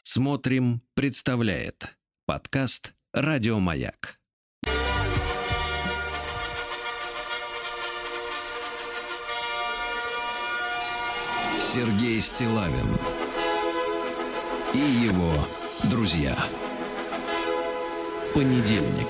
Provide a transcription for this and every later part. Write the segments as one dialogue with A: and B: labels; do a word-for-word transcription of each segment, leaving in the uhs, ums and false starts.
A: Смотрим, представляет подкаст «Радиомаяк». Сергей Стиллавин и его друзья. Понедельник.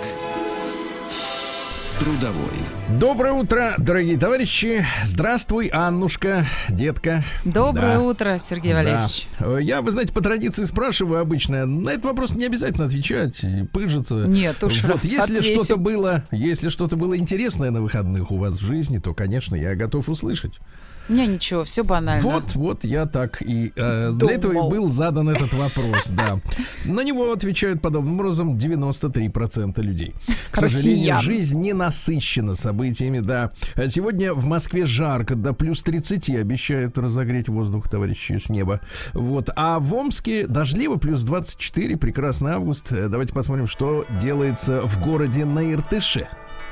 A: Трудовой.
B: Доброе утро, дорогие товарищи. Здравствуй, Аннушка, детка.
C: Доброе
B: да.
C: утро, Сергей Валерьевич.
B: Да. Я, вы знаете, по традиции спрашиваю обычно. На этот вопрос не обязательно отвечать, пыжиться.
C: Нет уж,
B: вот, если
C: ответим.
B: что-то было, если что-то было интересное на выходных у вас в жизни, то, конечно, я готов услышать.
C: У меня ничего, все банально.
B: Вот, вот я так и э, для этого и был задан этот вопрос, да. На него отвечают подобным образом девяносто три процента людей. К сожалению,
C: Россиян.
B: жизнь не насыщена событиями, да. Сегодня в Москве жарко, до плюс тридцати обещают разогреть воздух, товарищи, с неба. Вот. А в Омске дождливо, плюс двадцать четыре, прекрасный август. Давайте посмотрим, что делается в городе на Иртыше.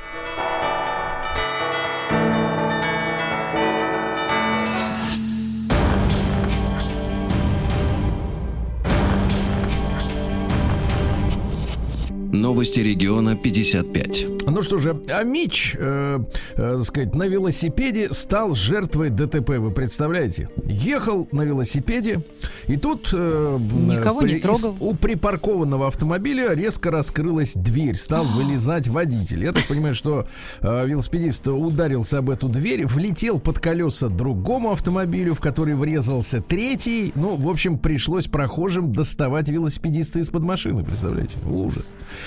A: Новости региона пятьдесят пять.
B: Ну что же, Амич, э, э, так сказать, на велосипеде стал жертвой ДТП. Вы представляете? Ехал на велосипеде, и тут э,
C: Никого
B: при,
C: не трогал.
B: из, у припаркованного автомобиля резко раскрылась дверь, стал вылезать водитель. Я так понимаю, что э, велосипедист ударился об эту дверь, влетел под колеса другому автомобилю, в который врезался третий. Ну, в общем, пришлось прохожим доставать велосипедиста из-под машины. Представляете? Ужас.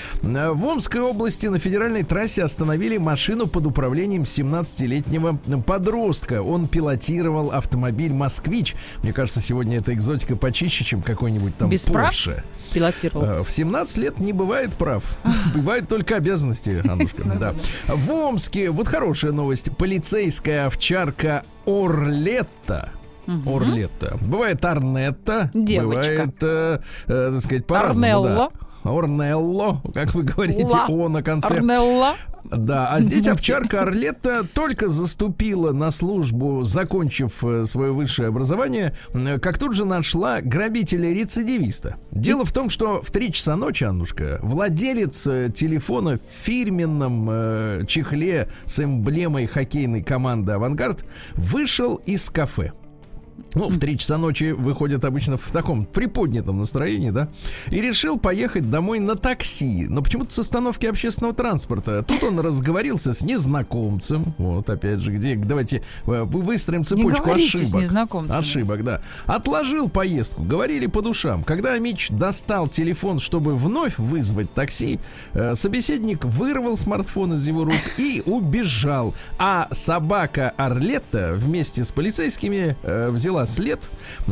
B: В Омской области на федеральной трассе остановили машину под управлением семнадцатилетнего подростка. Он пилотировал автомобиль «Москвич». Мне кажется, сегодня эта экзотика почище, чем какой-нибудь там
C: Без прав
B: Порше.
C: Пилотировал.
B: В семнадцать лет не бывает прав. Бывают только обязанности, Аннушка. Да. В Омске, вот хорошая новость. Полицейская овчарка Орлетта. Угу. Орлетта. Бывает Арнетта.
C: Девочка.
B: Бывает, э, э, так сказать, по-разному.
C: Арнелло.
B: Да. Орнелло, как вы говорите,
C: Ла.
B: О на конце.
C: Арнелла.
B: Да, а здесь овчарка Орлетта только заступила на службу, закончив свое высшее образование, как тут же нашла грабителя-рецидивиста. Дело в том, что в три часа ночи, Аннушка, владелец телефона в фирменном э, чехле с эмблемой хоккейной команды «Авангард» вышел из кафе. Ну, в три часа ночи выходят обычно в таком приподнятом настроении, да, и решил поехать домой на такси, но почему-то с остановки общественного транспорта. Тут он разговорился с незнакомцем, вот опять же, где, давайте выстроим цепочку ошибок. Ошибок, да. Отложил поездку, говорили по душам. Когда Амич достал телефон, чтобы вновь вызвать такси, собеседник вырвал смартфон из его рук и убежал. А собака Орлетта вместе с полицейскими взяла след,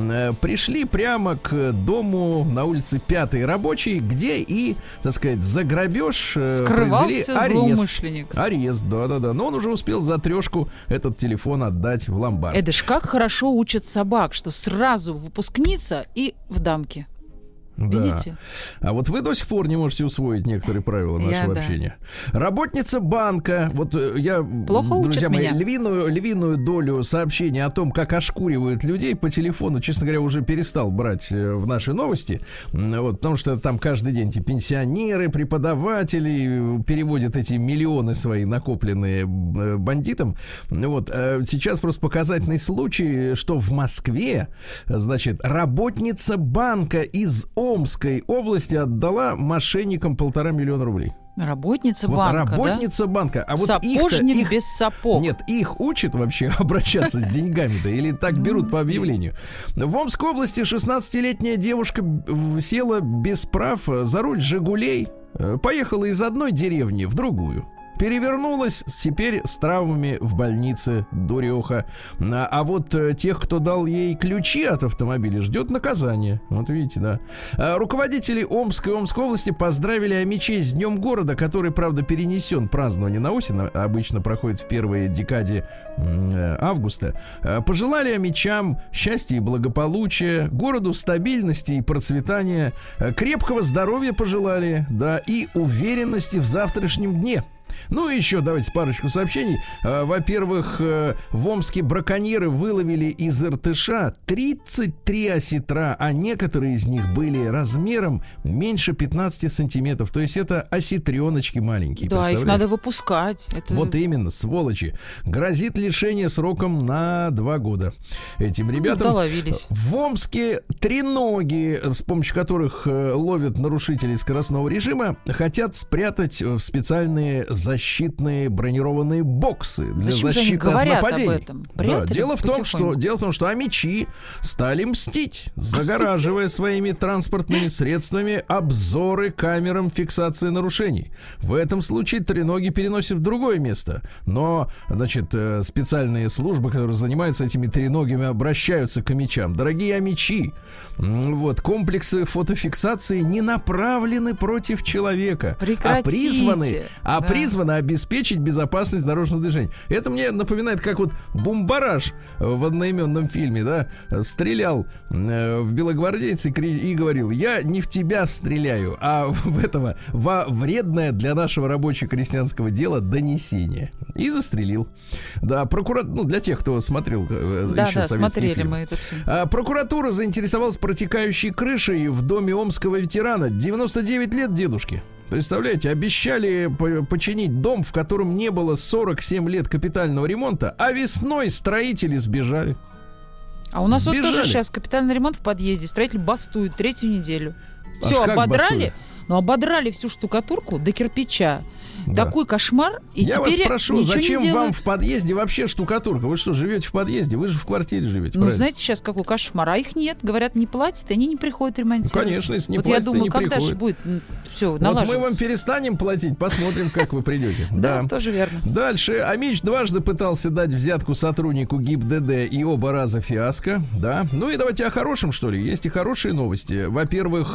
B: пришли прямо к дому на улице Пятой Рабочей, где и, так сказать, за грабеж произвели арест. Арест, да-да-да. Но он уже успел за трешку этот телефон отдать в ломбард.
C: Это ж как хорошо учат собак, что сразу выпускница и в дамке.
B: Да.
C: Видите?
B: А вот вы до сих пор не можете усвоить некоторые правила нашего я, общения. Да. Работница банка. Вот я,
C: плохо
B: друзья мои,
C: меня.
B: львиную, львиную долю сообщений о том, как ошкуривают людей по телефону, честно говоря, уже перестал брать в наши новости. Вот, потому что там каждый день эти пенсионеры, преподаватели переводят эти миллионы свои, накопленные бандитам. Вот. Сейчас просто показательный случай, что в Москве, значит, работница банка из Омской области отдала мошенникам полтора миллиона рублей.
C: Работница
B: вот
C: банка,
B: работница
C: да?
B: банка. А вот
C: сапожник
B: их,
C: без сапог.
B: Нет, их учат вообще обращаться с деньгами-то или так берут по объявлению. В Омской области шестнадцатилетняя девушка села без прав за руль «Жигулей», поехала из одной деревни в другую. Перевернулась, теперь с травмами в больнице, дуреха. А, а вот э, тех, кто дал ей ключи от автомобиля, ждет наказание. Вот видите, да. А, руководители Омской и Омской области поздравили Амичей с Днем города, который, правда, перенесен празднование на осень, обычно проходит в первой декаде э, августа. А, пожелали Амичам счастья и благополучия, городу стабильности и процветания, крепкого здоровья пожелали, да, и уверенности в завтрашнем дне. Ну и еще давайте парочку сообщений. Во-первых, в Омске браконьеры выловили из Иртыша тридцать три осетра, а некоторые из них были размером меньше пятнадцати сантиметров. То есть это осетреночки маленькие.
C: Да, их надо выпускать. Это...
B: Вот именно, сволочи. Грозит лишение сроком на два года этим ребятам.
C: Ну, доловились.
B: В Омске треноги, с помощью которых ловят нарушителей скоростного режима, хотят спрятать в специальные защитные бронированные боксы для
C: Зачем
B: защиты от нападений. Да, дело в том, что дело в том, что амичи стали мстить, загораживая своими транспортными средствами обзоры камерам фиксации нарушений. В этом случае треноги переносят в другое место. Но, значит, специальные службы, которые занимаются этими треногами, обращаются к амичам. Дорогие амичи, вот, комплексы фотофиксации не направлены против человека,
C: Прекратите.
B: а призваны, а
C: да.
B: призваны обеспечить безопасность дорожного движения. Это мне напоминает, как вот Бумбараш в одноименном фильме, да, стрелял в белогвардейца и говорил: я не в тебя стреляю, а в этого, во вредное для нашего рабоче-крестьянского дела донесение. И застрелил. Да, прокуратура, ну, для тех, кто смотрел да, еще
C: да,
B: советский
C: смотрели
B: фильм.
C: Мы этот фильм.
B: А, прокуратура заинтересовалась протекающей крышей в доме омского ветерана. девяносто девять лет дедушке. Представляете, обещали по- починить дом, в котором не было сорок семь лет капитального ремонта, а весной строители сбежали.
C: А у нас
B: Сбежали.
C: вот тоже сейчас капитальный ремонт в подъезде. Строитель бастует третью неделю. Все,
B: Аж как
C: ободрали.
B: бастует?
C: Ну, ободрали всю штукатурку до кирпича.
B: Да.
C: Такой кошмар. И
B: Я вас
C: теперь
B: спрошу, зачем
C: не
B: вам в подъезде вообще штукатурка? Вы что, живете в подъезде? Вы же в квартире живете,
C: Ну,
B: правильно?
C: знаете, сейчас какой кошмар. А их нет. Говорят, не платят, и они не приходят ремонтировать.
B: Ну, конечно, если не
C: вот
B: платят,
C: я думаю,
B: не
C: когда
B: приходят.
C: же будет все
B: Вот
C: налаживаться.
B: мы вам перестанем платить, посмотрим, как вы придете.
C: Да, тоже верно.
B: Дальше. Амич дважды пытался дать взятку сотруднику ГИБДД, и оба раза фиаско. Да. Ну и давайте о хорошем, что ли. Есть и хорошие новости. Во-первых,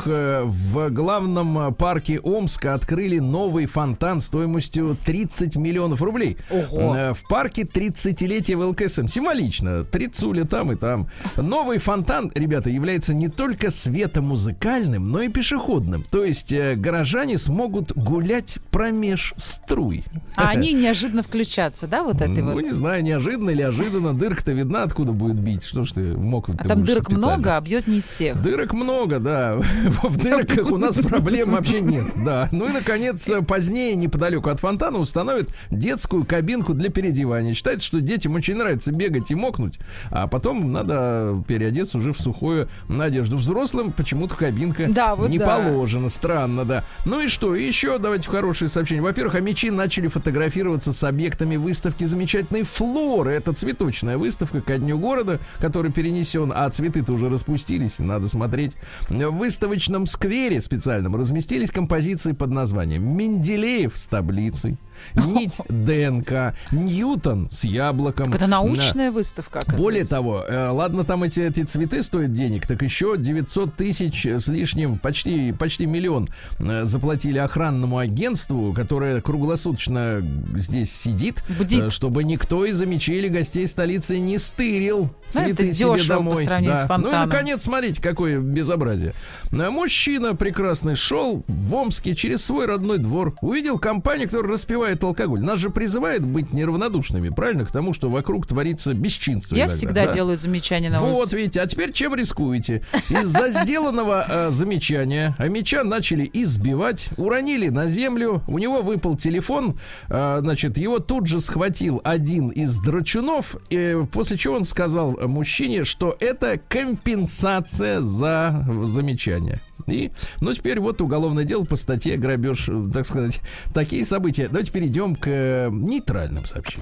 B: в главном парке Омска открыли новый фонтан стоимостью тридцать миллионов рублей.
C: Ого.
B: В парке тридцатилетия ВЛКСМ. Символично. Тридцуля там и там. Новый фонтан, ребята, является не только светомузыкальным, но и пешеходным. То есть э, горожане смогут гулять промеж струй.
C: А они неожиданно включатся, да, вот этой
B: Ну,
C: вот?
B: не знаю, неожиданно или ожиданно. Дырка-то видна, откуда будет бить. Что ж ты мокнуть-то
C: А там
B: будешь
C: дырок
B: специально?
C: много, а бьет не из всех.
B: Дырок много, да. В дырках у нас проблем вообще нет. Да. Ну и, наконец, позднее, неподалеку от фонтана, установят детскую кабинку для переодевания. Считается, что детям очень нравится бегать и мокнуть, а потом надо переодеться уже в сухую одежду. Взрослым почему-то кабинка
C: Да, вот
B: не
C: да.
B: положена. Странно, да. Ну и что? Еще давайте в хорошие сообщения. Во-первых, амичи начали фотографироваться с объектами выставки замечательной флоры. Это цветочная выставка ко дню города, который перенесен, а цветы-то уже распустились, надо смотреть. В выставочном сквере специальном разместились композиции под названием «Менделеев с таблицей», «Нить ДНК», «Ньютон с яблоком».
C: Так это научная выставка, оказывается.
B: Более того, э, ладно, там эти, эти цветы стоят денег, так еще девятьсот тысяч с лишним, почти, почти миллион э, заплатили охранному агентству, которое круглосуточно здесь сидит, э, чтобы никто из амичей или гостей столицы не стырил цветы
C: это
B: себе
C: дешево
B: домой.
C: по сравнению
B: Да.
C: с фонтаном.
B: Ну и, наконец, смотрите, какое безобразие. Э, Мужчина прекрасный шел в Омске через свой родной двор, увидел компанию, которая распивает алкоголь. Нас же призывает быть неравнодушными, правильно, к тому, что вокруг творится бесчинство.
C: Я
B: иногда,
C: всегда
B: да?
C: делаю замечания на
B: Вот,
C: улице.
B: видите, а теперь чем рискуете? Из-за сделанного э, замечания амичан начали избивать, уронили на землю, у него выпал телефон, э, значит, его тут же схватил один из драчунов, э, после чего он сказал мужчине, что это компенсация за замечание. И, ну, теперь вот уголовное дело по статье грабеж, так сказать, такие события. Давайте перейдем к э, нейтральным сообщениям.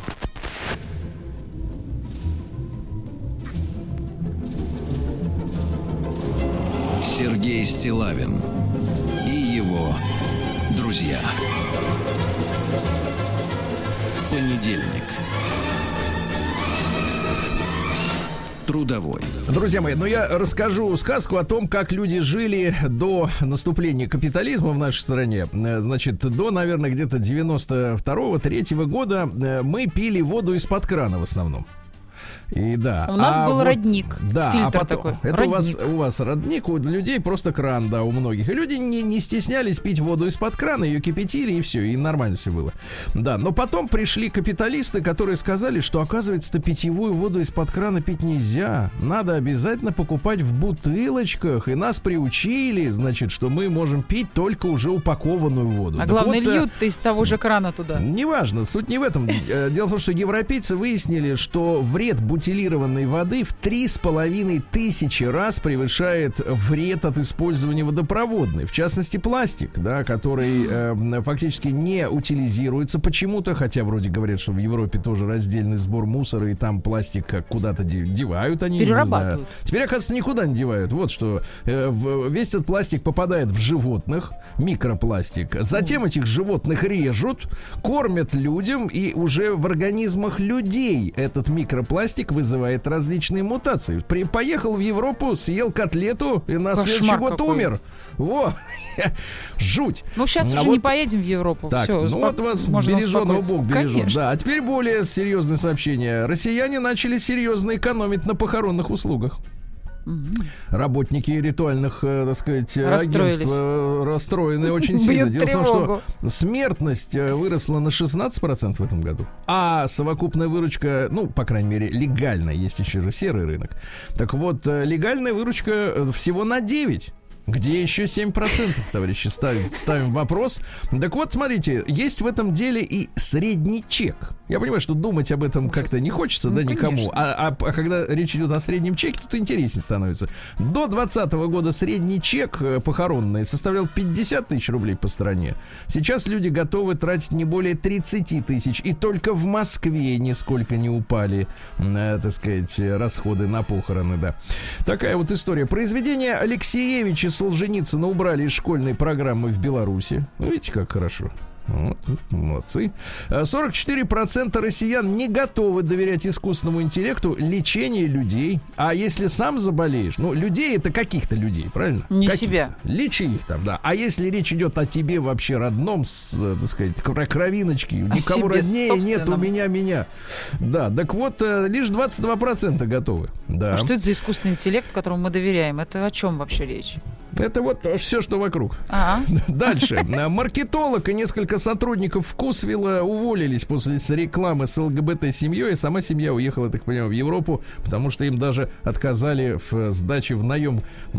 A: Сергей Стиллавин и его друзья. Понедельник. Трудовой.
B: Друзья мои, ну я расскажу сказку о том, как люди жили до наступления капитализма в нашей стране. Значит, до, наверное, где-то девяносто второго, третьего года мы пили воду из-под крана в основном. И да.
C: У нас
B: а
C: был
B: вот,
C: родник.
B: Да,
C: фильтр
B: а потом,
C: такой.
B: Это
C: родник.
B: У, вас, у вас родник, у людей просто кран, да, у многих. И люди не, не стеснялись пить воду из-под крана, ее кипятили, и все, и нормально все было. Да, но потом пришли капиталисты, которые сказали, что, оказывается-то, питьевую воду из-под крана пить нельзя. Надо обязательно покупать в бутылочках. И нас приучили, значит, что мы можем пить только уже упакованную воду.
C: А
B: Так
C: главное,
B: вот,
C: льют-то из того же крана туда.
B: Неважно, суть не в этом. Дело в том, что европейцы выяснили, что вред бутилированной воды в три с половиной тысячи раз превышает вред от использования водопроводной. В частности, пластик, да, который э, фактически не утилизируется почему-то, хотя вроде говорят, что в Европе тоже раздельный сбор мусора, и там пластик как куда-то девают они.
C: Перерабатывают.
B: Теперь, оказывается, никуда не девают. Вот что. Э, в, весь этот пластик попадает в животных, микропластик. Затем этих животных режут, кормят людям, и уже в организмах людей этот микропластик вызывает различные мутации. При, поехал в Европу, съел котлету и на
C: Кошмар
B: следующий год
C: какой.
B: умер. Во! Жуть.
C: Ну, сейчас
B: А
C: уже
B: вот,
C: не поедем в Европу.
B: так,
C: Всё,
B: ну
C: успо-
B: вот вас
C: можно
B: береженого
C: успокоиться.
B: Бог бережет.
C: Конечно.
B: Да, а теперь более серьезное сообщение. Россияне начали серьезно экономить на похоронных услугах. Работники ритуальных, э, так сказать, агентств э, расстроены очень сильно.
C: Бьют
B: Дело в том,
C: тревогу.
B: что смертность э, выросла на шестнадцать процентов в этом году, а совокупная выручка, ну, по крайней мере, легальная, есть еще же серый рынок. Так вот, э, легальная выручка э, всего на девять процентов. Где еще семь процентов, товарищи, ставим, ставим вопрос. Так вот, смотрите, есть в этом деле и средний чек. Я понимаю, что думать об этом как-то не хочется,
C: Ну,
B: да, никому.
C: конечно.
B: А, а, а когда речь идет о среднем чеке, тут интереснее становится. До двадцатого года средний чек э, похоронный составлял пятьдесят тысяч рублей по стране. Сейчас люди готовы тратить не более тридцать тысяч. И только в Москве нисколько не упали, э, так сказать, расходы на похороны, да. Такая вот история. Произведение Алексеевича Солженицына убрали из школьной программы в Беларуси. Ну, видите, как хорошо. Вот, молодцы. сорок четыре процента россиян не готовы доверять искусственному интеллекту лечение людей. А если сам заболеешь, ну, людей — это каких-то людей, правильно?
C: Не
B: Каких-то.
C: себя.
B: Лечи их там, да. А если речь идет о тебе вообще родном, с, так сказать, про кровиночки, никого
C: себе
B: роднее нет, у
C: собственном.
B: меня, меня. Да, так вот, э, лишь двадцать два процента готовы. Да.
C: А что это за искусственный интеллект, которому мы доверяем? Это о чем вообще речь?
B: Это вот все, что вокруг.
C: А,
B: Дальше. Маркетолог и несколько сотрудников Вкусвилла уволились после рекламы с ЛГБТ-семьей. Сама семья уехала, так понимаю, в Европу, потому что им даже отказали в сдаче в наем,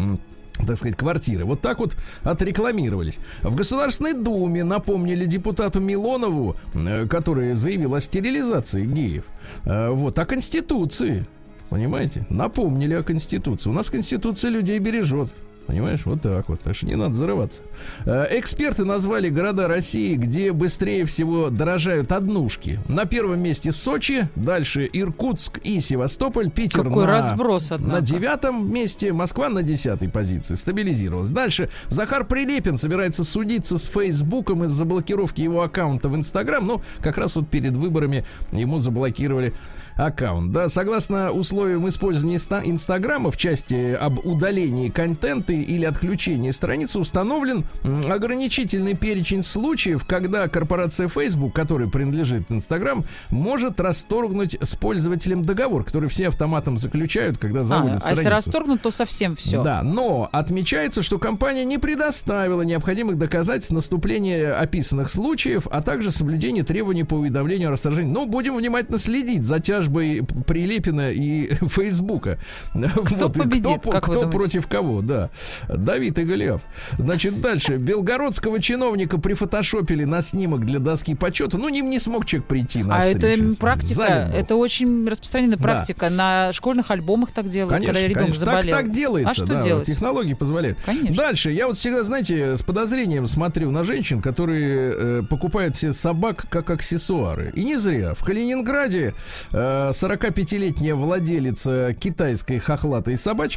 B: так сказать, квартиры. Вот так вот отрекламировались. В Государственной Думе напомнили депутату Милонову, э, который заявил о стерилизации геев. Э, Вот, о Конституции. Понимаете? Напомнили о Конституции. У нас Конституция людей бережет. Понимаешь, вот так вот. Так что не надо зарываться. Э, Эксперты назвали города России, где быстрее всего дорожают однушки. На первом месте Сочи, дальше Иркутск и Севастополь, Питер
C: какой
B: на,
C: разброс, однако.
B: на девятом месте, Москва на десятой позиции. Стабилизировалась. Дальше Захар Прилепин собирается судиться с Фейсбуком из-за блокировки его аккаунта в Инстаграм. Ну, как раз вот перед выборами ему заблокировали аккаунт. Да, согласно условиям использования Инстаграма в части об удалении контента или отключении страницы установлен м, ограничительный перечень случаев, когда корпорация Facebook, которой принадлежит Инстаграм, может расторгнуть с пользователем договор, который все автоматом заключают, когда заводят
C: а, а
B: страницу.
C: если расторгнут, то совсем все.
B: Да, но отмечается, что компания не предоставила необходимых доказательств наступления описанных случаев, а также соблюдения требований по уведомлению о расторжении. Но будем внимательно следить за тяжбой Прилепина и Фейсбука.
C: Кто
B: вот,
C: победит,
B: кто,
C: как вы
B: кто
C: думаете?
B: против кого, да. Давид и Голиаф. Значит, дальше. Белгородского чиновника прифотошопили на снимок для доски почета. Ну, не, не смог человек прийти на
C: А
B: встречу.
C: это практика,
B: Занят был.
C: это очень распространенная
B: Да.
C: практика. На школьных альбомах так делают,
B: Конечно,
C: когда ребенок
B: конечно.
C: заболел.
B: Так, так делается,
C: А что
B: да,
C: делать?
B: технологии позволяют.
C: Конечно.
B: Дальше, я вот всегда, знаете, с подозрением смотрю на женщин, которые э, покупают себе собак как аксессуары. И не зря. В Калининграде э, сорокапятилетняя владелица китайской хохлатой собачки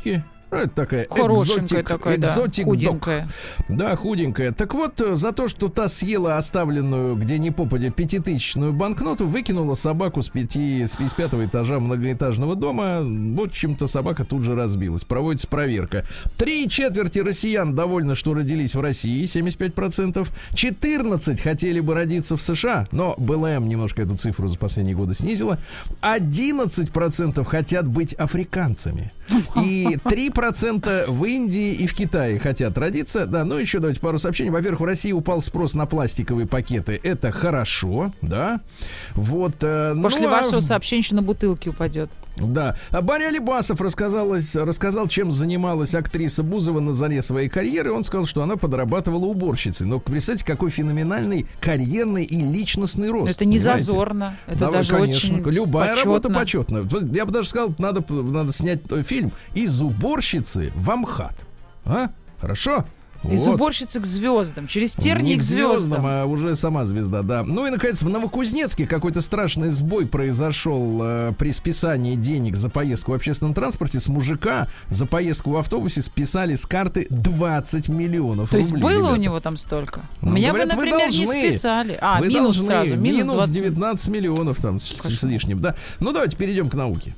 B: Это такая
C: Хорошенькая
B: экзотик,
C: такая, да,
B: экзотик
C: худенькая.
B: дог. Да, худенькая. Так вот, за то, что та съела оставленную где ни попадя пятитысячную банкноту, выкинула собаку с, пяти, с пятого этажа многоэтажного дома. Вот чем-то собака тут же разбилась. Проводится проверка. Три четверти россиян довольны, что родились в России, семьдесят пять процентов. четырнадцать хотели бы родиться в США, но БЛМ немножко эту цифру за последние годы снизила. одиннадцать процентов хотят быть африканцами. И три процента в Индии и в Китае хотят родиться. Да, ну еще давайте пару сообщений. Во-первых, в России упал спрос на пластиковые пакеты. Это хорошо, да. Вот. Э,
C: После
B: ну,
C: вашего
B: а...
C: сообщения еще на бутылке упадет.
B: Да. А Барри Алибасов рассказал, чем занималась актриса Бузова на заре своей карьеры. Он сказал, что она подрабатывала уборщицей. Но представьте, какой феноменальный карьерный и личностный рост.
C: Это не
B: понимаете?
C: Зазорно. Это
B: Да,
C: даже
B: конечно.
C: очень
B: Любая
C: почетно.
B: работа почетна. Я бы даже сказал, надо, надо снять фильм «Из уборщицы в Амхат». А? Хорошо?
C: Из
B: Вот.
C: уборщицы к звездам, через тернии
B: Не
C: к звездам.
B: а уже сама звезда, да. Ну и, наконец, в Новокузнецке какой-то страшный сбой произошел э, при списании денег за поездку в общественном транспорте. С мужика за поездку в автобусе списали с карты двадцать миллионов
C: То
B: рублей.
C: есть было
B: ребята.
C: у него там столько?
B: Ну,
C: У меня
B: говорят,
C: бы,
B: вы
C: например, не
B: должны.
C: списали. А,
B: Вы
C: минус
B: должны.
C: сразу, минус
B: Минус
C: двадцать.
B: девятнадцать миллионов там с, с лишним, да. Ну давайте перейдем к науке.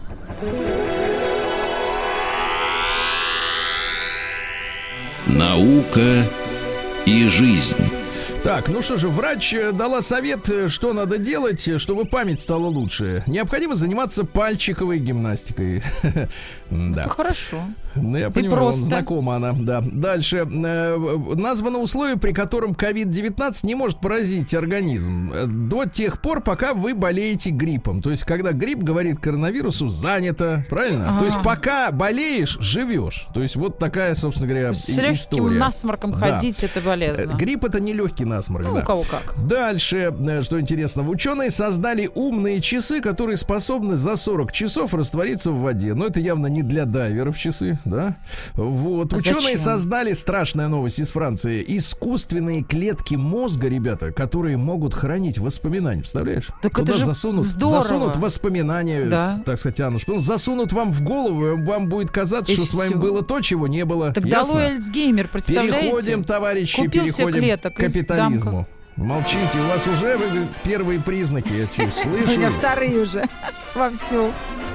A: Наука и жизнь.
B: Так, ну что же, врач дала совет, что надо делать, чтобы память стала лучше. Необходимо заниматься пальчиковой гимнастикой. Да.
C: Это хорошо.
B: Ну, я
C: И
B: понимаю, вам
C: просто.
B: знакома она, да. Дальше. Э, названо условие, при котором ковид девятнадцать не может поразить организм до тех пор, пока вы болеете гриппом. То есть, когда грипп говорит коронавирусу «занято», правильно?
C: Ага.
B: То есть, пока болеешь, живешь. То есть, вот такая, собственно говоря,
C: С
B: и-
C: легким
B: история.
C: насморком
B: Да.
C: ходить это
B: Э,
C: полезно.
B: Грипп — это не легкий насморк,
C: Ну,
B: да.
C: у кого как.
B: Дальше, э, что интересно, ученые создали умные часы, которые способны за сорок часов раствориться в воде. Но это явно не для дайверов часы, да? Вот.
C: А
B: Ученые
C: зачем?
B: создали, страшная новость из Франции, искусственные клетки мозга, ребята, которые могут хранить воспоминания. Представляешь?
C: Так
B: Туда
C: это же
B: засунут,
C: здорово.
B: засунут воспоминания,
C: Да.
B: так сказать, Анна, что засунут вам в голову, и вам будет казаться,
C: И
B: что с вами
C: всё.
B: было то, чего не было.
C: Так
B: Ясно?
C: долой Альцгеймер, представляете?
B: Переходим, товарищи,
C: Купил себе
B: переходим
C: клеток
B: к
C: и в
B: капитализму. Молчите, у вас уже вы- первые признаки, я чуть
D: У меня
B: слышу.
D: вторые уже вовсю.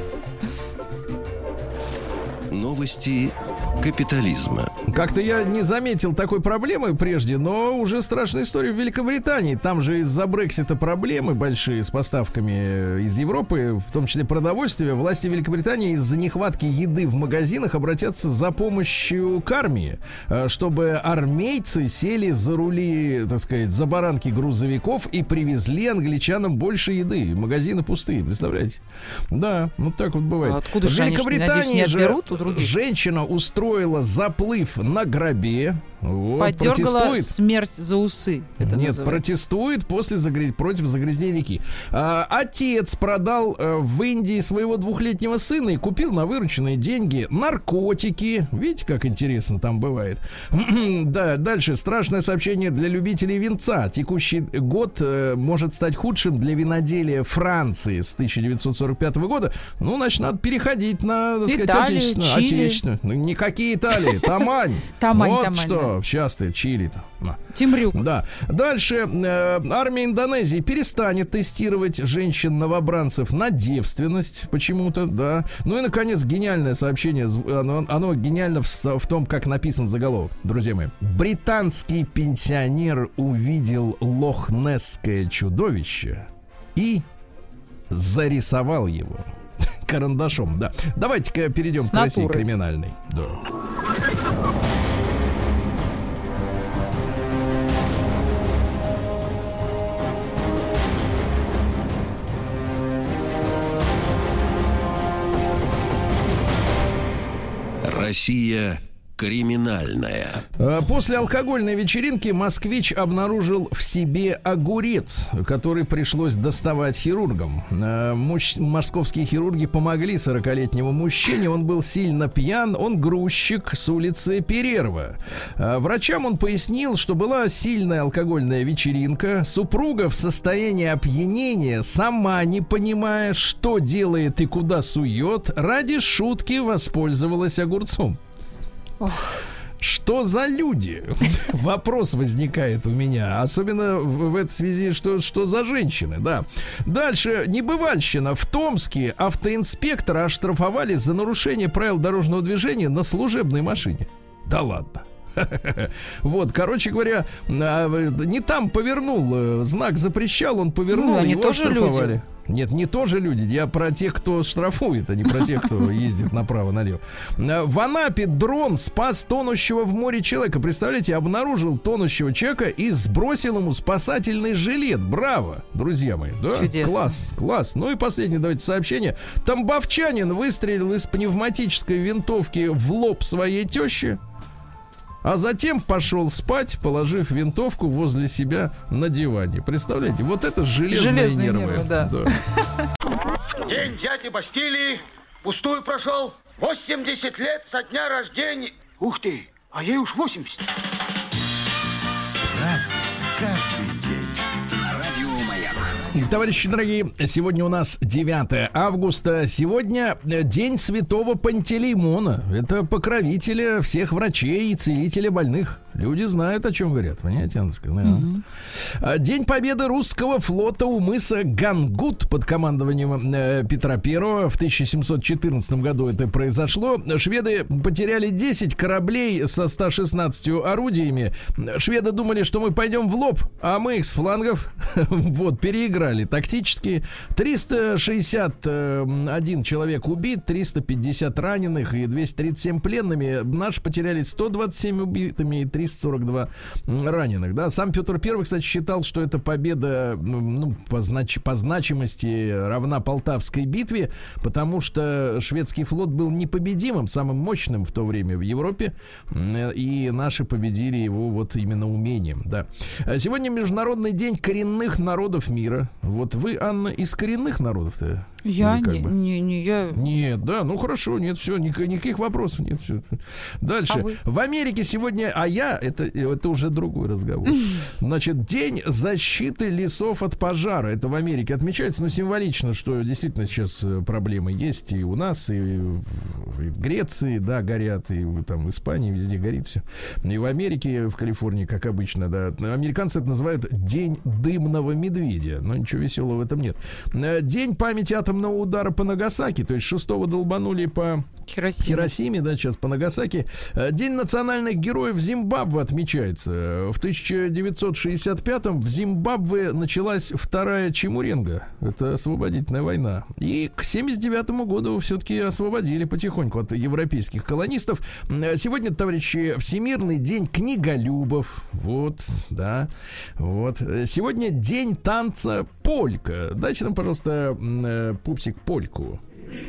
A: Новости капитализма.
B: Как-то я не заметил такой проблемы прежде, но уже страшная история в Великобритании. Там же из-за Брексита проблемы большие с поставками из Европы, в том числе продовольствия. Власти Великобритании из-за нехватки еды в магазинах обратятся за помощью к армии, э, чтобы армейцы сели за рули, так сказать, за баранки грузовиков и привезли англичанам больше еды. Магазины пустые, представляете? Да, вот так вот бывает.
C: А откуда
B: В
C: же они, надеюсь, не
B: же
C: отберут у других?
B: женщина устроила заплыв на гробе. Вот,
C: Подергала
B: протестует.
C: смерть за усы. Это
B: Нет,
C: называется.
B: протестует после загряз... против загрязнения реки. А, отец продал а, в Индии своего двухлетнего сына и купил на вырученные деньги наркотики. Видите, как интересно там бывает. Да, дальше страшное сообщение для любителей винца. Текущий год э, может стать худшим для виноделия Франции с тысяча девятьсот сорок пятого года. Ну, значит, надо переходить на, так сказать,
C: Италию,
B: отечественную.
C: Чили.
B: отечественную. Ну, никакие Италии. Тамань.
C: Тамань,
B: Вот
C: Тамань,
B: что. Сейчас ты, Чили там. На.
C: Темрюк.
B: Да. Дальше. Э, армия Индонезии перестанет тестировать женщин-новобранцев на девственность почему-то, да. Ну и, наконец, гениальное сообщение. зв- Оно, оно гениально в, с- в том, как написан заголовок. Друзья мои. Британский пенсионер увидел лохнесское чудовище и зарисовал его карандашом, да. Давайте-ка перейдем
C: С
B: к России
C: натуры.
B: криминальной. Да.
A: Россия Криминальная.
B: После алкогольной вечеринки москвич обнаружил в себе огурец, который пришлось доставать хирургам. Муж... Московские хирурги помогли сорокалетнему мужчине. Он был сильно пьян, он грузчик с улицы Перерва. Врачам он пояснил, что была сильная алкогольная вечеринка. Супруга в состоянии опьянения, сама не понимая, что делает и куда сует, ради шутки воспользовалась огурцом.
C: Ох.
B: Что за люди? Вопрос возникает у меня. Особенно в, в этой связи, что, что за женщины, да. Дальше. Небывальщина. В Томске автоинспектора оштрафовали за нарушение правил дорожного движения на служебной машине. Да ладно. Вот, короче говоря, не там повернул, знак запрещал, он повернул,
C: ну, они
B: его
C: тоже
B: оштрафовали.
C: Люди.
B: Нет, не тоже люди, я про тех, кто штрафует, а не про тех, кто ездит направо-налево. В Анапе дрон спас тонущего в море человека. Представляете, обнаружил тонущего человека и сбросил ему спасательный жилет. Браво, друзья мои. Да?
C: Чудесно.
B: Класс, класс. Ну и последнее, давайте, сообщение. Тамбовчанин выстрелил из пневматической винтовки в лоб своей тещи, а затем пошел спать, положив винтовку возле себя на диване. Представляете, вот это железные,
C: железные
B: нервы.
C: нервы, да.
B: Да.
E: День взятия Бастилии пустую прошел. восемьдесят лет со дня рождения. Ух ты, а ей уж восемьдесят.
F: Праздник каждый день. Радио Маяк.
B: Товарищи дорогие, сегодня у нас девятое августа. Сегодня день святого Пантелеймона. Это покровителя всех врачей и целителя больных. Люди знают, о чем говорят, понимаете, Андрюшка? Да. Mm-hmm. День победы русского флота у мыса Гангут под командованием э, Петра Первого. В тысяча семьсот четырнадцатом году это произошло. Шведы потеряли десять кораблей со ста шестнадцатью орудиями. Шведы думали, что мы пойдем в лоб, а мы их с флангов вот, переиграли тактически. триста шестьдесят один человек убит, триста пятьдесят раненых и двести тридцать семь пленными. Наши потеряли сто двадцать семь убитыми и триста сорок два раненых. Да? Сам Петр Первый, кстати, считал, что эта победа ну, по, знач- по значимости равна Полтавской битве, потому что шведский флот был непобедимым, самым мощным в то время в Европе, и наши победили его вот именно умением. Да. Сегодня Международный день коренных народов мира. Вот вы, Анна, из коренных народов-то?
C: Я
B: не,
C: бы? не, не, я...
B: Нет, да, ну хорошо, нет, все, ник- никаких вопросов нет. Все. Дальше.
C: А
B: в Америке сегодня, а я, это, это уже другой разговор. Значит, день защиты лесов от пожара. Это в Америке отмечается, но символично, что действительно сейчас проблемы есть и у нас, и в, и в Греции, да, горят, и в, там в Испании везде горит все. И в Америке, в Калифорнии, как обычно, да. Американцы это называют день дымного медведя, но ничего веселого в этом нет. День памяти атомного удара по Нагасаки, то есть шестого долбанули по
C: Хиросиме.
B: Хиросиме, да, сейчас по Нагасаки. День национальных героев Зимбабве отмечается. В тысяча девятьсот шестьдесят пятом в Зимбабве началась вторая Чимуренга. Это освободительная война. И к семьдесят девятому году все-таки освободили потихоньку от европейских колонистов. Сегодня, товарищи, Всемирный день книголюбов. Вот, да. Вот. Сегодня день танца полька. Дайте нам, пожалуйста, пупсик польку.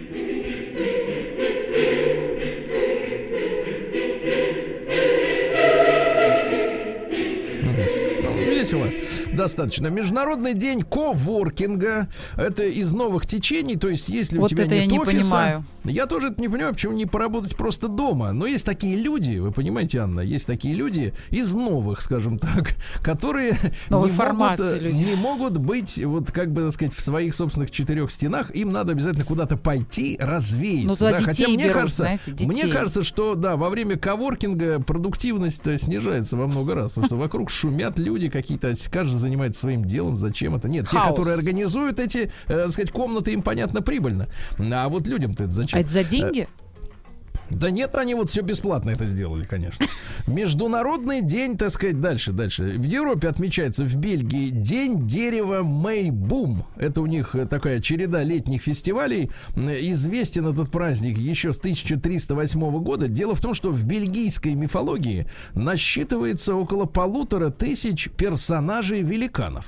B: Весело достаточно. Международный день коворкинга. Это из новых течений. То есть, если
C: вот
B: у тебя
C: это
B: нет
C: я
B: офиса...
C: не понимаю.
B: Я тоже это не понимаю, почему не поработать просто дома. Но есть такие люди, вы понимаете, Анна, есть такие люди из новых, скажем так, которые не могут, не могут быть, вот как бы, так сказать, в своих собственных четырех стенах. Им надо обязательно куда-то пойти, развеяться.
C: Ну,
B: да? Хотя мне
C: берут,
B: кажется,
C: знаете,
B: мне кажется, что да, во время коворкинга продуктивность снижается во много раз, потому что вокруг шумят люди какие-то, каждый занимается своим делом, зачем это? Нет, те,
C: Хаос.
B: которые организуют эти, э, так сказать, комнаты, им понятно прибыльно. А вот людям-то это зачем?
C: А это за деньги?
B: Да нет, они вот все бесплатно это сделали, конечно. Международный день, так сказать, дальше, дальше. В Европе отмечается, в Бельгии, день дерева Мейбум. Это у них такая череда летних фестивалей. Известен этот праздник еще с тысяча триста восьмого года. Дело в том, что в бельгийской мифологии насчитывается около полутора тысяч персонажей великанов.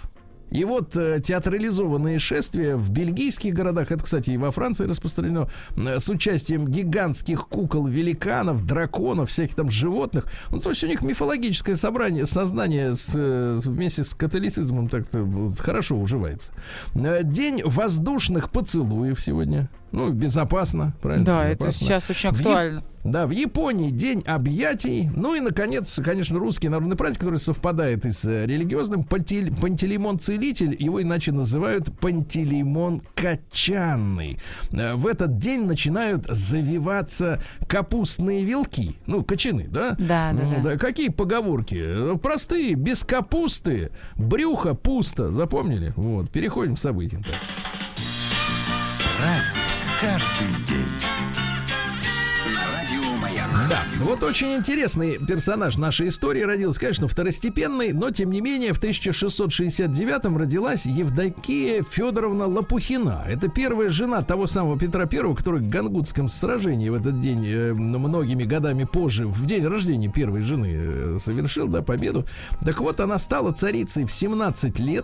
B: И вот э, театрализованные шествия в бельгийских городах, это, кстати, и во Франции распространено, э, с участием гигантских кукол, великанов, драконов, всяких там животных. Ну, то есть у них мифологическое собрание, сознание с, э, вместе с католицизмом так-то вот, хорошо уживается. Э, день воздушных поцелуев сегодня. Ну, безопасно, правильно?
C: Да,
B: безопасно.
C: это сейчас очень
B: В
C: актуально.
B: Яп... Да, в Японии день объятий. Ну и, наконец, конечно, русский народный праздник, который совпадает и с религиозным. Пантель... Пантелеймон-целитель, его иначе называют Пантелеймон-качанный. В этот день начинают завиваться капустные вилки. Ну, кочаны, да?
C: Да, да, да.
B: да. Какие поговорки? Простые, без капусты, брюхо пусто. Запомнили? Вот, переходим к событиям.
F: Праздник каждый день.
B: Да, вот очень интересный персонаж нашей истории родился, конечно, второстепенный, но тем не менее в тысяча шестьсот шестьдесят девятом родилась Евдокия Федоровна Лопухина. Это первая жена того самого Петра Первого, который в Гангутском сражении в этот день, э, многими годами позже, в день рождения первой жены, э, совершил, да, победу. Так вот, она стала царицей в семнадцать лет.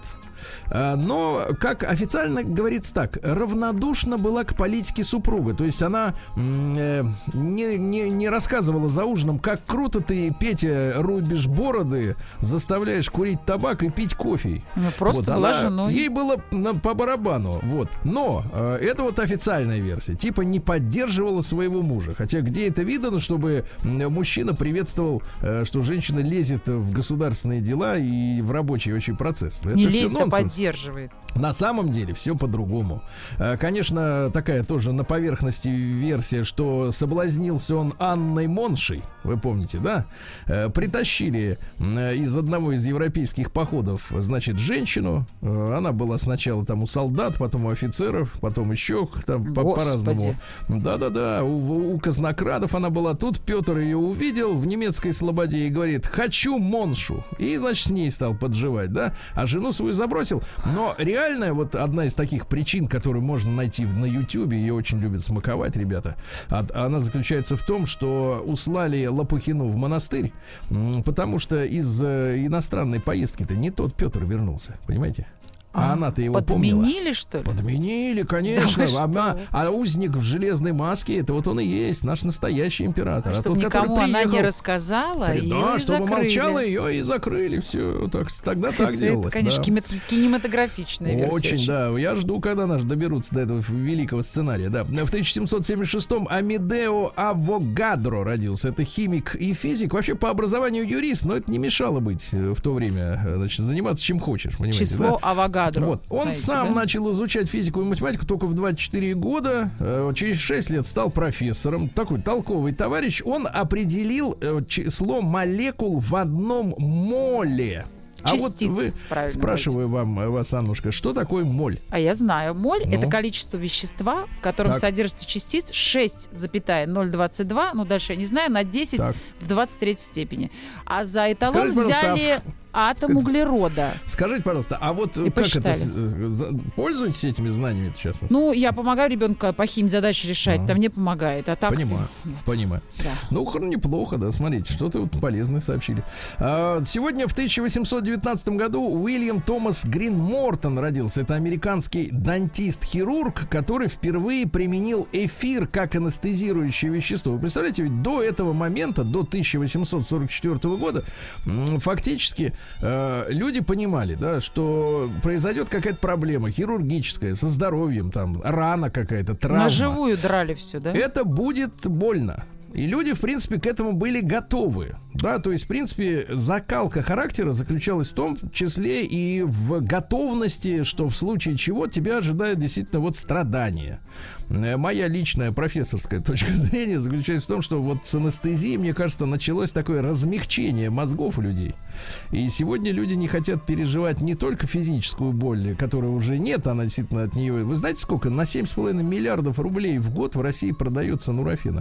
B: Но, как официально говорится так, равнодушна была к политике супруга. То есть она э, не, не, не рассказывала за ужином, как круто ты, Петя, рубишь бороды, заставляешь курить табак и пить кофе.
C: Ну, просто
B: вот,
C: была
B: она,
C: женой.
B: Ей было на, по барабану. Вот. Но э, это вот официальная версия. Типа не поддерживала своего мужа. Хотя где это видно, чтобы мужчина приветствовал, э, что женщина лезет в государственные дела и в рабочий очень процесс. Это
C: не
B: все
C: лезет,
B: нонсенс.
C: Поддерживает.
B: На самом деле все по-другому. Конечно, такая тоже на поверхности версия, что соблазнился он Анной Моншей. Вы помните, да? Притащили из одного из европейских походов, значит, женщину. Она была сначала там у солдат, потом у офицеров, потом еще там по- по-разному. Да-да-да. У, у казнокрадов она была. Тут Петр ее увидел в немецкой слободе и говорит: хочу Моншу. И, значит, с ней стал подживать, да? А жену свою забросил. Но реальная вот одна из таких причин, которую можно найти на Ютьюбе, ее очень любят смаковать ребята, она заключается в том, что услали Лопухину в монастырь, потому что из иностранной поездки-то не тот Петр вернулся, понимаете? А, а она-то его помнила.
C: Подменили, что ли?
B: Подменили, конечно. Да, а, а узник в железной маске, это вот он и есть, наш настоящий император.
C: А
B: а
C: чтобы
B: тот,
C: никому
B: приехал,
C: она не рассказала,
B: при,
C: ее
B: да,
C: и
B: чтобы
C: закрыли.
B: молчала, ее и закрыли. Все, так, тогда так делалось.
C: Это, конечно,
B: да.
C: кинематографичная версия.
B: Очень, да. Я жду, когда наши доберутся до этого великого сценария. Да. В тысяча семьсот семьдесят шестом Амедео Авогадро родился. Это химик и физик. Вообще по образованию юрист, но это не мешало быть в то время, значит, заниматься чем хочешь. Понимаете,
C: число
B: да?
C: Авогадро.
B: Вот. Он
C: знаете,
B: сам
C: да?
B: начал изучать физику и математику только в двадцать четыре года. Через шесть лет стал профессором. Такой толковый товарищ. Он определил число молекул в одном моле. А
C: Частиц,
B: вот вы, спрашиваю вам, вас, Аннушка, что такое моль?
C: А я знаю. Моль
B: Ну?
C: это количество вещества, в котором
B: Так.
C: содержится частиц шесть целых ноль двадцать два, ну дальше я не знаю, на десять
B: Так.
C: в двадцать третьей степени. А за эталон
B: Скажите, пожалуйста,
C: взяли
B: а
C: атом
B: скажите,
C: углерода.
B: Скажите, пожалуйста, а вот
C: И
B: как это?
C: посчитали.
B: за- Пользуетесь этими знаниями сейчас?
C: Ну, я помогаю ребенку по химии задачи решать,
B: Ага.
C: там мне помогает. А так...
B: Понимаю,
C: Вот.
B: понимаю.
C: Да.
B: Ну, хр- неплохо, да, смотрите, что-то вот полезное сообщили. А, сегодня в тысяча восемьсот девятнадцатом году Уильям Томас Грин Мортон родился. Это американский дантист-хирург, который впервые применил эфир как анестезирующее вещество. Вы представляете, ведь до этого момента, до тысяча восемьсот сорок четвёртого года, м, фактически э, люди понимали, да, что произойдет какая-то проблема хирургическая, со здоровьем, там, рана какая-то, травма.
C: На живую драли все, да?
B: Это будет больно. И люди, в принципе, к этому были готовы. Да, то есть, в принципе, закалка характера заключалась в том числе и в готовности, что в случае чего тебя ожидает действительно вот страдание. Э, Моя личная профессорская точка зрения заключается в том, что вот с анестезией, мне кажется, началось такое размягчение мозгов у людей. И сегодня люди не хотят переживать не только физическую боль, которой уже нет, она действительно от нее... Вы знаете, сколько? На семь с половиной миллиардов рублей в год в России продается нурофена.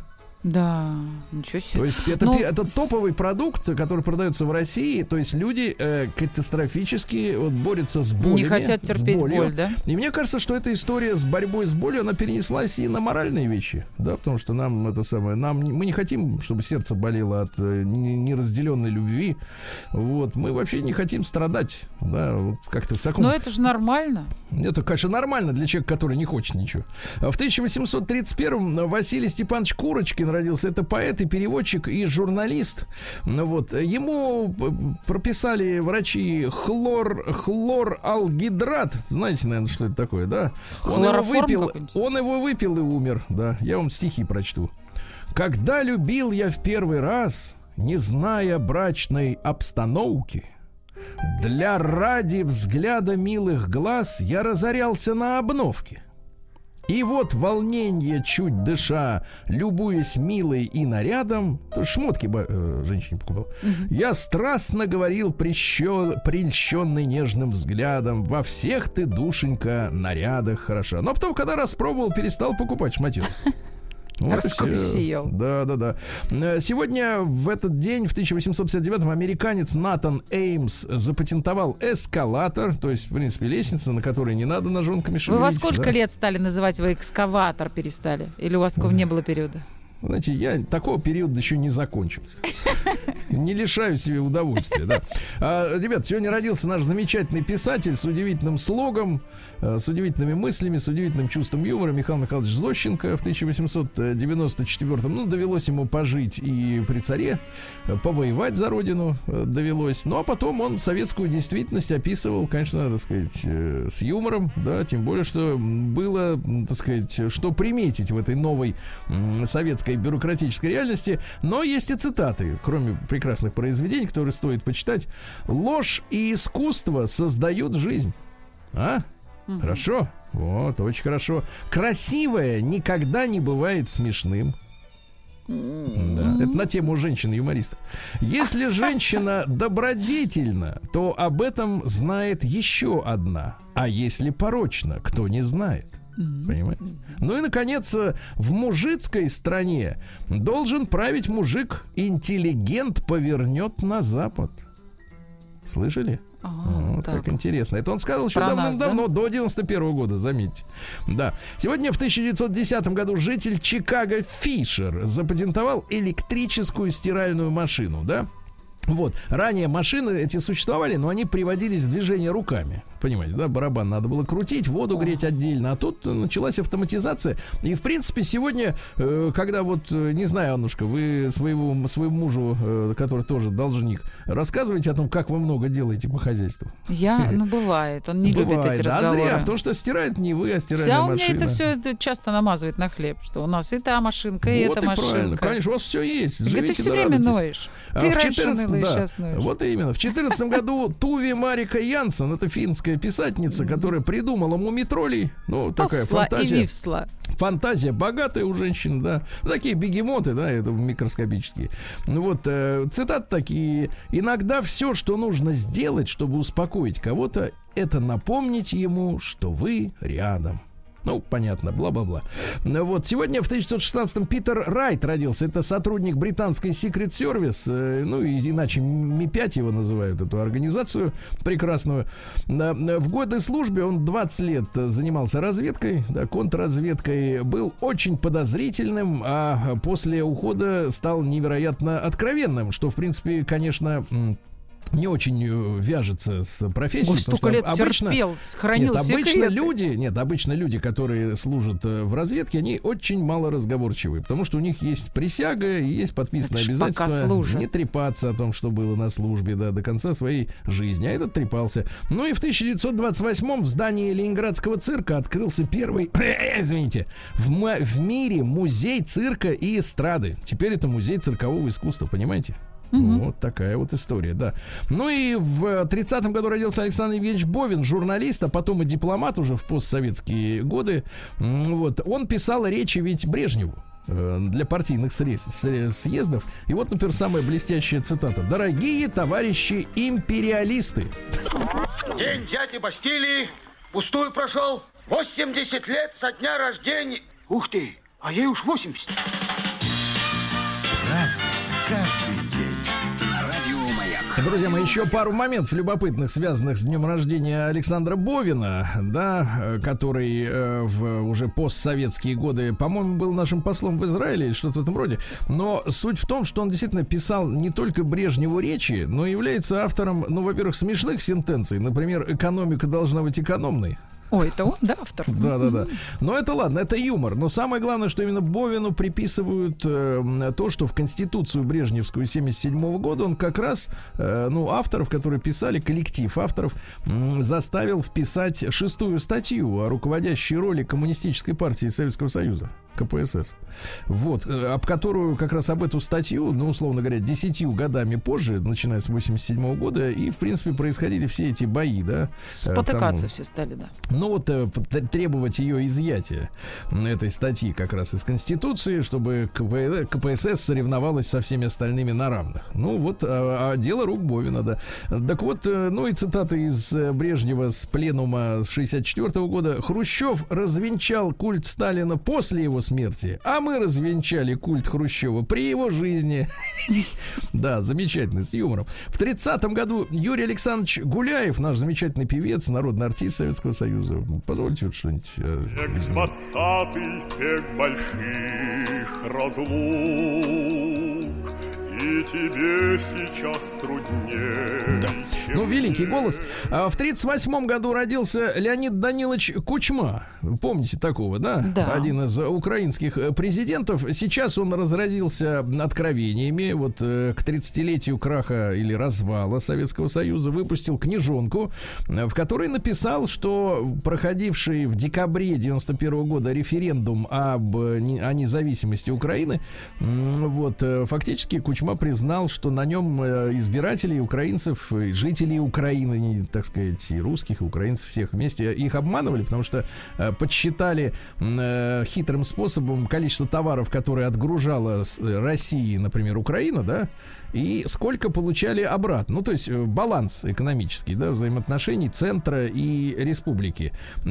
C: Да, ничего себе.
B: То есть это,
C: Ну,
B: это топовый продукт, который продается в России. То есть люди э, катастрофически вот, борются с болями.
C: Не хотят терпеть
B: с болью.
C: боль, да?
B: И мне кажется, что эта история с борьбой с болью, она перенеслась и на моральные вещи. Да, потому что нам это самое, нам, мы не хотим, чтобы сердце болело от э, неразделенной любви. Вот, мы вообще не хотим страдать. Да, вот как-то в таком...
C: Но это же нормально.
B: Это, конечно, нормально для человека, который не хочет ничего. В тысяча восемьсот тридцать первом Василий Степанович Курочкин родился. Это поэт и переводчик и журналист. Вот. Ему прописали врачи хлор, хлоралгидрат. Знаете, наверное, что это такое, да? Он его выпил, он его выпил и умер. Да. Я вам стихи прочту. «Когда любил я в первый раз, не зная брачной обстановки, для ради взгляда милых глаз я разорялся на обновке. И вот волнение, чуть дыша, любуясь милой и нарядом, то шмотки э, женщине покупал, uh-huh. я страстно говорил, прищё, прельщенный нежным взглядом, во всех ты, душенька, нарядах хороша. Но потом, когда распробовал, перестал покупать шматье. Вот
C: раскусил.
B: Да, да, да. Сегодня в этот день, в тысяча восемьсот пятьдесят девятом, американец Натан Эймс запатентовал эскалатор, то есть, в принципе, лестница, на которой не надо ножонками шевелить.
C: Вы во сколько
B: да?
C: лет стали называть его экскаватор перестали? Или у вас такого не было периода?
B: Знаете, я такого периода еще не закончился. Не лишаю себе удовольствия, да. А, ребят, сегодня родился наш замечательный писатель с удивительным слогом, с удивительными мыслями, с удивительным чувством юмора. Михаил Михайлович Зощенко в тысяча восемьсот девяносто четвёртом. Ну, довелось ему пожить и при царе, повоевать за родину довелось. Ну, а потом он советскую действительность описывал, конечно, так сказать, с юмором, да, тем более, что было, так сказать, что приметить в этой новой советской бюрократической реальности. Но есть и цитаты, кроме прекрасных произведений, которые стоит почитать. «Ложь и искусство создают жизнь». А? Угу. Хорошо? Вот, очень хорошо. «Красивое никогда не бывает смешным». Да, это на тему женщин-юмористов. «Если женщина добродетельна, то об этом знает еще одна. А если порочна, кто не знает». Понимаете? Ну и, наконец, в мужицкой стране должен править мужик. Интеллигент повернет на запад. Слышали? А, вот так. Как интересно. Это он сказал еще давным-давно, да? До девяносто первого года, заметьте. Да. Сегодня в тысяча девятьсот десятом году житель Чикаго Фишер запатентовал электрическую стиральную машину, да? Вот. Ранее машины эти существовали, но они приводились в движение руками. Понимаете, да? Барабан надо было крутить, воду греть отдельно. А тут началась автоматизация. И, в принципе, сегодня, э, когда вот, не знаю, Аннушка, вы своему, своему мужу, э, который тоже должник, рассказываете о том, как вы много делаете по хозяйству?
C: Я, ну, бывает. Он не
B: бывает,
C: любит эти разговоры.
B: А зря, потому что стирает не вы, а стиральная
C: машина.
B: машина.
C: А у меня это все это часто намазывает на хлеб, что у нас и та машинка, и
B: вот
C: эта
B: и
C: машинка.
B: Правильно. Конечно, у вас все есть.
C: Живите, ты все время ноешь. Ты
B: а
C: раньше
B: четырнадцатом,
C: ныла, и
B: да,
C: сейчас ноешь.
B: Вот именно. В четырнадцатом году Туви Марика Янсен, это финская писательница, которая придумала мумитролей. Ну, такая
C: Овсла
B: фантазия.
C: И вивсла.
B: Фантазия богатая у женщин, да. Такие бегемоты, да, это микроскопические. Ну вот, э, цитаты такие. «Иногда все, что нужно сделать, чтобы успокоить кого-то, это напомнить ему, что вы рядом». Ну, понятно, бла-бла-бла. Вот, сегодня в тысяча девятьсот шестнадцатом Питер Райт родился. Это сотрудник британской Secret Service, э, ну, и иначе Ми пять его называют, эту организацию прекрасную. Да, в годы службы он двадцать лет занимался разведкой, да, контрразведкой, был очень подозрительным, а после ухода стал невероятно откровенным, что, в принципе, конечно... не очень вяжется с профессией.
C: Ой, столько лет
B: обычно,
C: терпел, сохранил
B: нет, обычно
C: секреты.
B: люди, нет, обычно люди, которые служат в разведке, они очень мало разговорчивые, потому что у них есть присяга и есть подписанное обязательство не трепаться о том, что было на службе, да, до конца своей жизни. А этот трепался. Ну и в тысяча девятьсот двадцать восьмом в здании Ленинградского цирка открылся первый, извините, в, в мире музей цирка и эстрады. Теперь это музей циркового искусства, понимаете? Mm-hmm. Вот такая вот история, да. Ну и в тридцатом году родился Александр Евгеньевич Бовин, журналист, а потом и дипломат уже в постсоветские годы. Вот. Он писал речи ведь Брежневу для партийных съездов. И вот, например, самая блестящая цитата. «Дорогие товарищи империалисты».
E: День дяди Бастилии пустую прошел. восемьдесят лет со дня рождения. Ух ты, а ей уж восемьдесят.
F: каждый день. Радио Маяк.
B: Друзья мои, еще пару моментов любопытных, связанных с днем рождения Александра Бовина, да, который э, в уже постсоветские годы, по-моему, был нашим послом в Израиле или что-то в этом роде. Но суть в том, что он действительно писал не только Брежневу речи, но является автором, ну, во-первых, смешных сентенций. Например, «Экономика должна быть экономной».
C: Ой, это он, да, автор?
B: Да, да, да. Но это ладно, это юмор. Но самое главное, что именно Бовину приписывают э, то, что в Конституцию Брежневскую семьдесят седьмого года он как раз, э, ну, авторов, которые писали, коллектив авторов, э, заставил вписать шестую статью о руководящей роли Коммунистической партии Советского Союза. ка пэ эс эс. Вот, об которую, как раз об эту статью, ну, условно говоря, десятью годами позже, начиная с восемьдесят седьмого года, и, в принципе, происходили все эти бои, да.
C: Спотыкаться
B: тому,
C: все стали, да.
B: Ну, вот требовать ее изъятия этой статьи как раз из Конституции, чтобы ка пэ эс эс соревновалась со всеми остальными на равных. Ну, вот, а, а дело рук Бовина, да. Так вот, ну и цитата из Брежнева с пленума с шестьдесят четвёртого года. «Хрущев развенчал культ Сталина после его смерти, а мы развенчали культ Хрущева при его жизни». Да, замечательно, с юмором. В тридцатом году Юрий Александрович Гуляев, наш замечательный певец, народный артист Советского Союза. Позвольте вот что-нибудь.
G: Век двадцатый, век больших разлук, и тебе сейчас труднее.
B: Да. Ну, великий голос. А в тридцать восьмом году родился Леонид Данилович Кучма. Помните такого, да?
C: Да.
B: Один из украинских президентов. Сейчас он разразился откровениями. Вот к тридцатилетию краха или развала Советского Союза выпустил книжонку, в которой написал, что проходивший в декабре девяносто первого года референдум об, о независимости Украины, вот, фактически Кучма признал, что на нем избирателей украинцев, жителей Украины, так сказать, и русских, и украинцев всех вместе, их обманывали, потому что подсчитали хитрым способом количество товаров, которые отгружала Россия, например, Украина, да, и сколько получали обратно. Ну, то есть баланс экономический, да, взаимоотношений центра и республики.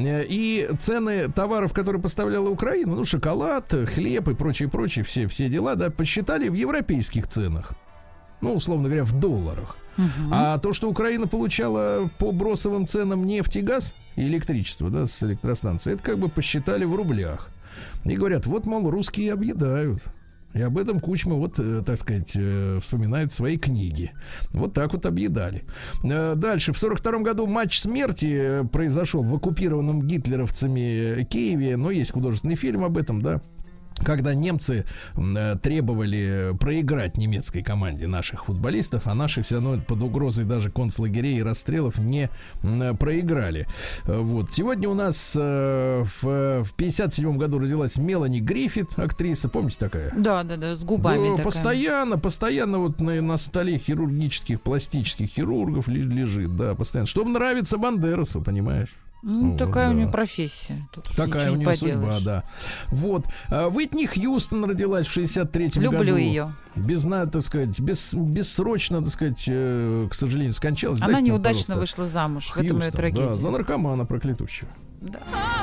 B: И цены товаров, которые поставляла Украина, ну, шоколад, хлеб и прочие, прочие, все, все дела, да, посчитали в европейских ценах. Ну, условно говоря, в долларах. Uh-huh. А то, что Украина получала по бросовым ценам нефть и газ, и электричество, да, с электростанции, это как бы посчитали в рублях. И говорят, вот, мол, русские объедают. И об этом Кучма, вот, э, так сказать, э, вспоминают в своей книге. Вот так вот объедали. Э, дальше. В сорок втором году матч смерти произошел в оккупированном гитлеровцами Киеве. Но есть художественный фильм об этом, да. Когда немцы э, требовали проиграть немецкой команде наших футболистов, а наши все равно под угрозой даже концлагерей и расстрелов не э, проиграли. Э, вот. Сегодня у нас э, в, в пятьдесят седьмом году родилась Мелани Гриффит, актриса, помните такая?
C: Да, да, да, с губами.
B: Да,
C: такая.
B: Постоянно, постоянно вот на, на столе хирургических, пластических хирургов лежит, да, постоянно. Чтобы нравиться Бандерасу, понимаешь?
C: Ну,
B: О,
C: такая
B: да.
C: у нее профессия. Тут
B: такая у нее судьба, да. Вот. Уитни Хьюстон родилась в шестьдесят третьем году.
C: Люблю ее.
B: Без, так сказать, без, бессрочно, так сказать, э, к сожалению, скончалась.
C: Она
B: Дайте,
C: неудачно вышла замуж.
B: Хьюстон,
C: в этом ее трагедия.
B: Да, за наркомана проклятущего.
C: Да.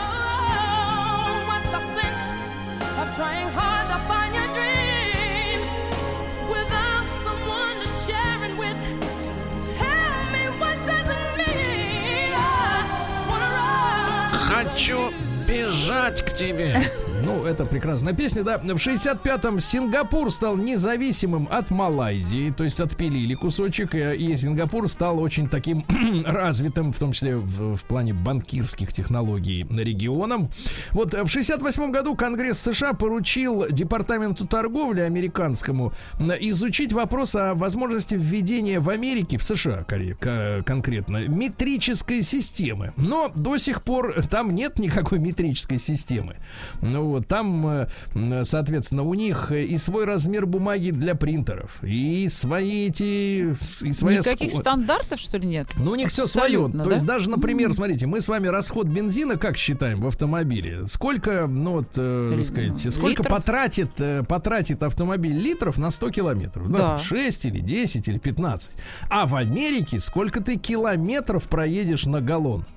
B: Хочу бежать к тебе. Ну, это прекрасная песня, да. В шестьдесят пятом Сингапур стал независимым от Малайзии, то есть отпилили кусочек, и Сингапур стал очень таким развитым, в том числе в, в плане банкирских технологий, регионом. Вот в шестьдесят восьмом году Конгресс США поручил Департаменту торговли американскому изучить вопрос о возможности введения в Америке, в США конкретно, метрической системы. Но до сих пор там нет никакой метрической системы. Ну, вот, там, соответственно, у них и свой размер бумаги для принтеров, и свои эти... И своя
C: Никаких
B: ск...
C: стандартов, что ли, нет?
B: Ну, у них все свое. Да? То есть даже, например, смотрите, мы с вами расход бензина как считаем в автомобиле? Сколько, ну, вот, э, так сказать, сколько потратит, э, потратит автомобиль литров на сто километров? Да. Да, шесть или десять или пятнадцать. А в Америке сколько ты километров проедешь на галлон?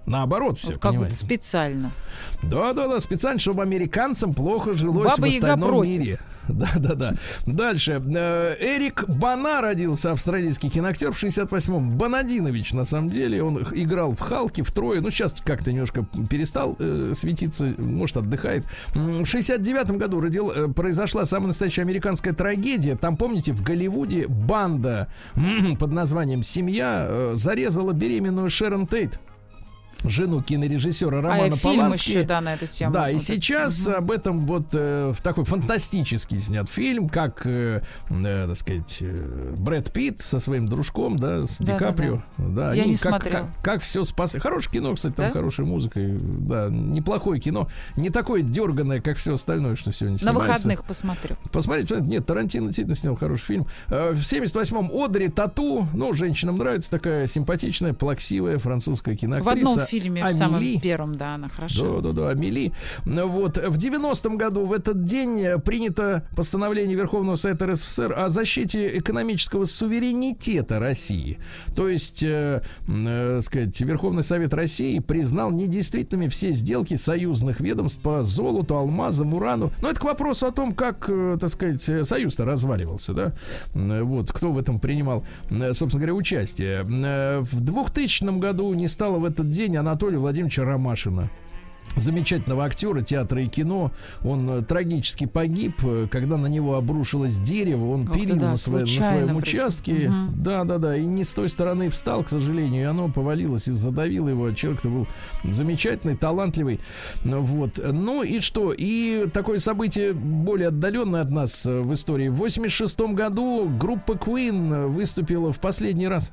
B: Наоборот, все,
C: вот как
B: понимаете.
C: будто специально.
B: Да-да-да, специально, чтобы американцам плохо жилось
C: Баба
B: в остальном
C: Яга против.
B: мире. Да-да-да. Дальше. Э, Эрик Бана родился, австралийский киноактер в шестьдесят восьмом. Банадинович, на самом деле. Он играл в Халке, в Трое. Ну, сейчас как-то немножко перестал э, светиться. Может, отдыхает. В шестьдесят девятом году родил, э, произошла самая настоящая американская трагедия. Там, помните, в Голливуде банда под названием «Семья» э, зарезала беременную Шерон Тейт, жену кинорежиссера Романа
C: а фильм
B: Полански.
C: еще, да, на эту тему.
B: Да,
C: вот
B: и
C: это.
B: сейчас
C: Угу.
B: об этом вот э, в такой фантастический снят фильм, как, э, э, так сказать, э, Брэд Питт со своим дружком, да, с
C: Да,
B: Ди Каприо. Да,
C: Я
B: они
C: не
B: как,
C: смотрела.
B: как, как все спас. Хорошее кино, кстати, там
C: Да?
B: хорошая музыка. И, да, неплохое кино. Не такое дерганое, как все остальное, что сегодня
C: На
B: снимается.
C: выходных посмотрю.
B: Посмотрите, нет, Тарантино действительно снял хороший фильм. Э, В семьдесят восьмом Одри Тату, ну, женщинам нравится, такая симпатичная, плаксивая французская киноактриса.
C: В одном фильме, в самом
B: Амели.
C: первом, да, она хорошо.
B: Да-да-да, Амели. Вот. В девяностом году в этот день принято постановление Верховного Совета эр эс эф эс эр о защите экономического суверенитета России. То есть, э, э, сказать, Верховный Совет России признал недействительными все сделки союзных ведомств по золоту, алмазам, урану. Но это к вопросу о том, как, э, так сказать, союз-то разваливался, да? Э, Вот, кто в этом принимал, э, собственно говоря, участие. Э, В двухтысячном году не стало в этот день Анатолия Владимировича Ромашина, замечательного актера театра и кино. Он э, трагически погиб, э, когда на него обрушилось дерево. Он
C: Ох ты,
B: пилил
C: да,
B: на, своем- на
C: случайно
B: своем
C: причем.
B: участке.
C: Мгм.
B: Да, да, да. И не с той стороны встал, к сожалению. И оно повалилось и задавило его. Человек-то был замечательный, талантливый. Ну, вот. Ну и что? И такое событие более отдаленное от нас э, в истории. В восемьдесят шестом году группа Queen выступила в последний раз.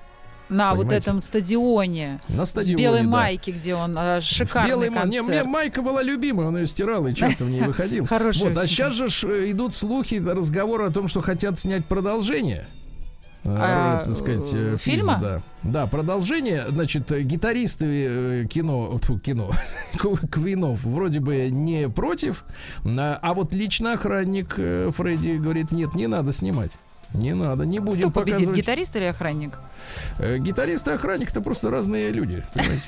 C: На вот
B: Понимаете?
C: этом стадионе.
B: На стадионе,
C: В белой
B: да.
C: майке, где он а, шикарный
B: Белый ма-
C: концерт.
B: Не, мне майка была любимая, он ее стирал и часто в ней выходил.
C: Хорошая
B: Вот, а
C: очень.
B: сейчас же ж, идут слухи, разговоры о том, что хотят снять продолжение.
C: А,
B: э, так сказать,
C: э,
B: э,
C: фильма?
B: Да. Да, продолжение. Значит, э, гитаристы э, кино, фу, кино, Квинов вроде бы не против, а а вот лично охранник э, Фредди говорит: нет, не надо снимать. Не надо, не будем
C: Кто победит,
B: показывать.
C: гитарист или охранник?
B: Э, Гитарист и охранник — это просто разные люди, понимаете?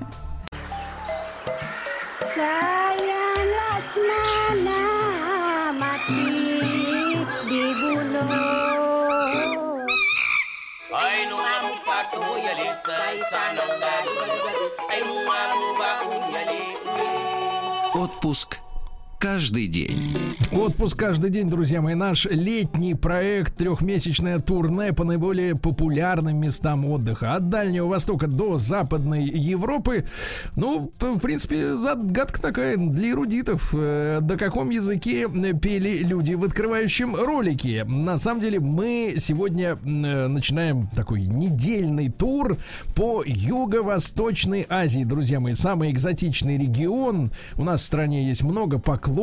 H: Sayang Laksmana mati dibunuh.
I: Ay nuamu patu yali sananga. Ay nuamu baku yali.
A: Отпуск каждый день.
B: Отпуск каждый день, друзья мои. Наш летний проект, трехмесячное турне по наиболее популярным местам отдыха. От Дальнего Востока до Западной Европы. Ну, в принципе, загадка такая для эрудитов. Э, На каком языке пели люди в открывающем ролике? На самом деле, мы сегодня э, начинаем такой недельный тур по Юго-Восточной Азии, друзья мои. Самый экзотичный регион. У нас в стране есть много поклонников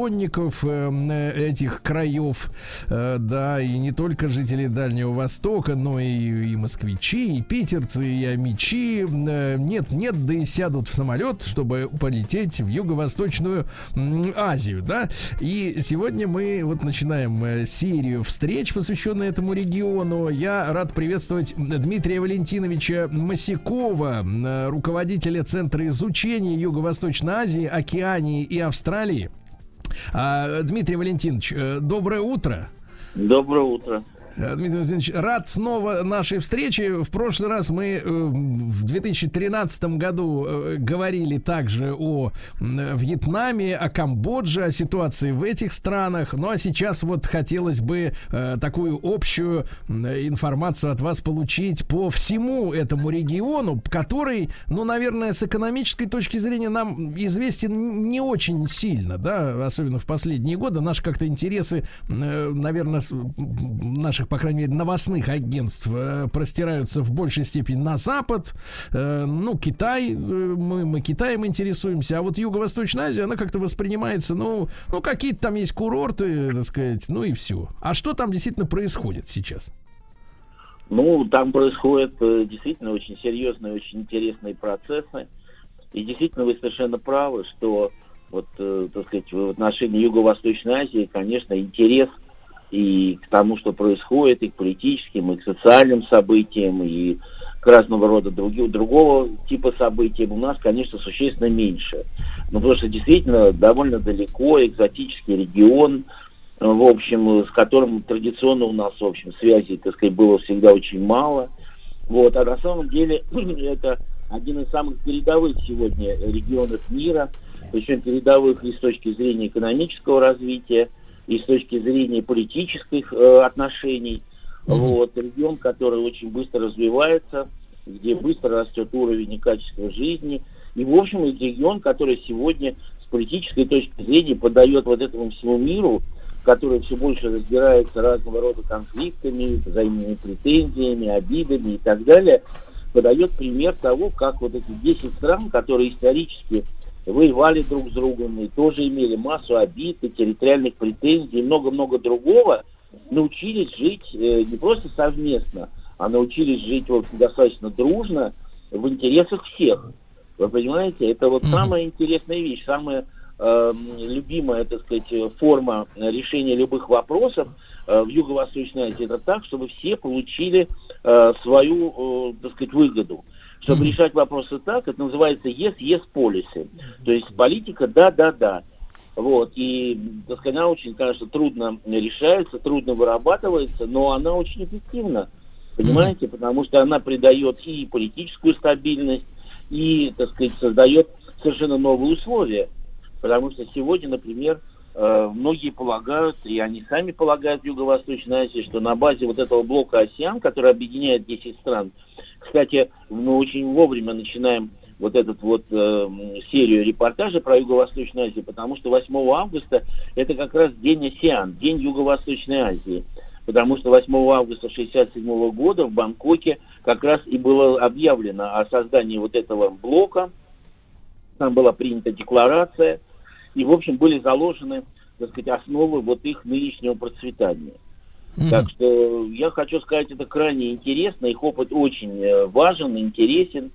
B: э, этих краев, э, да, и не только жители Дальнего Востока, но и, и москвичи, и питерцы, и амичи. Э, нет, нет, да и сядут в самолет, чтобы полететь в Юго-Восточную м, Азию, да. И сегодня мы вот начинаем э, серию встреч, посвященную этому региону. Я рад приветствовать Дмитрия Валентиновича Масякова, э, руководителя Центра изучения Юго-Восточной Азии, Океании и Австралии. А, Дмитрий Валентинович, э, доброе утро.
J: Доброе утро.
B: Дмитрий Валентинович, рад снова нашей встрече. В прошлый раз мы э, в две тысячи тринадцатом году э, говорили также о э, Вьетнаме, о Камбодже, о ситуации в этих странах. Ну а сейчас вот хотелось бы э, такую общую э, информацию от вас получить по всему этому региону, который, ну, наверное, с экономической точки зрения нам известен не очень сильно, да, особенно в последние годы. Наши как-то интересы, э, наверное, наших, по крайней мере, новостных агентств э, простираются в большей степени на Запад. Э, ну, Китай, э, мы, мы Китаем интересуемся, а вот Юго-Восточная Азия, она как-то воспринимается, ну, ну, какие-то там есть курорты, так сказать, ну и все. А что там действительно происходит сейчас?
J: Ну, там происходят э, действительно очень серьезные, очень интересные процессы. И действительно, вы совершенно правы, что вот, э, так сказать, в отношении Юго-Восточной Азии, конечно, интерес и к тому, что происходит, и к политическим, и к социальным событиям, и к разного рода других, другого типа событиям у нас, конечно, существенно меньше. Ну, потому что действительно довольно далеко, экзотический регион, в общем, с которым традиционно у нас, в общем, связей, так сказать, было всегда очень мало. Вот, а на самом деле это один из самых передовых сегодня регионов мира, причем передовых и с точки зрения экономического развития, и с точки зрения политических э, отношений. Mm-hmm. Вот, регион, который очень быстро развивается, где быстро растет уровень и качество жизни. И, в общем, это регион, который сегодня с политической точки зрения подает вот этому всему миру, который все больше разбирается разного рода конфликтами, взаимными претензиями, обидами и так далее, подает пример того, как вот эти десять стран, которые исторически воевали друг с другом и тоже имели массу обид и территориальных претензий и много-много другого, научились жить э, не просто совместно, а научились жить вот, достаточно дружно в интересах всех. Вы понимаете, это вот mm-hmm. самая интересная вещь, самая э, любимая, так сказать, форма решения любых вопросов э, в Юго-Восточной Азии. Это так, чтобы все получили э, свою, э, так сказать, выгоду. Чтобы mm-hmm. решать вопросы так, это называется yes-yes policy. То есть политика да-да-да. Вот. И, так сказать, она очень, конечно, трудно решается, трудно вырабатывается, но она очень эффективна. Понимаете? Mm-hmm. Потому что она придает и политическую стабильность, и, так сказать, создает совершенно новые условия. Потому что сегодня, например, многие полагают, и они сами полагают в Юго-Восточной Азии, что на базе вот этого блока АСЕАН, который объединяет десять стран, кстати, мы очень вовремя начинаем вот эту вот э, серию репортажей про Юго-Восточную Азию, потому что восьмого августа это как раз день АСЕАН, день Юго-Восточной Азии. Потому что восьмого августа шестьдесят седьмого года в Бангкоке как раз и было объявлено о создании вот этого блока. Там была принята декларация, и, в общем, были заложены, так сказать, основы вот их нынешнего процветания. Mm-hmm. Так что я хочу сказать, это крайне интересно, их опыт очень важен, интересен,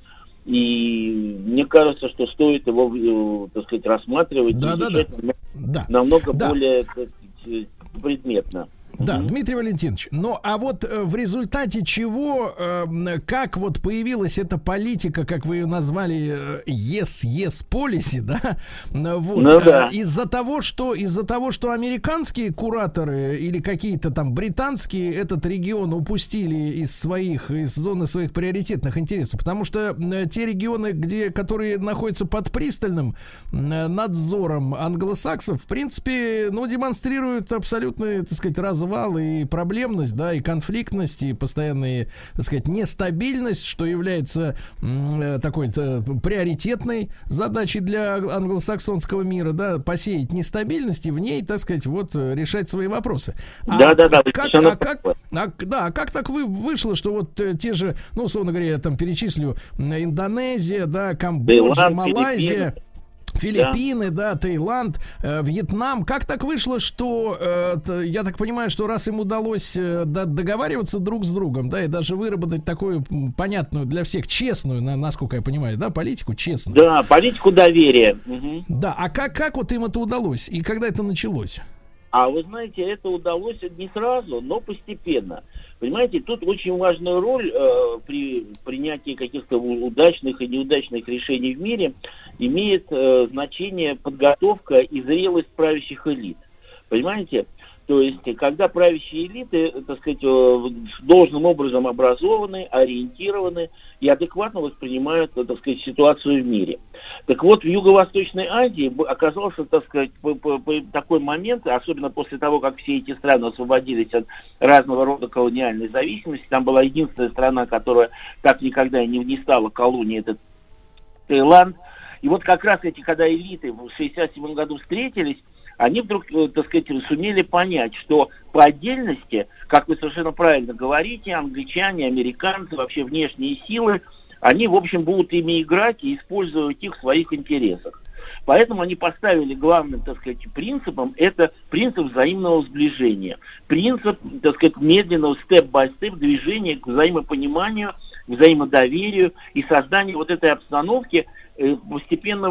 J: и мне кажется, что стоит его, так сказать, рассматривать
B: да,
J: и
B: да,
J: изучать
B: да. Да.
J: намного
B: да.
J: более, так сказать, предметно.
B: Да,
J: Mm-hmm.
B: Дмитрий Валентинович, ну а вот э, в результате чего, э, как вот появилась эта политика, как вы ее назвали, э, yes, yes policy, да, вот,
J: ну, да.
B: э, из-за того, что из-за того, что американские кураторы или какие-то там британские этот регион упустили из своих, из зоны своих приоритетных интересов, потому что э, те регионы, где, которые находятся под пристальным э, надзором англосаксов, в принципе, ну, демонстрируют абсолютно, так сказать, развал и проблемность, да, и конфликтность, и постоянная, так сказать, нестабильность, что является м, такой э, приоритетной задачей для англосаксонского мира, да, посеять нестабильность и в ней, так сказать, вот решать свои вопросы. А
J: да, да, да.
B: Как, а как, а, да, как так вы, вышло, что вот э, те же, ну, условно говоря, я там перечислю, Индонезия, да, Камбоджа,
J: Таиланд,
B: Малайзия,
J: Филиппины.
B: Филиппины, да, да, Таиланд, э, Вьетнам. Как так вышло, что, э, т, я так понимаю, что раз им удалось э, д- договариваться друг с другом, да, и даже выработать такую понятную для всех, честную, на, насколько я понимаю, да, политику честную.
J: Да, политику доверия. Угу.
B: Да, а как, как вот им это удалось? И когда это началось?
J: А вы знаете, это удалось не сразу, но постепенно. Понимаете, тут очень важную роль э, при принятии каких-то удачных и неудачных решений в мире имеет э, значение подготовка и зрелость правящих элит. Понимаете? То есть, когда правящие элиты, так сказать, должным образом образованы, ориентированы и адекватно воспринимают, так сказать, ситуацию в мире. Так вот, в Юго-Восточной Азии оказался, так сказать, такой момент, особенно после того, как все эти страны освободились от разного рода колониальной зависимости. Там была единственная страна, которая так никогда и не стала колонией, это Таиланд. И вот как раз эти, когда элиты в шестьдесят седьмом году встретились, они вдруг, так сказать, сумели понять, что по отдельности, как вы совершенно правильно говорите, англичане, американцы, вообще внешние силы, они, в общем, будут ими играть и использовать их в своих интересах. Поэтому они поставили главным, так сказать, принципом, это принцип взаимного сближения. Принцип, так сказать, медленного степ-бай-степ движения к взаимопониманию, к взаимодоверию и созданию вот этой обстановки э, постепенного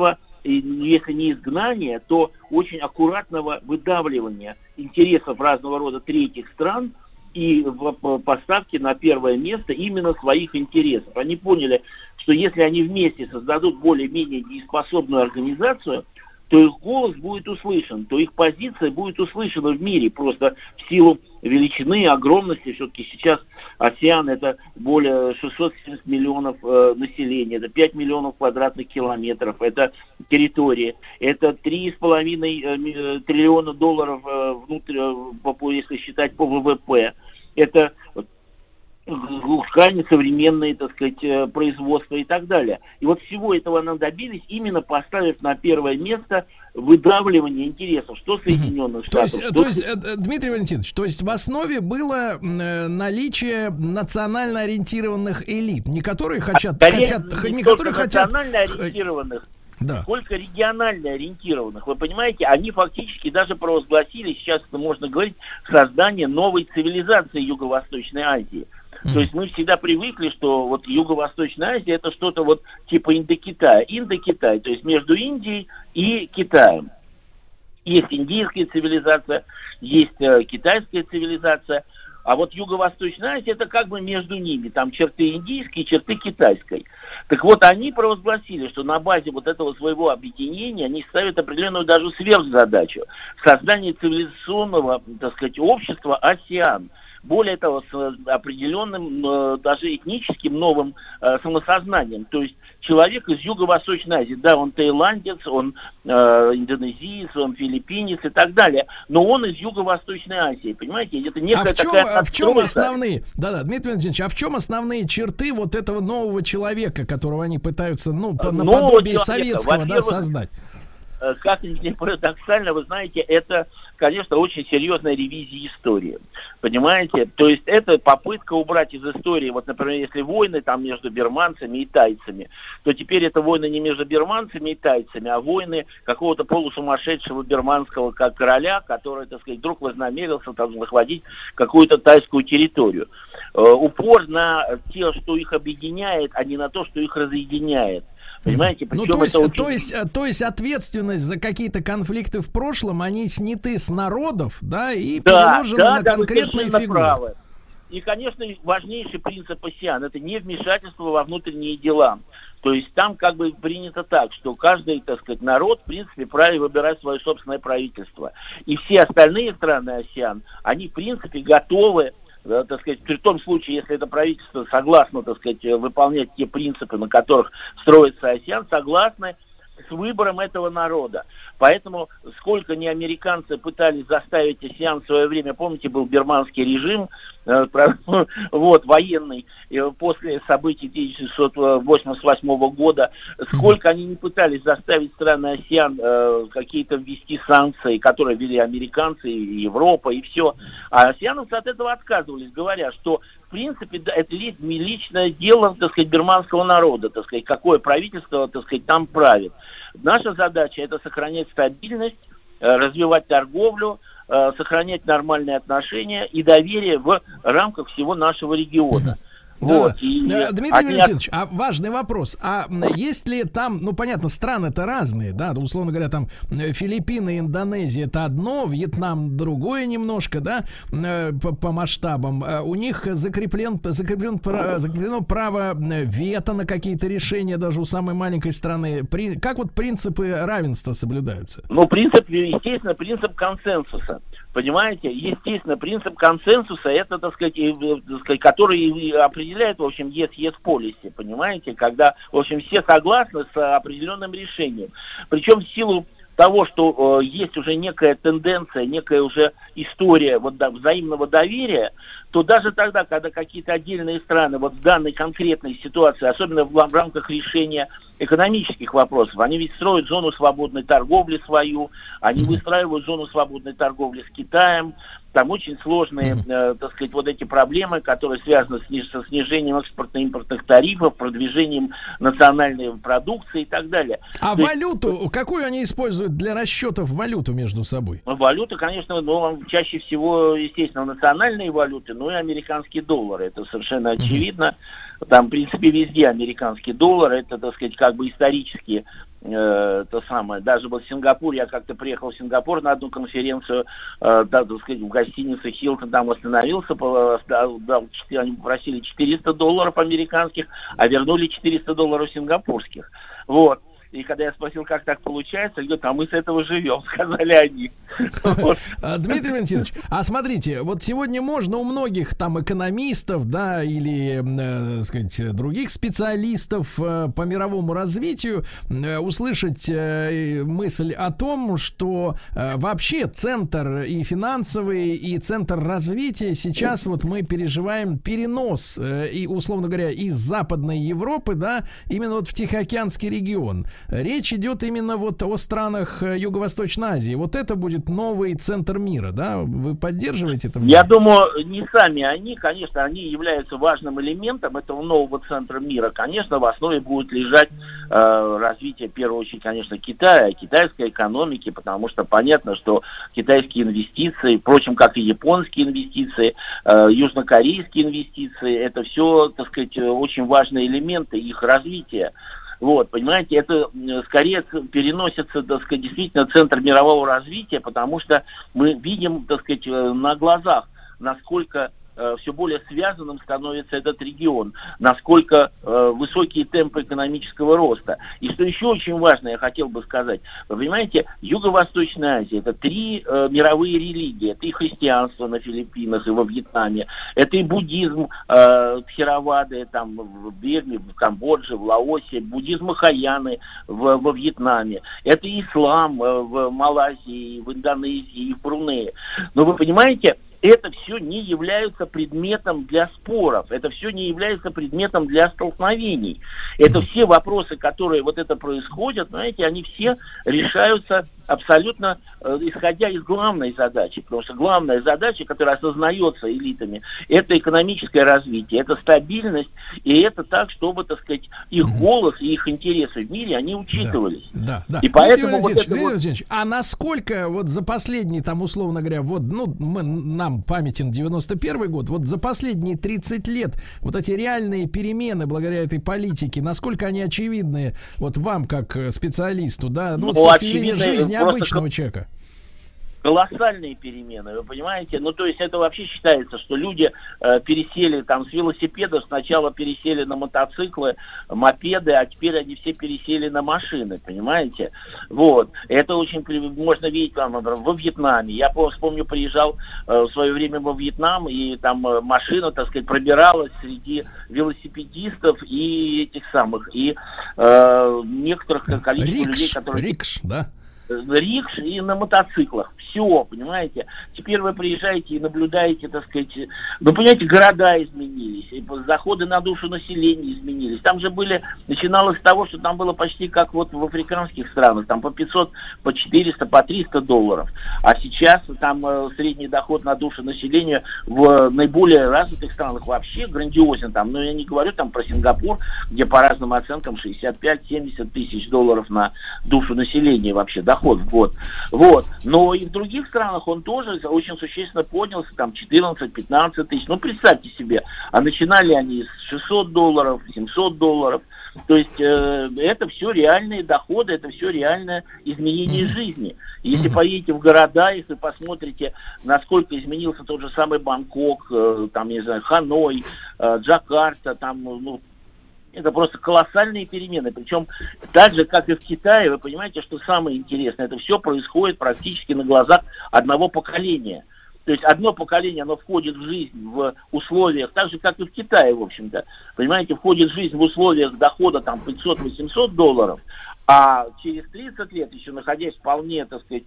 J: если не изгнания, то очень аккуратного выдавливания интересов разного рода третьих стран и поставки на первое место именно своих интересов. Они поняли, что если они вместе создадут более-менее дееспособную организацию, то их голос будет услышан, то их позиция будет услышана в мире просто в силу величины, огромности. Все-таки сейчас АСЕАН это более шестьсот семьдесят миллионов э, населения, это пять миллионов квадратных километров, это территория, это три с половиной э, триллиона долларов э, внутрь, э, если считать по ВВП. Это крайне современные, так сказать, производства и так далее. И вот всего этого нам добились, именно поставив на первое место выдавливание интересов, что Соединенных
B: Штатов.
J: То есть,
B: то есть, Дмитрий Валентинович, то есть в основе было наличие национально ориентированных элит, не которые хотят,
J: а,
B: хотят,
J: не
B: не которые хотят,
J: национально ориентированных,
B: да.
J: сколько регионально ориентированных. Вы понимаете, они фактически даже провозгласили, сейчас это можно говорить, создание новой цивилизации Юго-Восточной Азии. То есть мы всегда привыкли, что вот Юго-Восточная Азия это что-то вот типа Индокитая. Индокитай, то есть между Индией и Китаем. Есть индийская цивилизация, есть э, китайская цивилизация, а вот Юго-Восточная Азия это как бы между ними. Там черты индийской, черты китайской. Так вот, они провозгласили, что на базе вот этого своего объединения они ставят определенную даже сверхзадачу. Создание цивилизационного, так сказать, общества АСЕАН. Более того, с определенным, э, даже этническим новым э, самосознанием. То есть человек из Юго-Восточной Азии, да, он таиландец, он э, индонезиец, он филиппинец и так далее, но он из Юго-Восточной Азии, понимаете? Это некая
B: а в чем,
J: такая
B: в чем основные, да-да, Дмитрий Валентинович, а в чем основные черты вот этого нового человека, которого они пытаются, ну, по, наподобие советского, да, создать?
J: Как ни парадоксально, вы знаете, это, конечно, очень серьезная ревизия истории. Понимаете? То есть это попытка убрать из истории, вот, например, если войны там между бирманцами и тайцами, то теперь это войны не между бирманцами и тайцами, а войны какого-то полусумасшедшего бирманского как короля, который, так сказать, вдруг вознамерился там захватить какую-то тайскую территорию. Э, упор на те, что их объединяет, а не на то, что их разъединяет. Понимаете,
B: ну, то есть, очень... то, есть, то есть ответственность за какие-то конфликты в прошлом, они сняты с народов, да, и да, переложены да, на да, конкретные фигуры. Правы.
J: И, конечно, важнейший принцип АСЕАН – это не вмешательство во внутренние дела. То есть там как бы принято так, что каждый, так сказать, народ, в принципе, вправе выбирать свое собственное правительство. И все остальные страны АСЕАН, они, в принципе, готовы, да, так сказать, при том случае, если это правительство согласно, так сказать, выполнять те принципы, на которых строится АСЕАН, согласны с выбором этого народа. Поэтому сколько ни американцы пытались заставить АСЕАН в свое время, помните, был бирманский режим, э, вот, военный, э, после событий тысяча девятьсот восемьдесят восьмого года, сколько они не пытались заставить страны АСЕАН э, какие-то ввести санкции, которые ввели американцы, и Европа, и все. А АСЕАНовцы от этого отказывались, говоря, что в принципе, да, это личное дело, так сказать, бирманского народа, так сказать, какое правительство, так сказать, там правит. Наша задача – это сохранять стабильность, развивать торговлю, сохранять нормальные отношения и доверие в рамках всего нашего региона. Вот,
B: да. И Дмитрий они... Валентинович, а важный вопрос. А есть ли там, ну, понятно, страны-то разные, да, условно говоря, там Филиппины, Индонезия это одно, Вьетнам другое немножко, да, по, по масштабам. У них закреплен, закреплен, закреплено право вето на какие-то решения даже у самой маленькой страны. При, как вот принципы равенства соблюдаются?
J: Ну, принцип, естественно, принцип консенсуса. Понимаете, естественно, принцип консенсуса, это, так сказать, и, так сказать, который определяет, в общем, yes-yes policy, понимаете, когда, в общем, все согласны с определенным решением. Причем в силу того, что э, есть уже некая тенденция, некая уже история вот, да, взаимного доверия, то даже тогда, когда какие-то отдельные страны вот в данной конкретной ситуации, особенно в, в рамках решения экономических вопросов, они ведь строят зону свободной торговли свою, они выстраивают зону свободной торговли с Китаем, там очень сложные, э, так сказать, вот эти проблемы, которые связаны с, со снижением экспортно-импортных тарифов, продвижением национальной продукции и так далее.
B: А то валюту, есть, какую они используют для расчетов валюту между собой?
J: Валюта, конечно, ну, чаще всего, естественно, национальные валюты, ну и американские доллары, это совершенно очевидно. Там, в принципе, везде американский доллар, это, так сказать, как бы исторически э, то самое. Даже вот в Сингапур, я как-то приехал в Сингапур на одну конференцию, э, да, так сказать, в гостинице Хилтон, там остановился, по, дал, они попросили четыреста долларов американских, а вернули четыреста долларов сингапурских. Вот. И когда я спросил, как так получается, они говорят, а мы с этого живем, сказали они.
B: Дмитрий Валентинович, а смотрите, вот сегодня можно у многих там экономистов, да, или, э, сказать, других специалистов э, по мировому развитию э, услышать э, мысль о том, что э, вообще центр и финансовый, и центр развития сейчас вот мы переживаем перенос, э, и, условно говоря, из Западной Европы, да, именно вот в Тихоокеанский регион. Речь идет именно вот о странах Юго-Восточной Азии. Вот это будет новый центр мира, да? Вы поддерживаете это?
J: Я думаю, не сами они, конечно, они являются важным элементом этого нового центра мира. Конечно, в основе будет лежать э, развитие, в первую очередь, конечно, Китая, китайской экономики, потому что понятно, что китайские инвестиции, впрочем, как и японские инвестиции, э, южнокорейские инвестиции, это все, так сказать, очень важные элементы их развития. Вот, понимаете, это скорее переносится, так сказать, действительно центр мирового развития, потому что мы видим, так сказать, на глазах, насколько э, все более связанным становится этот регион, насколько э, высокие темпы экономического роста. И что еще очень важно, я хотел бы сказать, вы понимаете, Юго-Восточная Азия — это три э, мировые религии, это и христианство на Филиппинах и во Вьетнаме, это и буддизм, э, Тхеравады там в Бирме, в Камбодже, в Лаосе, буддизм Махаяны в, во Вьетнаме, это ислам э, в Малайзии, в Индонезии и в Брунее. Но вы понимаете, это все не является предметом для споров, это все не является предметом для столкновений. Это все вопросы, которые вот это происходят, знаете, они все решаются абсолютно э, исходя из главной задачи, потому что главная задача, которая осознается элитами, это экономическое развитие, это стабильность, и это так, чтобы, так сказать, их голос и их интересы в мире, они учитывались.
B: Да, да, да.
J: И поэтому вот это вот...
B: А насколько вот за последний, там, условно говоря, вот, ну, мы, нам памятен девяносто первый год, вот за последние тридцать лет вот эти реальные перемены благодаря этой политике, насколько они очевидны вот вам, как специалисту, да, ну, ну с точки зрения жизни обычного человека?
J: Колоссальные перемены, вы понимаете? Ну, то есть это вообще считается, что люди э, пересели там с велосипедов, сначала пересели на мотоциклы, мопеды, а теперь они все пересели на машины, понимаете? Вот. Это очень можно видеть там, например, во Вьетнаме. Я вспомню, приезжал э, в свое время во Вьетнам, и там э, машина, так сказать, пробиралась среди велосипедистов и этих самых, и э, некоторых количество
B: Рикш,
J: людей, которые...
B: Рикш, да?
J: Рикш и на мотоциклах. Все, понимаете? Теперь вы приезжаете и наблюдаете, так сказать, ну, понимаете, города изменились, и заходы на душу населения изменились. Там же были, начиналось с того, что там было почти как вот в африканских странах, там по пятьсот, по четыреста, по триста долларов. А сейчас там э, средний доход на душу населения в наиболее развитых странах вообще грандиозен. Там, но я не говорю там про Сингапур, где по разным оценкам шестьдесят пять-семьдесят тысяч долларов на душу населения вообще, доход в год. Вот. Но и в других странах он тоже очень существенно поднялся, там четырнадцать-пятнадцать тысяч. Ну, представьте себе, а начинали они с шестьсот долларов, семьсот долларов. То есть э, это все реальные доходы, это все реальное изменение жизни. Если поедете в города, если посмотрите, насколько изменился тот же самый Бангкок, э, там, не знаю, Ханой, э, Джакарта, там, ну, это просто колоссальные перемены. Причем так же, как и в Китае, вы понимаете, что самое интересное, это все происходит практически на глазах одного поколения. То есть одно поколение, оно входит в жизнь в условиях, так же, как и в Китае, в общем-то. Понимаете, входит в жизнь в условиях дохода там пятьсот-восемьсот долларов, а через тридцать лет, еще находясь вполне, так сказать,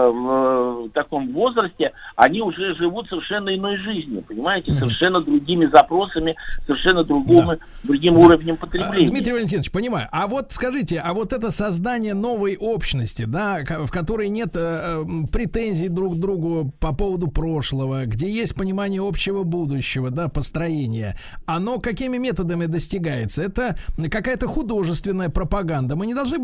J: в таком возрасте, они уже живут совершенно иной жизнью, понимаете, совершенно другими запросами, совершенно другим, да. другим да. уровнем потребления.
B: Дмитрий Валентинович, понимаю. А вот скажите, а вот это создание новой общности, да, в которой нет э, претензий друг к другу по поводу прошлого, где есть понимание общего будущего, да, построения, оно какими методами достигается? Это какая-то художественная пропаганда. Мы не должны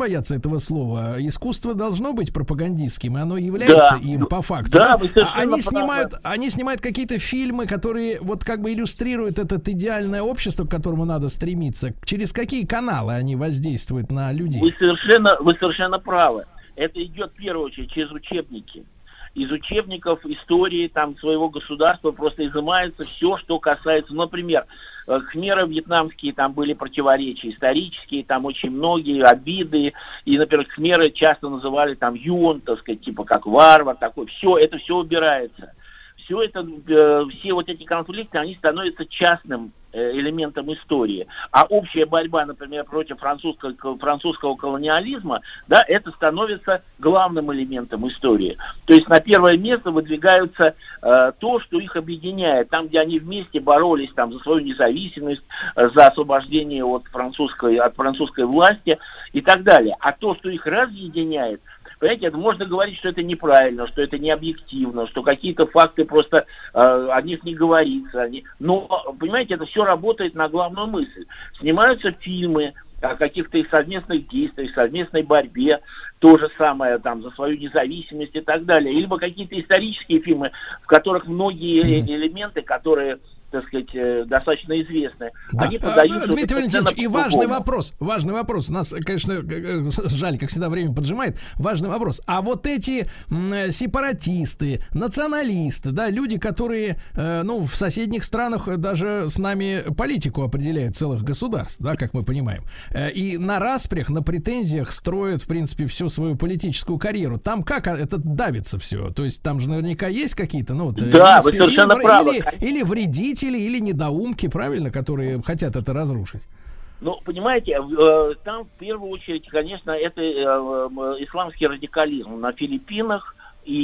B: бояться этого слова. Искусство должно быть пропагандистским, и оно является
J: Да.
B: им по факту.
J: Да,
B: да?
J: вы совершенно
B: А они
J: правы.
B: снимают, они снимают какие-то фильмы, которые вот как бы иллюстрируют это идеальное общество, к которому надо стремиться. Через какие каналы они воздействуют на людей?
J: Вы совершенно, вы совершенно правы. Это идет в первую очередь через учебники. Из учебников истории там своего государства просто изымается все, что касается, например, э, Khmer вьетнамские, там были противоречия исторические, там очень многие обиды, и, например, Khmer часто называли там юн, так сказать, типа как варвар, такой, все, это все убирается. Все это, э, все вот эти конфликты, они становятся частным э, элементом истории. А общая борьба, например, против французского, французского колониализма, да, это становится главным элементом истории. То есть на первое место выдвигаются э, то, что их объединяет. Там, где они вместе боролись там, за свою независимость, э, за освобождение от французской, от французской власти и так далее. А то, что их разъединяет, понимаете, это можно говорить, что это неправильно, что это не объективно, что какие-то факты просто э, о них не говорится. Они... Но, понимаете, это все работает на главную мысль. Снимаются фильмы о каких-то их совместных действиях, совместной борьбе, то же самое там за свою независимость и так далее. Либо какие-то исторические фильмы, в которых многие mm-hmm. элементы, которые, так сказать, достаточно известны,
B: да.
J: они подаются...
B: Дмитрий Валентинович, и важный вопрос, важный вопрос, нас, конечно, жаль, как всегда, время поджимает, важный вопрос, а вот эти м, сепаратисты, националисты, да, люди, которые, э, ну, в соседних странах даже с нами политику определяют целых государств, да, как мы понимаем, э, и на распрях, на претензиях строят, в принципе, всю свою политическую карьеру, там как это давится все, то есть там же наверняка есть какие-то, ну, вот,
J: да, вы совершенно правы.
B: Или, или вредители, или недоумки, правильно, которые хотят это разрушить?
J: Ну, понимаете, э, там в первую очередь, конечно, это э, э, исламский радикализм на Филиппинах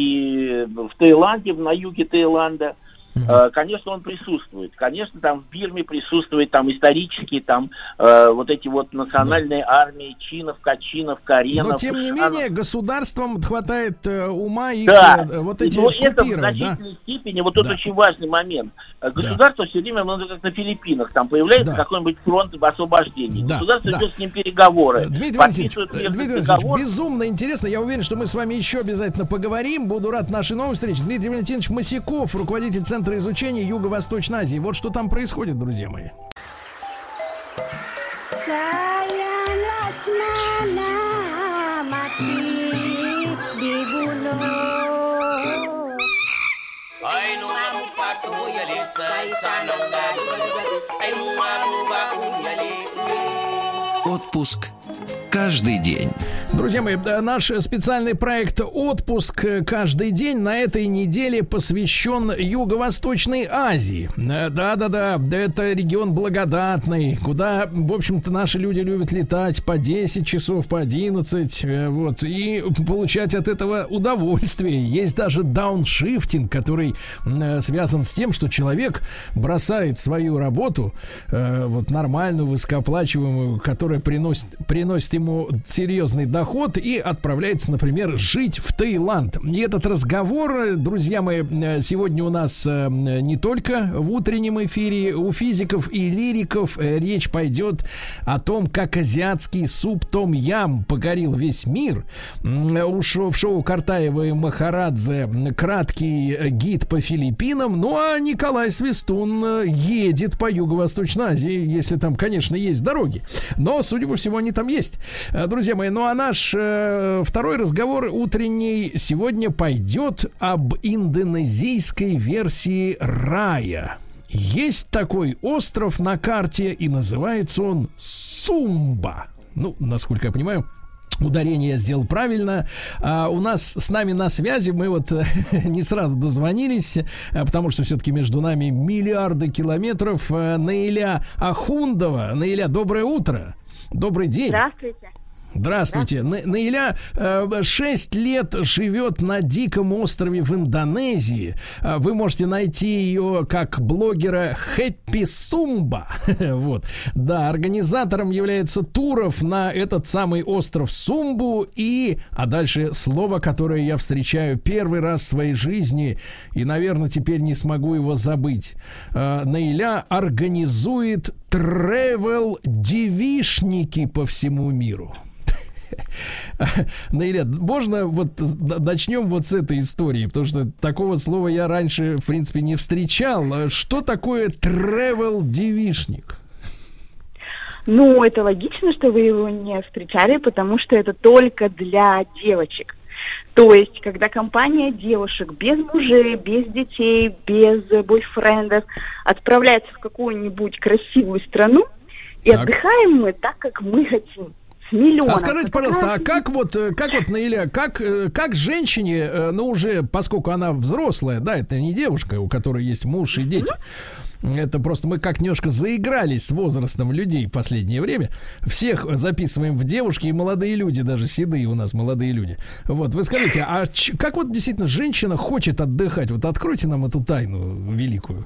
J: и в Таиланде, на юге Таиланда. Uh-huh. Конечно, он присутствует. Конечно, там в Бирме присутствуют там исторические там э, вот эти вот национальные да. армии чинов, качинов, каренов.
B: Но тем не
J: шанов.
B: менее государством хватает э, ума их
J: да.
B: э, вот эти
J: Но это в
B: да?
J: значительной степени вот тот
B: да.
J: очень важный момент. Государство да. все время, ну, как на Филиппинах, там появляется да. какой-нибудь фронт освобождения. Да. Государство да. идет с ним переговоры. Дмитрий
B: Валентинович, Дмитрий Валентинович, безумно интересно. Я уверен, что мы с вами еще обязательно поговорим. Буду рад нашей новой встрече. Дмитрий Валентинович Мосяков, руководитель Центра изучения Юго-Восточной Азии. Вот что там происходит, друзья мои.
A: Отпуск каждый день.
B: Друзья мои, наш специальный проект «Отпуск каждый день» на этой неделе посвящен Юго-Восточной Азии. Да-да-да, это регион благодатный, куда, в общем-то, наши люди любят летать по десять часов, по одиннадцать, вот, и получать от этого удовольствие. Есть даже дауншифтинг, который связан с тем, что человек бросает свою работу, вот, нормальную, высокооплачиваемую, которая приносит, приносит ему серьезный доход, и отправляется, например, жить в Таиланд. И этот разговор, друзья мои, сегодня у нас не только в утреннем эфире. У физиков и лириков речь пойдет о том, как азиатский суп том-ям покорил весь мир. В шоу Картаева и Махарадзе краткий гид по Филиппинам. Ну а Николай Свистун едет по Юго-Восточной Азии, если там, конечно, есть дороги. Но, судя по всему, они там есть. Друзья мои, ну а наш э, второй разговор утренний сегодня пойдет об индонезийской версии рая. Есть такой остров на карте, и называется он Сумба. Ну, насколько я понимаю, ударение я сделал правильно. А у нас с нами на связи, мы вот не сразу дозвонились, потому что все-таки между нами миллиарды километров. Наиля Ахундова. Наиля, доброе утро. Добрый день.
H: Здравствуйте.
B: Здравствуйте. Да? Наиля шесть лет живет на диком острове в Индонезии. Вы можете найти ее как блогера Хэппи Сумба. Вот. Да, организатором является туров на этот самый остров Сумбу. И, а дальше слово, которое я встречаю первый раз в своей жизни, и, наверное, теперь не смогу его забыть. Наиля организует тревел-девишники по всему миру. Наиля, можно вот начнем вот с этой истории, потому что такого слова я раньше, в принципе, не встречал. Что такое travel-девишник?
K: Ну, это логично, что вы его не встречали, потому что это только для девочек. То есть, когда компания девушек без мужей, без детей, без бойфрендов отправляется в какую-нибудь красивую страну, и так. отдыхаем мы так, как мы хотим. С миллионом.
B: А скажите, пожалуйста, а как вот, как вот, Наиля, как, как женщине, ну уже, поскольку она взрослая, да, это не девушка, у которой есть муж и дети, это просто мы как немножко заигрались с возрастом людей в последнее время. Всех записываем в девушки и молодые люди, даже седые у нас молодые люди. Вот, вы скажите, а ч- как вот действительно женщина хочет отдыхать? Вот откройте нам эту тайну великую.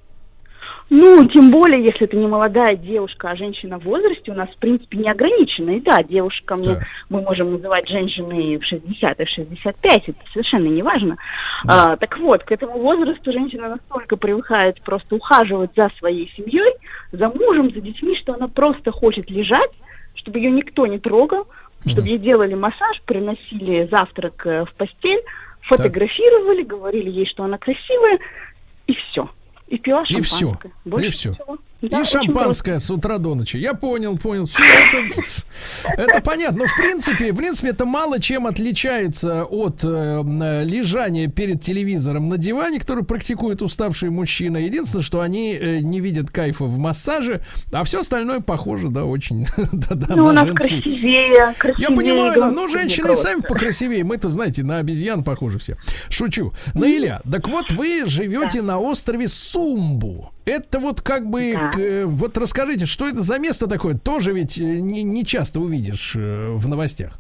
K: Ну, тем более, если это не молодая девушка, а женщина в возрасте, у нас, в принципе, не ограничено. И да, девушками да. мы можем называть женщины в шестьдесят и в шестьдесят пять, это совершенно не важно. Да. А, так вот, к этому возрасту женщина настолько привыкает просто ухаживать за своей семьей, за мужем, за детьми, что она просто хочет лежать, чтобы ее никто не трогал, mm-hmm. чтобы ей делали массаж, приносили завтрак в постель, фотографировали, так. говорили ей, что она красивая, и все. И пила шампанское.
B: И все.
K: Больше
B: и все.
K: Да,
B: и шампанское просто. С утра до ночи. Я понял, понял. Все это, это понятно. Но в принципе, в принципе, это мало чем отличается от э, лежания перед телевизором на диване, который практикует уставший мужчина. Единственное, что они э, не видят кайфа в массаже, а все остальное похоже, да, очень. да, да,
K: ну,
B: на
K: у нас
B: женский.
K: красивее, красивее.
B: Я понимаю, да, но женщины сами покрасивее. Мы-то, знаете, на обезьян похожи все. Шучу. Наиля, так вот вы живете да. на острове Сумбу. Это вот как бы, да. к, вот расскажите, что это за место такое? Тоже ведь не, не часто увидишь э, в новостях.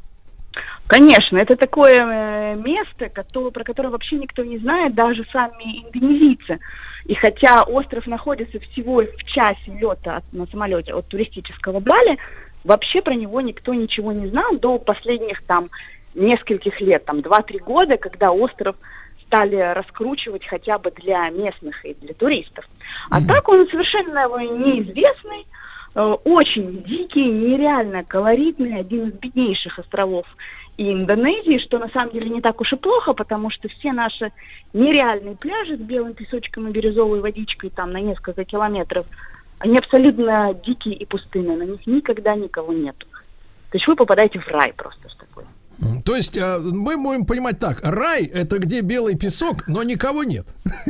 K: Конечно, это такое место, которое, про которое вообще никто не знает, даже сами индонезийцы. И хотя остров находится всего в часе лета от, на самолете от туристического Бали, вообще про него никто ничего не знал до последних там нескольких лет, там два-три года, когда остров стали раскручивать хотя бы для местных и для туристов. А mm-hmm. так он совершенно неизвестный, э, очень дикий, нереально колоритный, один из беднейших островов и Индонезии, что на самом деле не так уж и плохо, потому что все наши нереальные пляжи с белым песочком и бирюзовой водичкой там на несколько километров, они абсолютно дикие и пустынные, на них никогда никого нету. То есть вы попадаете в рай просто в такой.
B: То есть мы можем понимать так: рай — это где белый песок, но никого нет.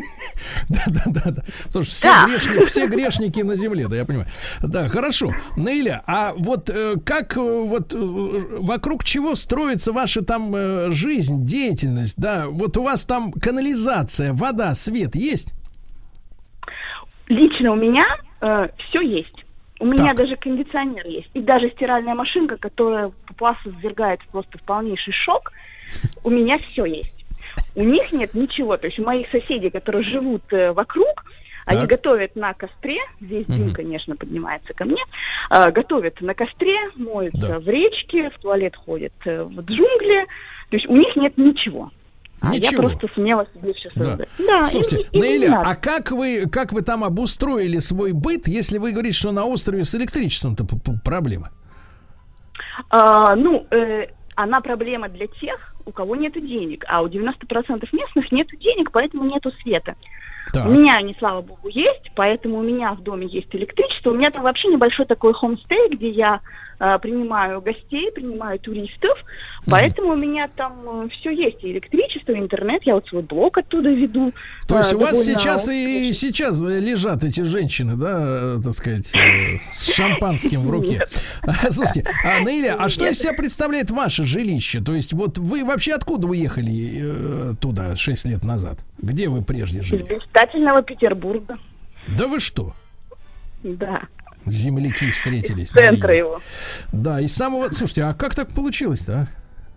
B: Да-да-да. Потому что все, да. грешники, все грешники на земле, да, я понимаю. Да, хорошо. Наиля, а вот как вот вокруг чего строится ваша там жизнь, деятельность, да? Вот у вас там канализация, вода, свет есть?
K: Лично у меня э, все есть. У меня
B: так.
K: даже кондиционер есть. И даже стиральная машинка, которая вас ввергает просто в полнейший шок, у меня все есть. У них нет ничего. То есть у моих соседей, которые живут э, вокруг, так. они готовят на костре. Здесь дым, угу. конечно, поднимается ко мне. Э, готовят на костре, моются да. в речке, в туалет ходят э, в джунгли. То есть у них нет ничего. А
B: Ничего.
K: я просто смело себе все создать.
B: Да. Да, слушайте, и, и Наиля, а как вы, как вы там обустроили свой быт, если вы говорите, что на острове с электричеством-то проблема?
K: А, ну, э, она проблема для тех, у кого нет денег, а у девяноста процентов местных нет денег, поэтому нету света. Так. У меня они, слава богу, есть, поэтому у меня в доме есть электричество. У меня там вообще небольшой такой хомстей, где я э, принимаю гостей, принимаю туристов, mm-hmm. поэтому у меня там э, все есть, и электричество, и интернет, я вот свой блог оттуда веду.
B: То есть э, у вас сейчас и, и сейчас лежат эти женщины, да, так сказать, э, с шампанским в руке. Слушайте, а, Наиля, а что из себя представляет ваше жилище? То есть вот вы вообще откуда уехали э, туда шесть лет назад? Где вы прежде жили?
K: Из блистательного Петербурга.
B: Да вы что?
K: Да.
B: Земляки встретились.
K: Из центра его.
B: Да, из самого... Слушайте, а как так получилось-то, а?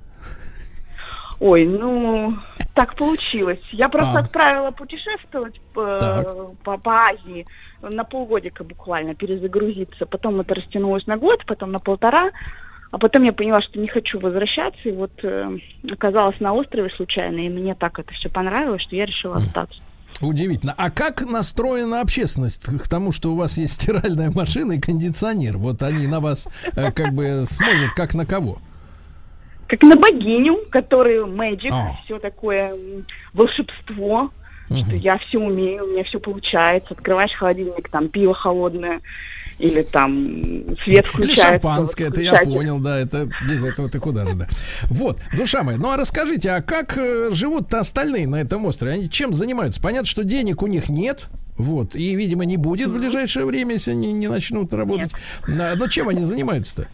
K: Ой, ну, так получилось. Я просто а. отправила путешествовать по, по, по Азии на полгодика буквально, перезагрузиться. Потом это растянулось на год, потом на полтора. А потом я поняла, что не хочу возвращаться, и вот э, оказалась на острове случайно, и мне так это все понравилось, что я решила остаться.
B: Удивительно. А как настроена общественность к тому, что у вас есть стиральная машина и кондиционер? Вот они на вас э, как бы смотрят как на кого?
K: Как на богиню, которая magic,
B: А.
K: все такое м, волшебство,
B: Мгм.
K: что я все умею, у меня все получается. Открываешь холодильник, там пиво холодное, или там свет
B: Или
K: включается.
B: шампанское, это я
K: включатель.
B: понял, да, это без этого ты куда же, да. Вот, душа моя, ну а расскажите, а как э, живут-то остальные на этом острове? Они чем занимаются? Понятно, что денег у них нет, вот, и, видимо, не будет в ближайшее время, если они не начнут работать. А, но чем они занимаются-то?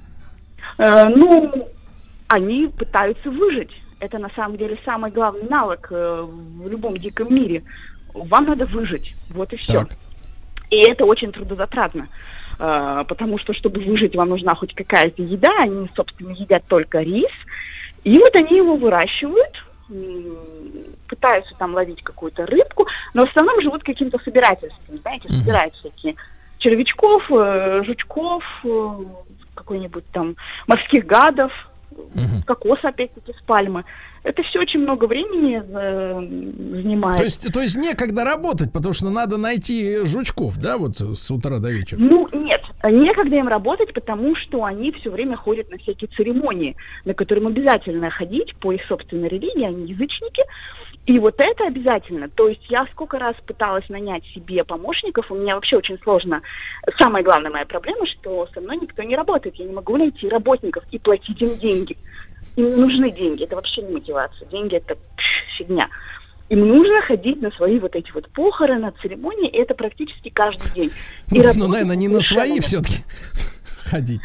K: Э, ну, они пытаются выжить. Это на самом деле самый главный навык э, в любом диком мире. Вам надо выжить. Вот и все.
B: Так.
K: И это очень трудозатратно. Э, потому что, чтобы выжить, вам нужна хоть какая-то еда. Они, собственно, едят только рис. И вот они его выращивают, м, пытаются там ловить какую-то рыбку, но в основном живут каким-то собирательством. Знаете,
B: Мгм.
K: собирают всякие червячков, э, жучков, э, какой-нибудь там морских гадов,
B: Мгм.
K: кокос, опять-таки, с пальмы. Это все очень много времени э, занимает.
B: То есть, то есть некогда работать, потому что надо найти жучков, да, вот с утра до вечера.
K: Ну, нет, некогда им работать, потому что они все время ходят на всякие церемонии, на которые им обязательно ходить по их собственной религии, они язычники. И вот это обязательно. То есть я сколько раз пыталась нанять себе помощников, у меня вообще очень сложно. Самая главная моя проблема, что со мной никто не работает. Я не могу найти работников и платить им деньги. Им не нужны деньги, это вообще не мотивация. Деньги — это пш, фигня. Им нужно ходить на свои вот эти вот похороны, церемонии, и это практически каждый день. И
B: Ну,
K: работать
B: наверное, не на
K: совершенно
B: свои
K: нет.
B: все-таки ходить.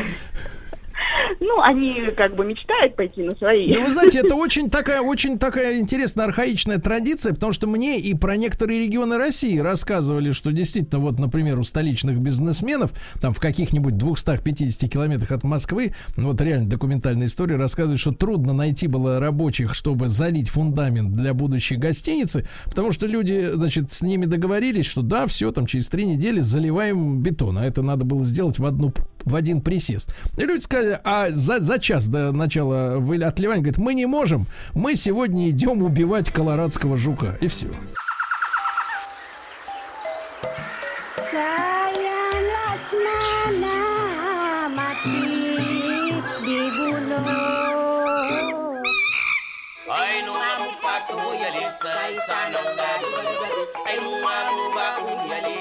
K: Ну, они как бы мечтают пойти на свои.
B: Ну, вы знаете, это очень такая, очень такая интересная архаичная традиция, потому что мне и про некоторые регионы России рассказывали, что действительно, вот, например, у столичных бизнесменов, там в каких-нибудь двухстах пятидесяти километрах от Москвы, вот реально документальная история, рассказывает, что трудно найти было рабочих, чтобы залить фундамент для будущей гостиницы, потому что люди, значит, с ними договорились, что да, все, там через три недели заливаем бетон, а это надо было сделать в одну в один присест. И люди сказали, а за, за час до начала вы- отливания, говорит, мы не можем, мы сегодня идем убивать колорадского жука. И все.
H: Sayang Lasmana mati dibunuh.
I: Ay nungamu patu yali sai sananga. Ay nungamu baku yali.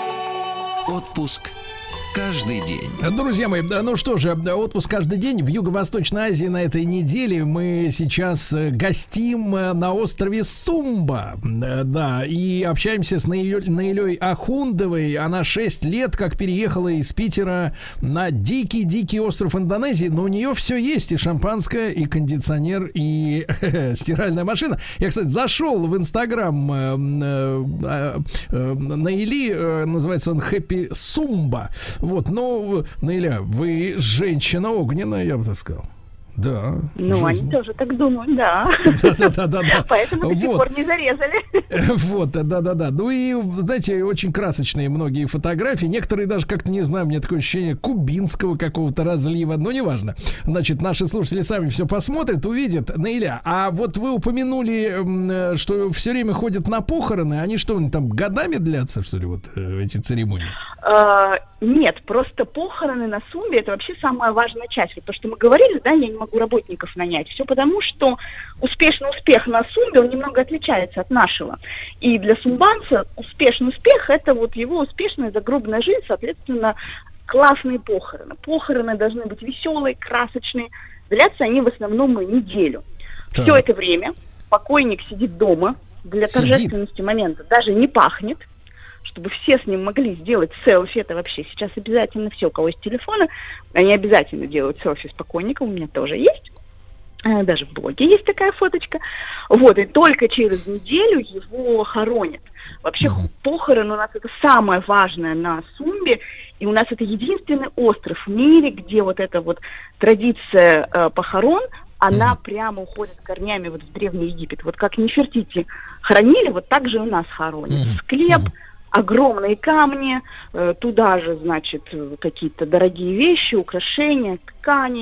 A: Отпуск каждый день.
B: Друзья мои, да, ну что же, да, отпуск каждый день в Юго-Восточной Азии на этой неделе. Мы сейчас э, гостим э, на острове Сумба, Э, да, и общаемся с Наилей, Наилей Ахундовой. Она шесть лет как переехала из Питера на дикий-дикий остров Индонезии, но у нее все есть, и шампанское, и кондиционер, и стиральная машина. Я, кстати, зашел в Инстаграм э, э, э, Наили, э, называется он Happy Sumba. Вот, ну, Наиля, вы женщина огненная, я бы так сказал. Да.
K: Ну,
B: жизнь.
K: они тоже так думают, да.
B: Да-да-да-да.
K: Поэтому до сих
B: Вот.
K: пор не зарезали.
B: Вот, да-да-да. Ну и, знаете, очень красочные многие фотографии. Некоторые даже как-то, не знаю, мне такое ощущение кубинского какого-то разлива. Но неважно. Значит, наши слушатели сами все посмотрят, увидят. Наиля, а вот вы упомянули, м, что все время ходят на похороны. Они что, там годами длятся, что ли, вот э, эти церемонии?
K: Э, Нет, просто похороны на Сумбе — это вообще самая важная часть. Вот то, что мы говорили, да, я не могу работников нанять. Все потому, что успешный успех на Сумбе, он немного отличается от нашего. И для сумбанца успешный успех — это вот его успешная загробная жизнь, соответственно, классные похороны. Похороны должны быть веселые, красочные. Длятся они в основном неделю.
B: Так.
K: Все это время покойник сидит дома, для
B: Сидит?
K: торжественности момента даже не пахнет, чтобы все с ним могли сделать селфи. Это вообще сейчас обязательно все, у кого есть телефоны, они обязательно делают селфи с покойником, у меня тоже есть. Э, Даже в блоге есть такая фоточка. Вот, и только через неделю его хоронят. Вообще
B: Мгм.
K: похороны у нас это самое важное на Сумбе, и у нас это единственный остров в мире, где вот эта вот традиция э, похорон, она прямо уходит корнями вот в Древний Египет. Вот как Нефертити хоронили, вот так же у нас хоронят.
B: Мгм.
K: Склеп, огромные камни, э, туда же, значит, э, какие-то дорогие вещи, украшения, ткани,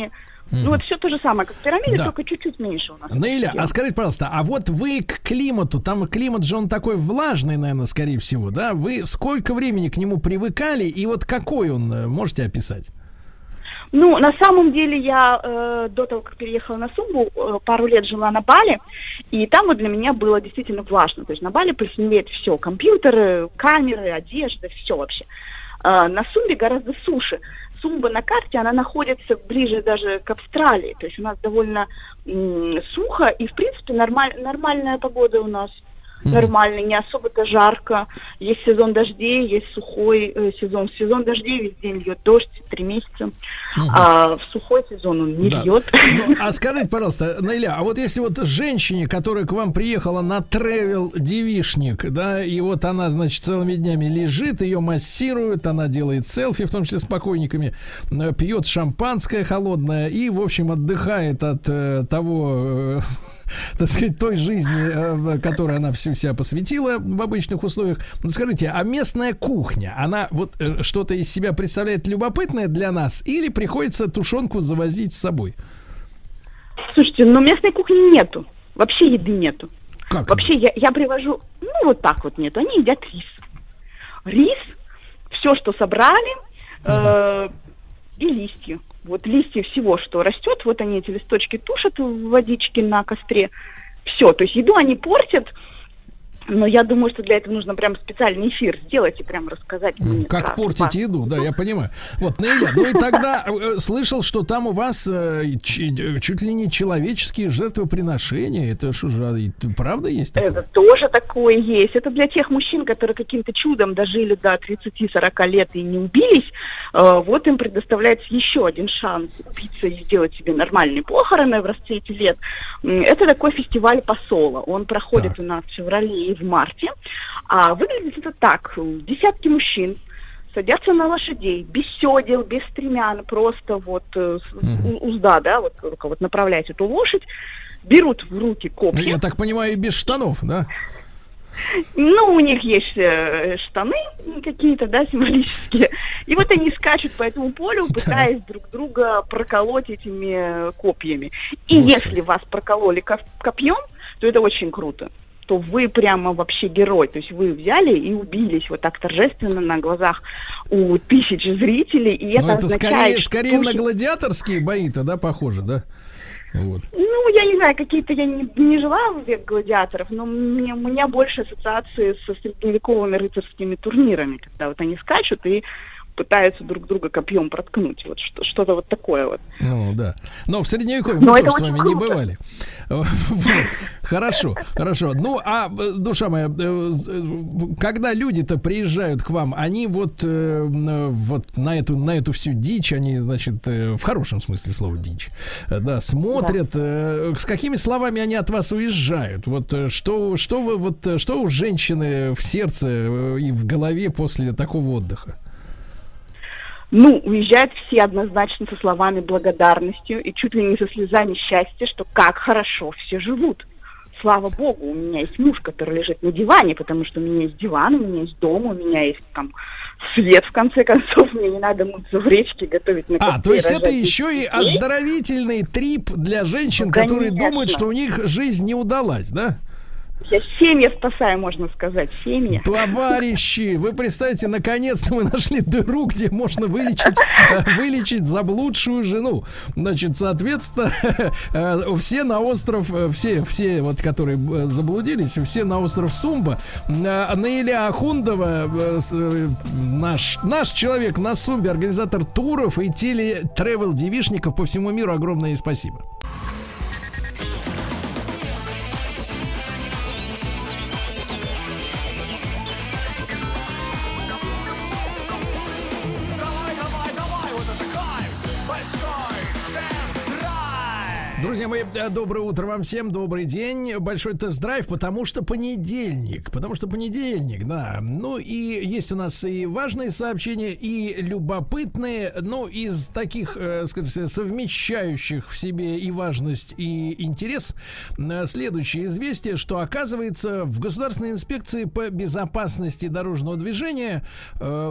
K: Mm. Ну вот все то же самое, как пирамида,
B: да.
K: только чуть-чуть меньше у нас.
B: Наиля, а скажите, пожалуйста, а вот вы к климату, там климат же он такой влажный, наверное, скорее всего, да? Вы сколько времени к нему привыкали, и вот какой он, можете описать?
K: Ну, на самом деле я э, до того, как переехала на Сумбу, э, пару лет жила на Бали, и там вот для меня было действительно влажно. То есть на Бали плесневеет все, компьютеры, камеры, одежда, все вообще. Э, на Сумбе гораздо суше. Сумба на карте, она находится ближе даже к Австралии, то есть у нас довольно м- сухо, и в принципе нормаль- нормальная погода у нас, mm. нормальная, не особо-то жарко, есть сезон дождей, есть сухой э, сезон, в сезон дождей весь день льет дождь, три месяца, mm-hmm. а в сухой сезон он не да. льет.
B: Ну, а скажите, пожалуйста, Наиля, а вот если вот женщине, которая к вам приехала на тревел-девишник, да, и вот она, значит, целыми днями лежит, ее массируют, она делает селфи, в том числе с покойниками, пьет шампанское холодное и, в общем, отдыхает от э, того... Э, так сказать, той жизни, которой она всю себя посвятила в обычных условиях. Ну, скажите, а местная кухня, она вот что-то из себя представляет любопытное для нас или приходится тушенку завозить с собой?
K: Слушайте, ну местной кухни нету. Вообще еды нету.
B: Как?
K: Вообще я, я привожу, ну вот так вот нету. Они едят рис. Рис, все, что собрали, uh-huh. э, и листья. Вот листья всего, что растет, вот они эти листочки тушат в водичке на костре. Все, то есть еду они портят, но я думаю, что для этого нужно прям специальный эфир сделать и прям рассказать. Мне
B: как портить еду, да, я понимаю. Вот, Наиля, ну и тогда слышал, что там у вас чуть ли не человеческие жертвоприношения. Это что же, правда есть такое?
K: Это тоже такое есть. Это для тех мужчин, которые каким-то чудом дожили до тридцати-сорока лет и не убились. Вот им предоставляется еще один шанс убиться и сделать себе нормальные похороны в расцвете лет. Это такой фестиваль посола. Он проходит так. у нас в феврале и в марте. А выглядит это так. Десятки мужчин садятся на лошадей, без седел, без стремян, просто вот mm-hmm. узда, да, вот, вот направлять эту лошадь, берут в руки копья.
B: Я так понимаю, и без штанов, да?
K: Ну, у них есть э, штаны какие-то, да, символические. И вот они скачут по этому полю, пытаясь друг друга проколоть этими копьями. И Господи. Если вас прокололи копьем, то это очень круто. То вы прямо вообще герой. То есть вы взяли и убились вот так торжественно на глазах у тысяч зрителей. И это,
B: это
K: означает,
B: скорее, скорее что... на гладиаторские бои-то, да, похоже, да? Вот.
K: Ну, я не знаю, какие-то я не, не жила в век гладиаторов, но мне, у меня больше ассоциации со средневековыми рыцарскими турнирами, когда вот они скачут и пытаются друг друга копьем проткнуть. Вот что, что-то вот такое вот.
B: Ну, да. Но в Средневековье мы тоже с вами круто. Не бывали. Хорошо, хорошо. Ну, а, душа моя, когда люди-то приезжают к вам, они вот, вот на эту, на эту всю дичь, они, значит, в хорошем смысле слова дичь, да, смотрят, да. С какими словами они от вас уезжают? Вот что, что вы, вот, что у женщины в сердце и в голове после такого отдыха?
K: Ну, уезжают все однозначно со словами благодарностью и чуть ли не со слезами счастья, что как хорошо все живут. Слава богу, у меня есть муж, который лежит на диване, потому что у меня есть диван, у меня есть дом, у меня есть там свет, в конце концов, мне не надо мыться в речке, готовить на костре.
B: А, то есть это еще и оздоровительный трип для женщин, ну, которые думают, что у них жизнь не удалась, да?
K: Я семьи спасаю, можно сказать, семьи.
B: Товарищи, вы представьте, наконец-то мы нашли дыру, где можно вылечить, вылечить заблудшую жену. Значит, соответственно, все на остров, все, все вот, которые заблудились, все на остров Сумба. Наиля Ахундова, наш, наш человек на Сумбе, организатор туров и теле-тревел-девишников по всему миру, огромное спасибо. Друзья мои, доброе утро вам всем, добрый день. Большой тест-драйв, потому что понедельник. Потому что понедельник, да. Ну и есть у нас и важные сообщения, и любопытные. Ну, из таких, скажем, совмещающих в себе и важность, и интерес, следующее известие, что, оказывается, в Государственной инспекции по безопасности дорожного движения э,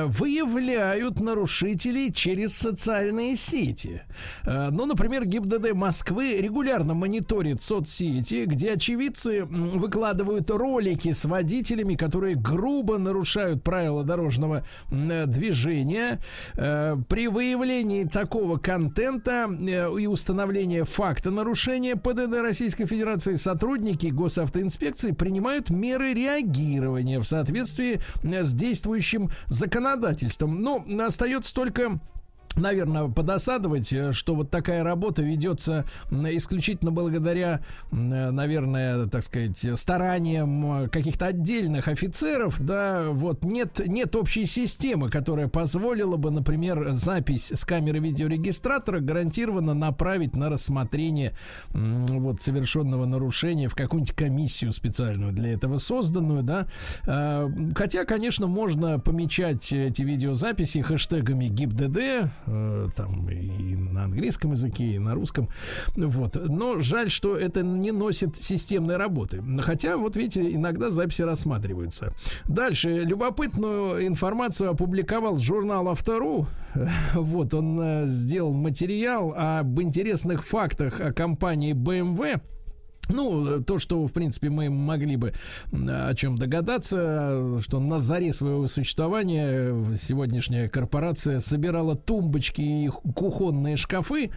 B: выявляют нарушителей через социальные сети. Э, ну, например, ГИБДД Москвы регулярно мониторит соцсети, где очевидцы выкладывают ролики с водителями, которые грубо нарушают правила дорожного движения. При выявлении такого контента и установлении факта нарушения ПДД Российской Федерации сотрудники госавтоинспекции принимают меры реагирования в соответствии с действующим законодательством. Но остается только, наверное, подосадовать, что вот такая работа ведется исключительно благодаря, наверное, так сказать, стараниям каких-то отдельных офицеров, да, вот нет, нет общей системы, которая позволила бы, например, запись с камеры видеорегистратора гарантированно направить на рассмотрение вот совершенного нарушения в какую-нибудь комиссию специальную для этого созданную, да, хотя, конечно, можно помечать эти видеозаписи хэштегами ГИБДД, там и на английском языке, и на русском, вот. Но жаль, что это не носит системной работы. Хотя, вот видите, иногда записи рассматриваются. Дальше. Любопытную информацию опубликовал журнал «Автору». Вот, он сделал материал об интересных фактах о компании бэ эм вэ. Ну, то, что, в принципе, мы могли бы о чем догадаться, что на заре своего существования сегодняшняя корпорация собирала тумбочки и кухонные шкафы,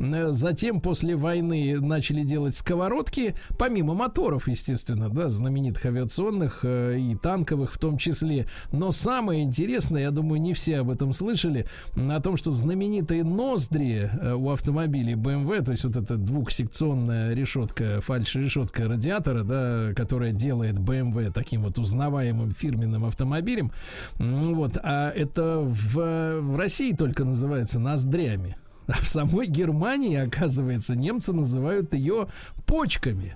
B: затем после войны начали делать сковородки, помимо моторов, естественно, да, знаменитых авиационных и танковых в том числе. Но самое интересное, я думаю, не все об этом слышали, о том, что знаменитые ноздри у автомобилей бэ эм вэ, то есть вот эта двухсекционная решетка, решетка радиатора, да, которая делает бэ эм вэ таким вот узнаваемым фирменным автомобилем. Вот, а это в, в России только называется ноздрями. А в самой Германии, оказывается, немцы называют ее почками.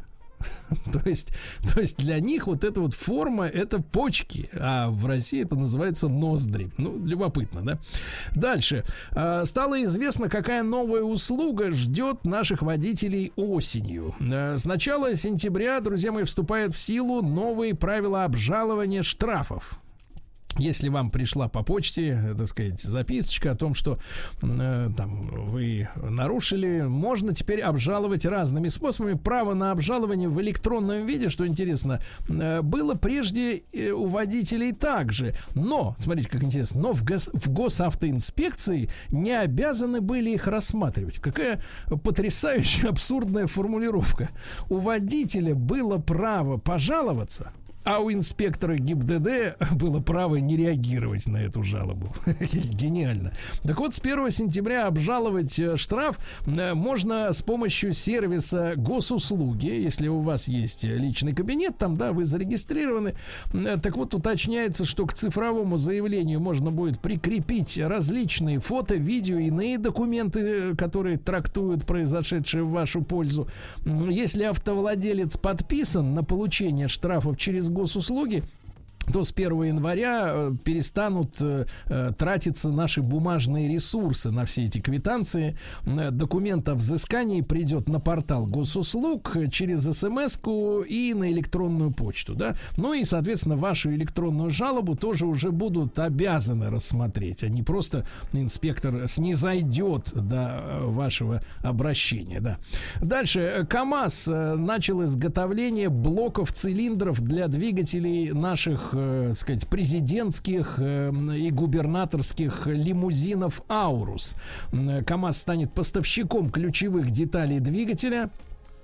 B: То есть, то есть для них вот эта вот форма — это почки, а в России это называется ноздри. Ну, любопытно, да? Дальше. Стало известно, какая новая услуга ждет наших водителей осенью. С начала сентября, друзья мои, вступают в силу новые правила обжалования штрафов. Если вам пришла по почте, так сказать, записочка о том, что э, там вы нарушили, можно теперь обжаловать разными способами. Право на обжалование в электронном виде, что интересно, э, было прежде у водителей также. Но, смотрите, как интересно, но в, гос, в госавтоинспекции не обязаны были их рассматривать. Какая потрясающая абсурдная формулировка. У водителя было право пожаловаться, а у инспектора ГИБДД было право не реагировать на эту жалобу. Гениально. Так вот, с первого сентября обжаловать штраф можно с помощью сервиса госуслуги. Если у вас есть личный кабинет, там, да, вы зарегистрированы. Так вот, уточняется, что к цифровому заявлению можно будет прикрепить различные фото, видео, иные документы, которые трактуют произошедшее в вашу пользу. Если автовладелец подписан на получение штрафов через госуслуги, то с первого января перестанут э, тратиться наши бумажные ресурсы на все эти квитанции. Документ о взыскании придет на портал госуслуг через смс-ку и на электронную почту, да? Ну и, соответственно, вашу электронную жалобу тоже уже будут обязаны рассмотреть, а не просто инспектор снизойдет до вашего обращения, да. Дальше. КАМАЗ начал изготовление блоков цилиндров для двигателей наших, так сказать, президентских и губернаторских лимузинов «Аурус». КАМАЗ станет поставщиком ключевых деталей двигателя.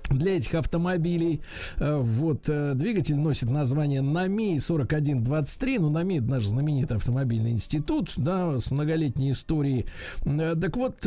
B: для этих автомобилей. Вот, двигатель носит название НАМИ сорок один двадцать три. Ну, НАМИ — это наш знаменитый автомобильный институт, да, с многолетней историей. Так вот,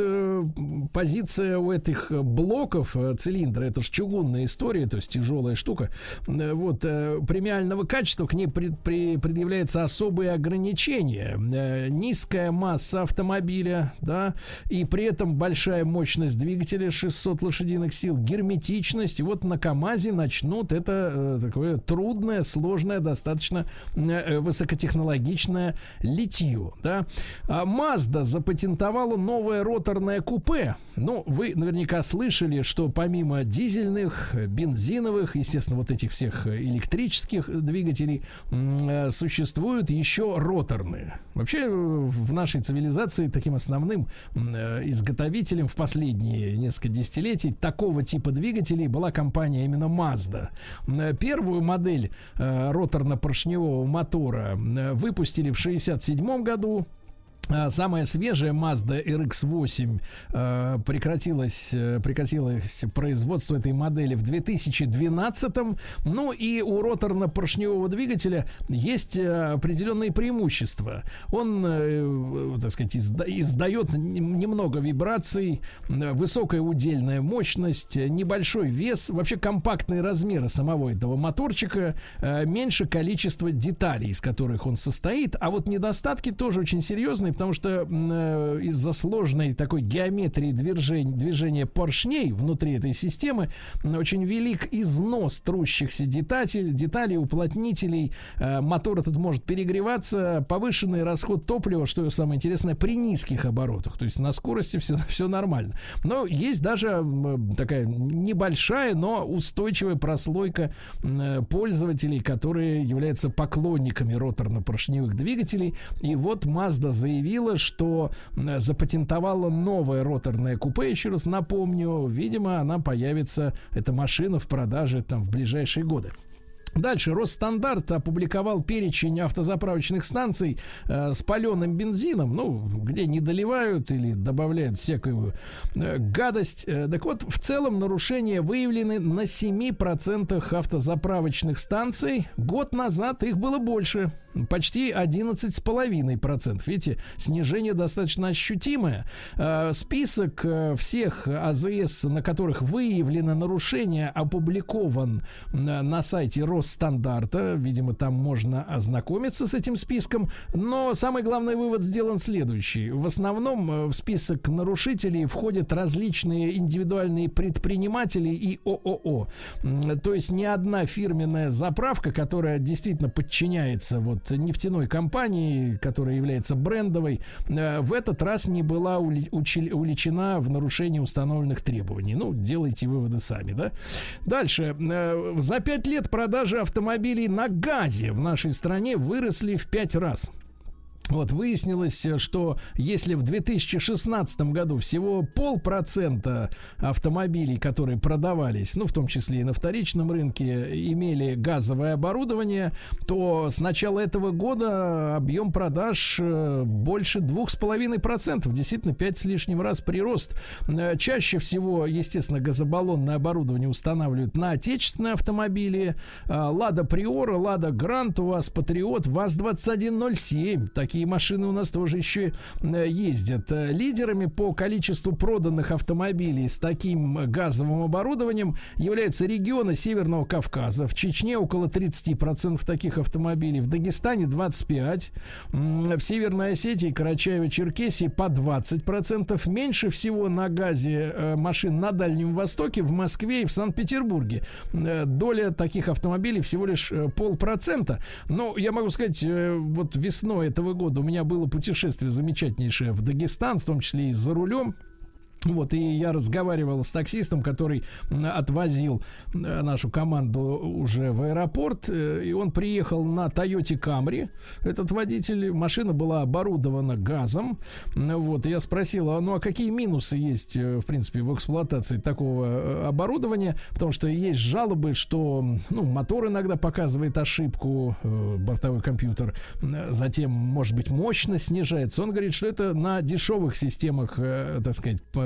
B: позиция у этих блоков цилиндра — это же чугунная история, то есть тяжелая штука. Вот, премиального качества, к ней пред, при, предъявляются особые ограничения. Низкая масса автомобиля, да, и при этом большая мощность двигателя, шестьсот лошадиных сил, герметичность. И вот на КамАЗе начнут это э, такое трудное, сложное, достаточно э, высокотехнологичное литье, да. А Mazda запатентовала новое роторное купе. Ну, вы наверняка слышали, что помимо дизельных, бензиновых, естественно, вот этих всех электрических двигателей, э, существуют еще роторные. Вообще в нашей цивилизации таким основным э, изготовителем в последние несколько десятилетий такого типа двигателей была компания именно Mazda. Первую модель э, роторно-поршневого мотора э, выпустили в шестьдесят седьмом году. Самая свежая Mazda эр икс восемь э, прекратилось, э, прекратилось производство этой модели в две тысячи двенадцатом. Ну и у роторно-поршневого двигателя есть э, определенные преимущества. Он, э, так сказать, изда- издает немного вибраций, э, высокая удельная мощность, небольшой вес, вообще компактные размеры самого этого моторчика, э, меньше количество деталей, из которых он состоит. А вот недостатки тоже очень серьезные, потому что э, из-за сложной такой геометрии движения, движения поршней внутри этой системы э, очень велик износ трущихся деталей, деталей уплотнителей. Э, мотор этот может перегреваться, повышенный расход топлива, что самое интересное, при низких оборотах. То есть на скорости все, все нормально. Но есть даже э, такая небольшая, но устойчивая прослойка э, пользователей, которые являются поклонниками роторно-поршневых двигателей. И вот Mazda заявила, что запатентовала новое роторное купе, еще раз напомню. Видимо, она появится, эта машина, в продаже там в ближайшие годы. Дальше. Росстандарт опубликовал перечень автозаправочных станций э, с паленым бензином, ну, где не доливают или добавляют всякую э, гадость. Э, так вот, в целом нарушения выявлены на семь процентов автозаправочных станций. Год назад их было больше. Почти одиннадцать целых пять десятых процента. Видите, снижение достаточно ощутимое. Э, список э, всех АЗС, на которых выявлено нарушение, опубликован э, на сайте Росстандарта. Стандарта. Видимо, там можно ознакомиться с этим списком. Но самый главный вывод сделан следующий. В основном в список нарушителей входят различные индивидуальные предприниматели и ООО. То есть ни одна фирменная заправка, которая действительно подчиняется вот нефтяной компании, которая является брендовой, в этот раз не была уличена в нарушении установленных требований. Ну, делайте выводы сами, да? Дальше. За пять лет продажи автомобилей на газе в нашей стране выросли в пять раз. Вот выяснилось, что если в две тысячи шестнадцатом году всего полпроцента автомобилей, которые продавались, ну, в том числе и на вторичном рынке, имели газовое оборудование, то с начала этого года объем продаж больше двух с половиной процентов. Действительно, пять с лишним раз прирост. Чаще всего, естественно, газобаллонное оборудование устанавливают на отечественные автомобили. Лада Приора, Лада Грант, у вас Патриот, ВАЗ двадцать один ноль семь. Такие машины у нас тоже еще ездят. Лидерами по количеству проданных автомобилей с таким газовым оборудованием являются регионы Северного Кавказа. В Чечне около тридцать процентов таких автомобилей, в Дагестане двадцать пять процентов, в Северной Осетии, Карачаево-Черкесии по двадцать процентов. Меньше всего на газе машин на Дальнем Востоке, в Москве и в Санкт-Петербурге. Доля таких автомобилей всего лишь полпроцента. Но я могу сказать, вот весной этого года у меня было путешествие замечательнейшее в Дагестан, в том числе и за рулем. Вот, и я разговаривал с таксистом, который отвозил нашу команду уже в аэропорт, и он приехал на Toyota Camry, этот водитель, машина была оборудована газом, вот, и я спросил, а ну а какие минусы есть, в принципе, в эксплуатации такого оборудования, потому что есть жалобы, что, ну, мотор иногда показывает ошибку, бортовой компьютер, затем, может быть, мощность снижается. Он говорит, что это на дешевых системах, так сказать,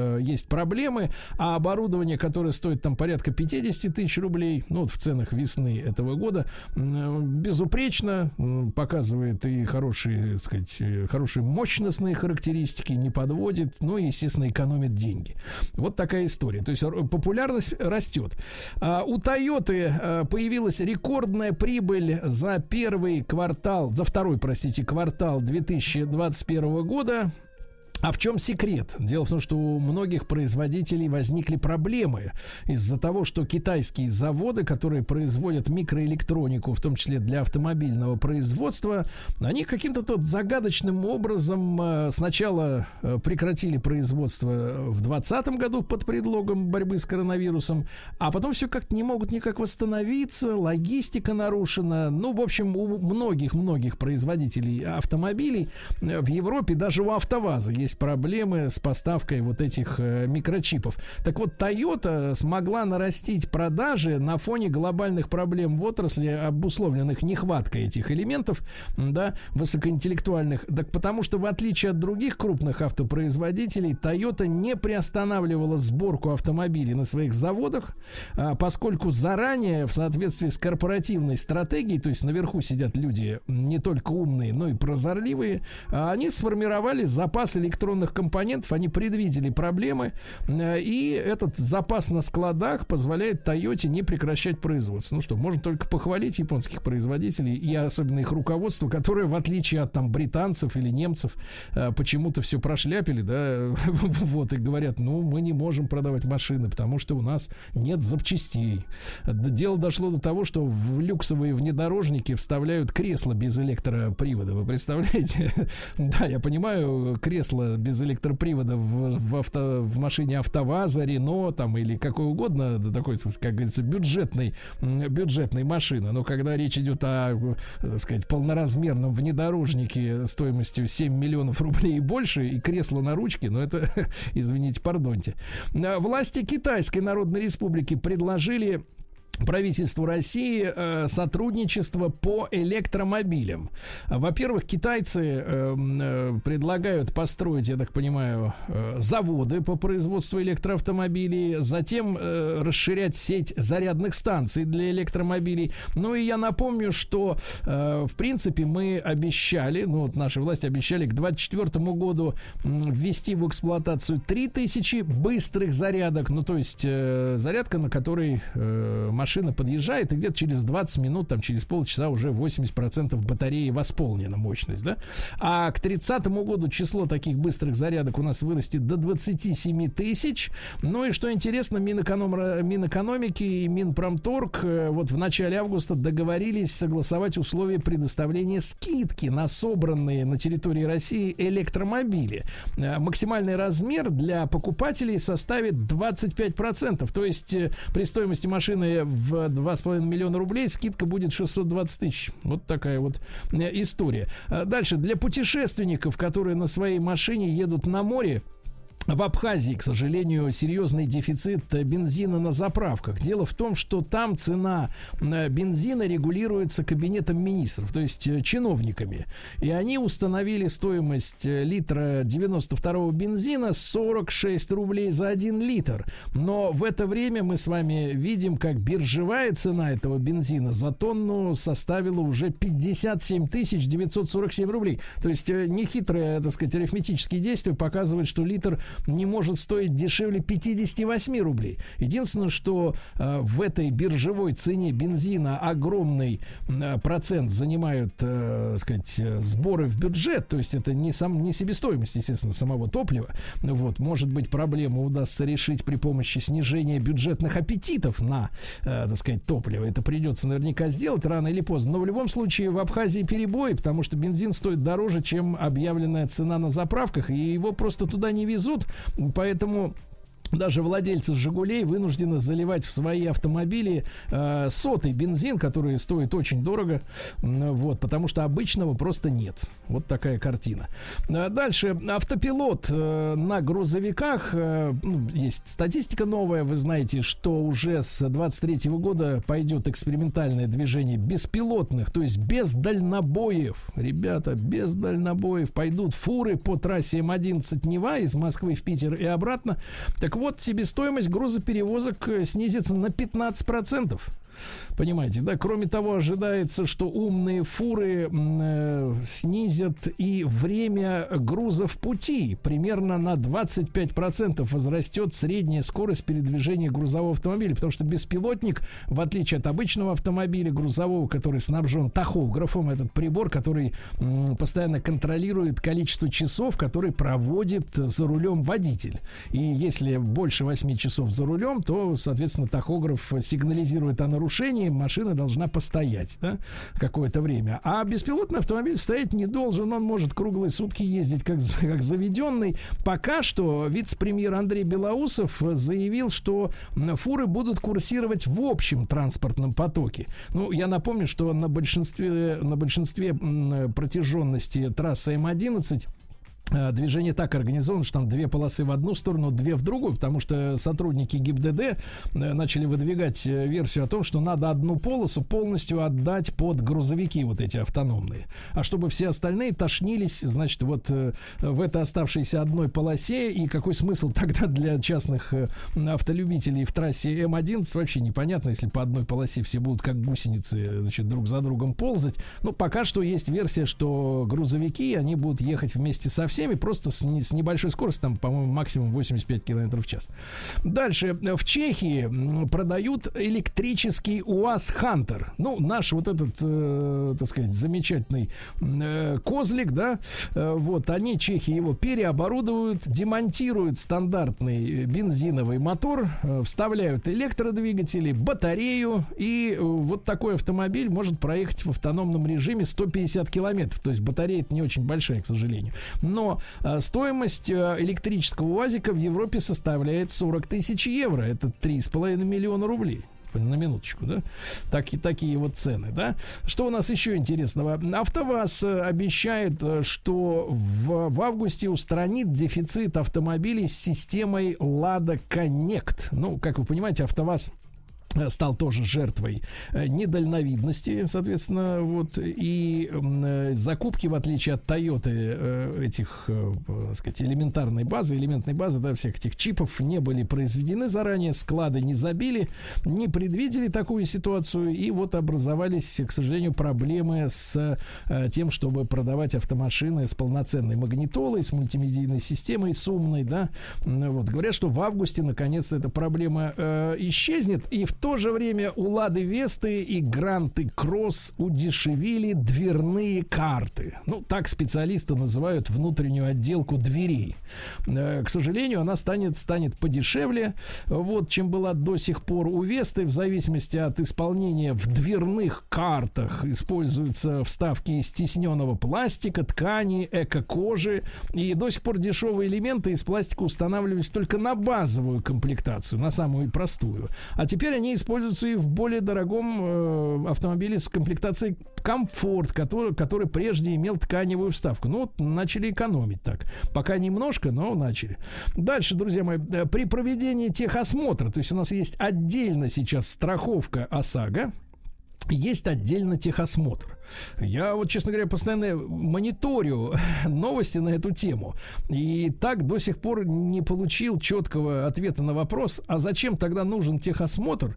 B: э, есть проблемы, а оборудование, которое стоит там порядка пятьдесят тысяч рублей, ну вот в ценах весны этого года, э, безупречно, э, показывает и хорошие, так сказать, э, хорошие мощностные характеристики, не подводит, ну и, естественно, экономит деньги. Вот такая история. То есть популярность растет. А у Toyota э, появилась рекордная прибыль за первый квартал, за второй, простите, квартал две тысячи двадцать первого года. А в чем секрет? Дело в том, что у многих производителей возникли проблемы из-за того, что китайские заводы, которые производят микроэлектронику, в том числе для автомобильного производства, они каким-то тут загадочным образом сначала прекратили производство в двадцатом году под предлогом борьбы с коронавирусом, а потом все как-то не могут никак восстановиться, логистика нарушена. Ну, в общем, у многих-многих производителей автомобилей в Европе, даже у АвтоВАЗа, есть проблемы с поставкой вот этих э, микрочипов. Так вот, Toyota смогла нарастить продажи на фоне глобальных проблем в отрасли, обусловленных нехваткой этих элементов, да, высокоинтеллектуальных. Так потому что, в отличие от других крупных автопроизводителей, Toyota не приостанавливала сборку автомобилей на своих заводах, а, поскольку заранее, в соответствии с корпоративной стратегией, то есть наверху сидят люди не только умные, но и прозорливые, а они сформировали запас электронных электронных компонентов, они предвидели проблемы, и этот запас на складах позволяет Toyota не прекращать производство. Ну что, можно только похвалить японских производителей и особенно их руководство, которое, в отличие от там британцев или немцев, почему-то все прошляпили, да, вот, и говорят, ну, мы не можем продавать машины, потому что у нас нет запчастей. Дело дошло до того, что в люксовые внедорожники вставляют кресла без электропривода. Вы представляете? Да, я понимаю, кресло без электропривода в, в, авто, в машине АвтоВАЗа, Рено там или какой угодно, такой, как говорится, бюджетной, бюджетной машины. Но когда речь идет о, так сказать, полноразмерном внедорожнике стоимостью семь миллионов рублей и больше, и кресло на ручке, ну это, извините, пардоньте. Власти Китайской Народной Республики предложили правительству России э, сотрудничество по электромобилям. Во-первых, китайцы э, э, предлагают построить, я так понимаю, э, заводы по производству электроавтомобилей, затем э, расширять сеть зарядных станций для электромобилей. Ну и я напомню, что э, в принципе мы обещали, ну вот наши власти обещали к двадцать четвёртому году э, ввести в эксплуатацию три тысячи быстрых зарядок, ну то есть э, зарядка, на которой э, машина Машина подъезжает, и где-то через двадцать минут, там через полчаса уже восемьдесят процентов батареи восполнена мощность, да? А к тридцатому году число таких быстрых зарядок у нас вырастет до двадцати семи тысяч. Ну и что интересно, Минэконом, Минэкономики и Минпромторг вот в начале августа договорились согласовать условия предоставления скидки на собранные на территории России электромобили. Максимальный размер для покупателей составит двадцать пять процентов, то есть при стоимости машины в два с половиной миллиона рублей скидка будет шестьсот двадцать тысяч. Вот такая вот история. Дальше. Для путешественников, которые на своей машине едут на море, в Абхазии, к сожалению, серьезный дефицит бензина на заправках. Дело в том, что там цена бензина регулируется кабинетом министров, то есть чиновниками. И они установили стоимость литра девяносто второго бензина сорок шесть рублей за один литр. Но в это время мы с вами видим, как биржевая цена этого бензина за тонну составила уже пятьдесят семь тысяч девятьсот сорок семь рублей. То есть нехитрые, так сказать, арифметические действия показывают, что литр не может стоить дешевле пятьдесят восемь рублей. Единственное, что э, в этой биржевой цене бензина огромный э, процент занимают, э, сказать, сборы в бюджет, то есть это не, сам, не себестоимость, естественно, самого топлива. Вот, может быть, проблему удастся решить при помощи снижения бюджетных аппетитов на, э, так сказать, топливо. Это придется наверняка сделать рано или поздно. Но в любом случае в Абхазии перебой, потому что бензин стоит дороже, чем объявленная цена на заправках, и его просто туда не везут. Поэтому даже владельцы «Жигулей» вынуждены заливать в свои автомобили э, сотый бензин, который стоит очень дорого, э, вот, потому что обычного просто нет. Вот такая картина. А дальше. Автопилот э, на грузовиках. Э, ну, есть статистика новая. Вы знаете, что уже с двадцать третьего года пойдет экспериментальное движение беспилотных, то есть без дальнобоев. Ребята, без дальнобоев пойдут фуры по трассе эм одиннадцать Нева из Москвы в Питер и обратно. Так вот, себестоимость грузоперевозок снизится на пятнадцать процентов. Понимаете, да? Кроме того, ожидается, что умные фуры э, снизят и время груза в пути. Примерно на двадцать пять процентов возрастет средняя скорость передвижения грузового автомобиля. Потому что беспилотник, в отличие от обычного автомобиля грузового, который снабжен тахографом, этот прибор, который э, постоянно контролирует количество часов, которые проводит за рулем водитель. И если больше восьми часов за рулем, то, соответственно, тахограф сигнализирует о нарушении. Машина должна постоять, да, какое-то время. А беспилотный автомобиль стоять не должен. Он может круглые сутки ездить как, как заведенный. Пока что вице-премьер Андрей Белоусов заявил, что фуры будут курсировать в общем транспортном потоке. Ну, я напомню, что на большинстве, на большинстве протяженности трассы эм одиннадцать движение так организовано, что там две полосы в одну сторону, две в другую, потому что сотрудники ГИБДД начали выдвигать версию о том, что надо одну полосу полностью отдать под грузовики вот эти автономные. А чтобы все остальные тошнились, значит, вот в этой оставшейся одной полосе, и какой смысл тогда для частных автолюбителей в трассе эм одиннадцать, вообще непонятно, если по одной полосе все будут как гусеницы, значит, друг за другом ползать. Но пока что есть версия, что грузовики, они будут ехать вместе со всеми, просто с, не, с небольшой скоростью, там, по-моему, максимум восемьдесят пять километров в час. Дальше. В Чехии продают электрический УАЗ Хантер. Ну, наш вот этот, э, так сказать, замечательный э, козлик, да, э, вот, они, чехи, его переоборудуют, демонтируют стандартный бензиновый мотор, э, вставляют электродвигатели, батарею, и э, вот такой автомобиль может проехать в автономном режиме сто пятьдесят километров. То есть батарея-то не очень большая, к сожалению. Но э, стоимость э, электрического УАЗика в Европе составляет сорок тысяч евро. Это три с половиной миллиона рублей. На минуточку, да? Так, и такие вот цены, да? Что у нас еще интересного? АвтоВАЗ обещает, что в, в августе устранит дефицит автомобилей с системой Lada Connect. Ну, как вы понимаете, АвтоВАЗ стал тоже жертвой недальновидности, соответственно, вот, и э, закупки, в отличие от Toyota, э, этих, э, так сказать, элементарной базы, элементной базы, да, всех этих чипов не были произведены заранее, склады не забили, не предвидели такую ситуацию, и вот образовались, к сожалению, проблемы с э, тем, чтобы продавать автомашины с полноценной магнитолой, с мультимедийной системой, с умной, да, вот, говорят, что в августе, наконец-то, эта проблема э, исчезнет, и в В то же время у Лады Весты и Гранты Кросс удешевили дверные карты. Ну, так специалисты называют внутреннюю отделку дверей. Э, к сожалению, она станет, станет подешевле, вот, чем была до сих пор у Весты. В зависимости от исполнения в дверных картах используются вставки из тисненного пластика, ткани, эко-кожи. И до сих пор дешевые элементы из пластика устанавливались только на базовую комплектацию, на самую простую. А теперь они используются и в более дорогом э, автомобиле с комплектацией комфорт, который, который прежде имел тканевую вставку. Ну, вот начали экономить так. Пока немножко, но начали. Дальше, друзья мои, при проведении техосмотра, то есть у нас есть отдельно сейчас страховка ОСАГО, есть отдельно техосмотр. Я вот, честно говоря, постоянно мониторю новости на эту тему. И так до сих пор не получил четкого ответа на вопрос, а зачем тогда нужен техосмотр,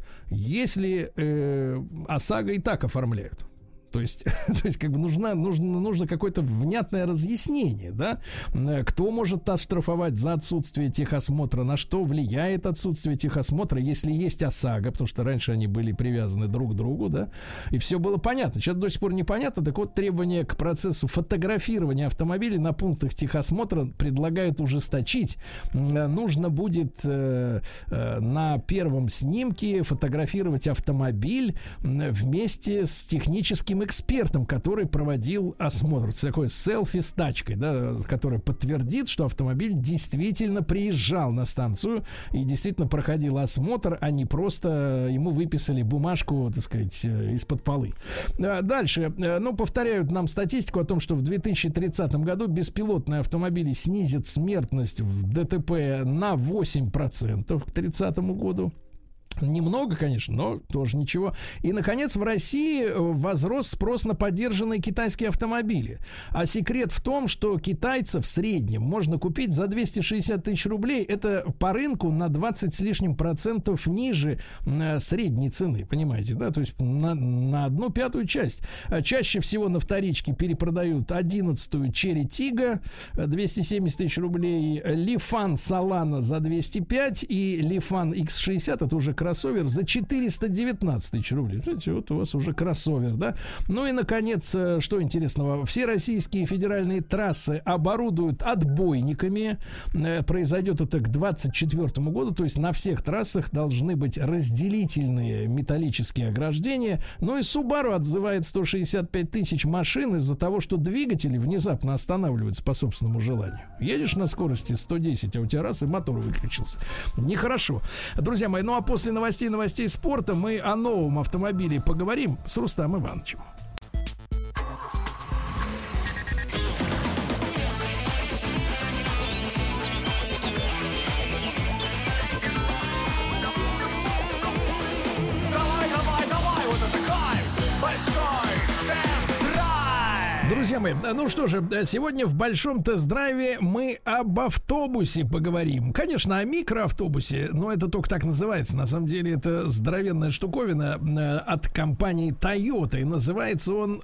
B: если э, ОСАГО и так оформляют. То есть, то есть как бы нужно, нужно, нужно какое-то внятное разъяснение, да? Кто может оштрафовать за отсутствие техосмотра, на что влияет отсутствие техосмотра, если есть ОСАГО, потому что раньше они были привязаны друг к другу, да? И все было понятно. Сейчас до сих пор непонятно. Так вот, требования к процессу фотографирования автомобилей на пунктах техосмотра предлагают ужесточить. Нужно будет э, э, на первом снимке фотографировать автомобиль вместе с техническим китайским экспертом, который проводил осмотр. Такое селфи с тачкой, да, который подтвердит, что автомобиль действительно приезжал на станцию и действительно проходил осмотр, а не просто ему выписали бумажку, так сказать, из-под полы. Дальше. Ну, повторяют нам статистику о том, что в две тысячи тридцатом году беспилотные автомобили снизят смертность в ДТП на восемь процентов к тридцатому году. Немного, конечно, но тоже ничего. И, наконец, в России возрос спрос на подержанные китайские автомобили. А секрет в том, что китайцев в среднем можно купить за двести шестьдесят тысяч рублей. Это по рынку на двадцать с лишним процентов ниже э, средней цены. Понимаете, да? То есть на, на одну пятую часть. Чаще всего на вторичке перепродают одиннадцатую Черри Тига двести семьдесят тысяч рублей, Лифан Солана за двести пять и Лифан икс шестьдесят, это уже кроссовер, за четыреста девятнадцать тысяч рублей. Знаете, вот у вас уже кроссовер, да? Ну и, наконец, что интересного, все российские федеральные трассы оборудуют отбойниками. Произойдет это к двадцать четвёртому году, то есть на всех трассах должны быть разделительные металлические ограждения. Ну и Subaru отзывает сто шестьдесят пять тысяч машин из-за того, что двигатели внезапно останавливаются по собственному желанию. Едешь на скорости сто десять, а у тебя раз и мотор выключился. Нехорошо. Друзья мои, ну а после новостей новостей спорта мы о новом автомобиле поговорим с Рустамом Ивановичем. Друзья мои, ну что же, сегодня в большом тест-драйве мы об автобусе поговорим. Конечно, о микроавтобусе, но это только так называется. На самом деле это здоровенная штуковина от компании Toyota. И называется он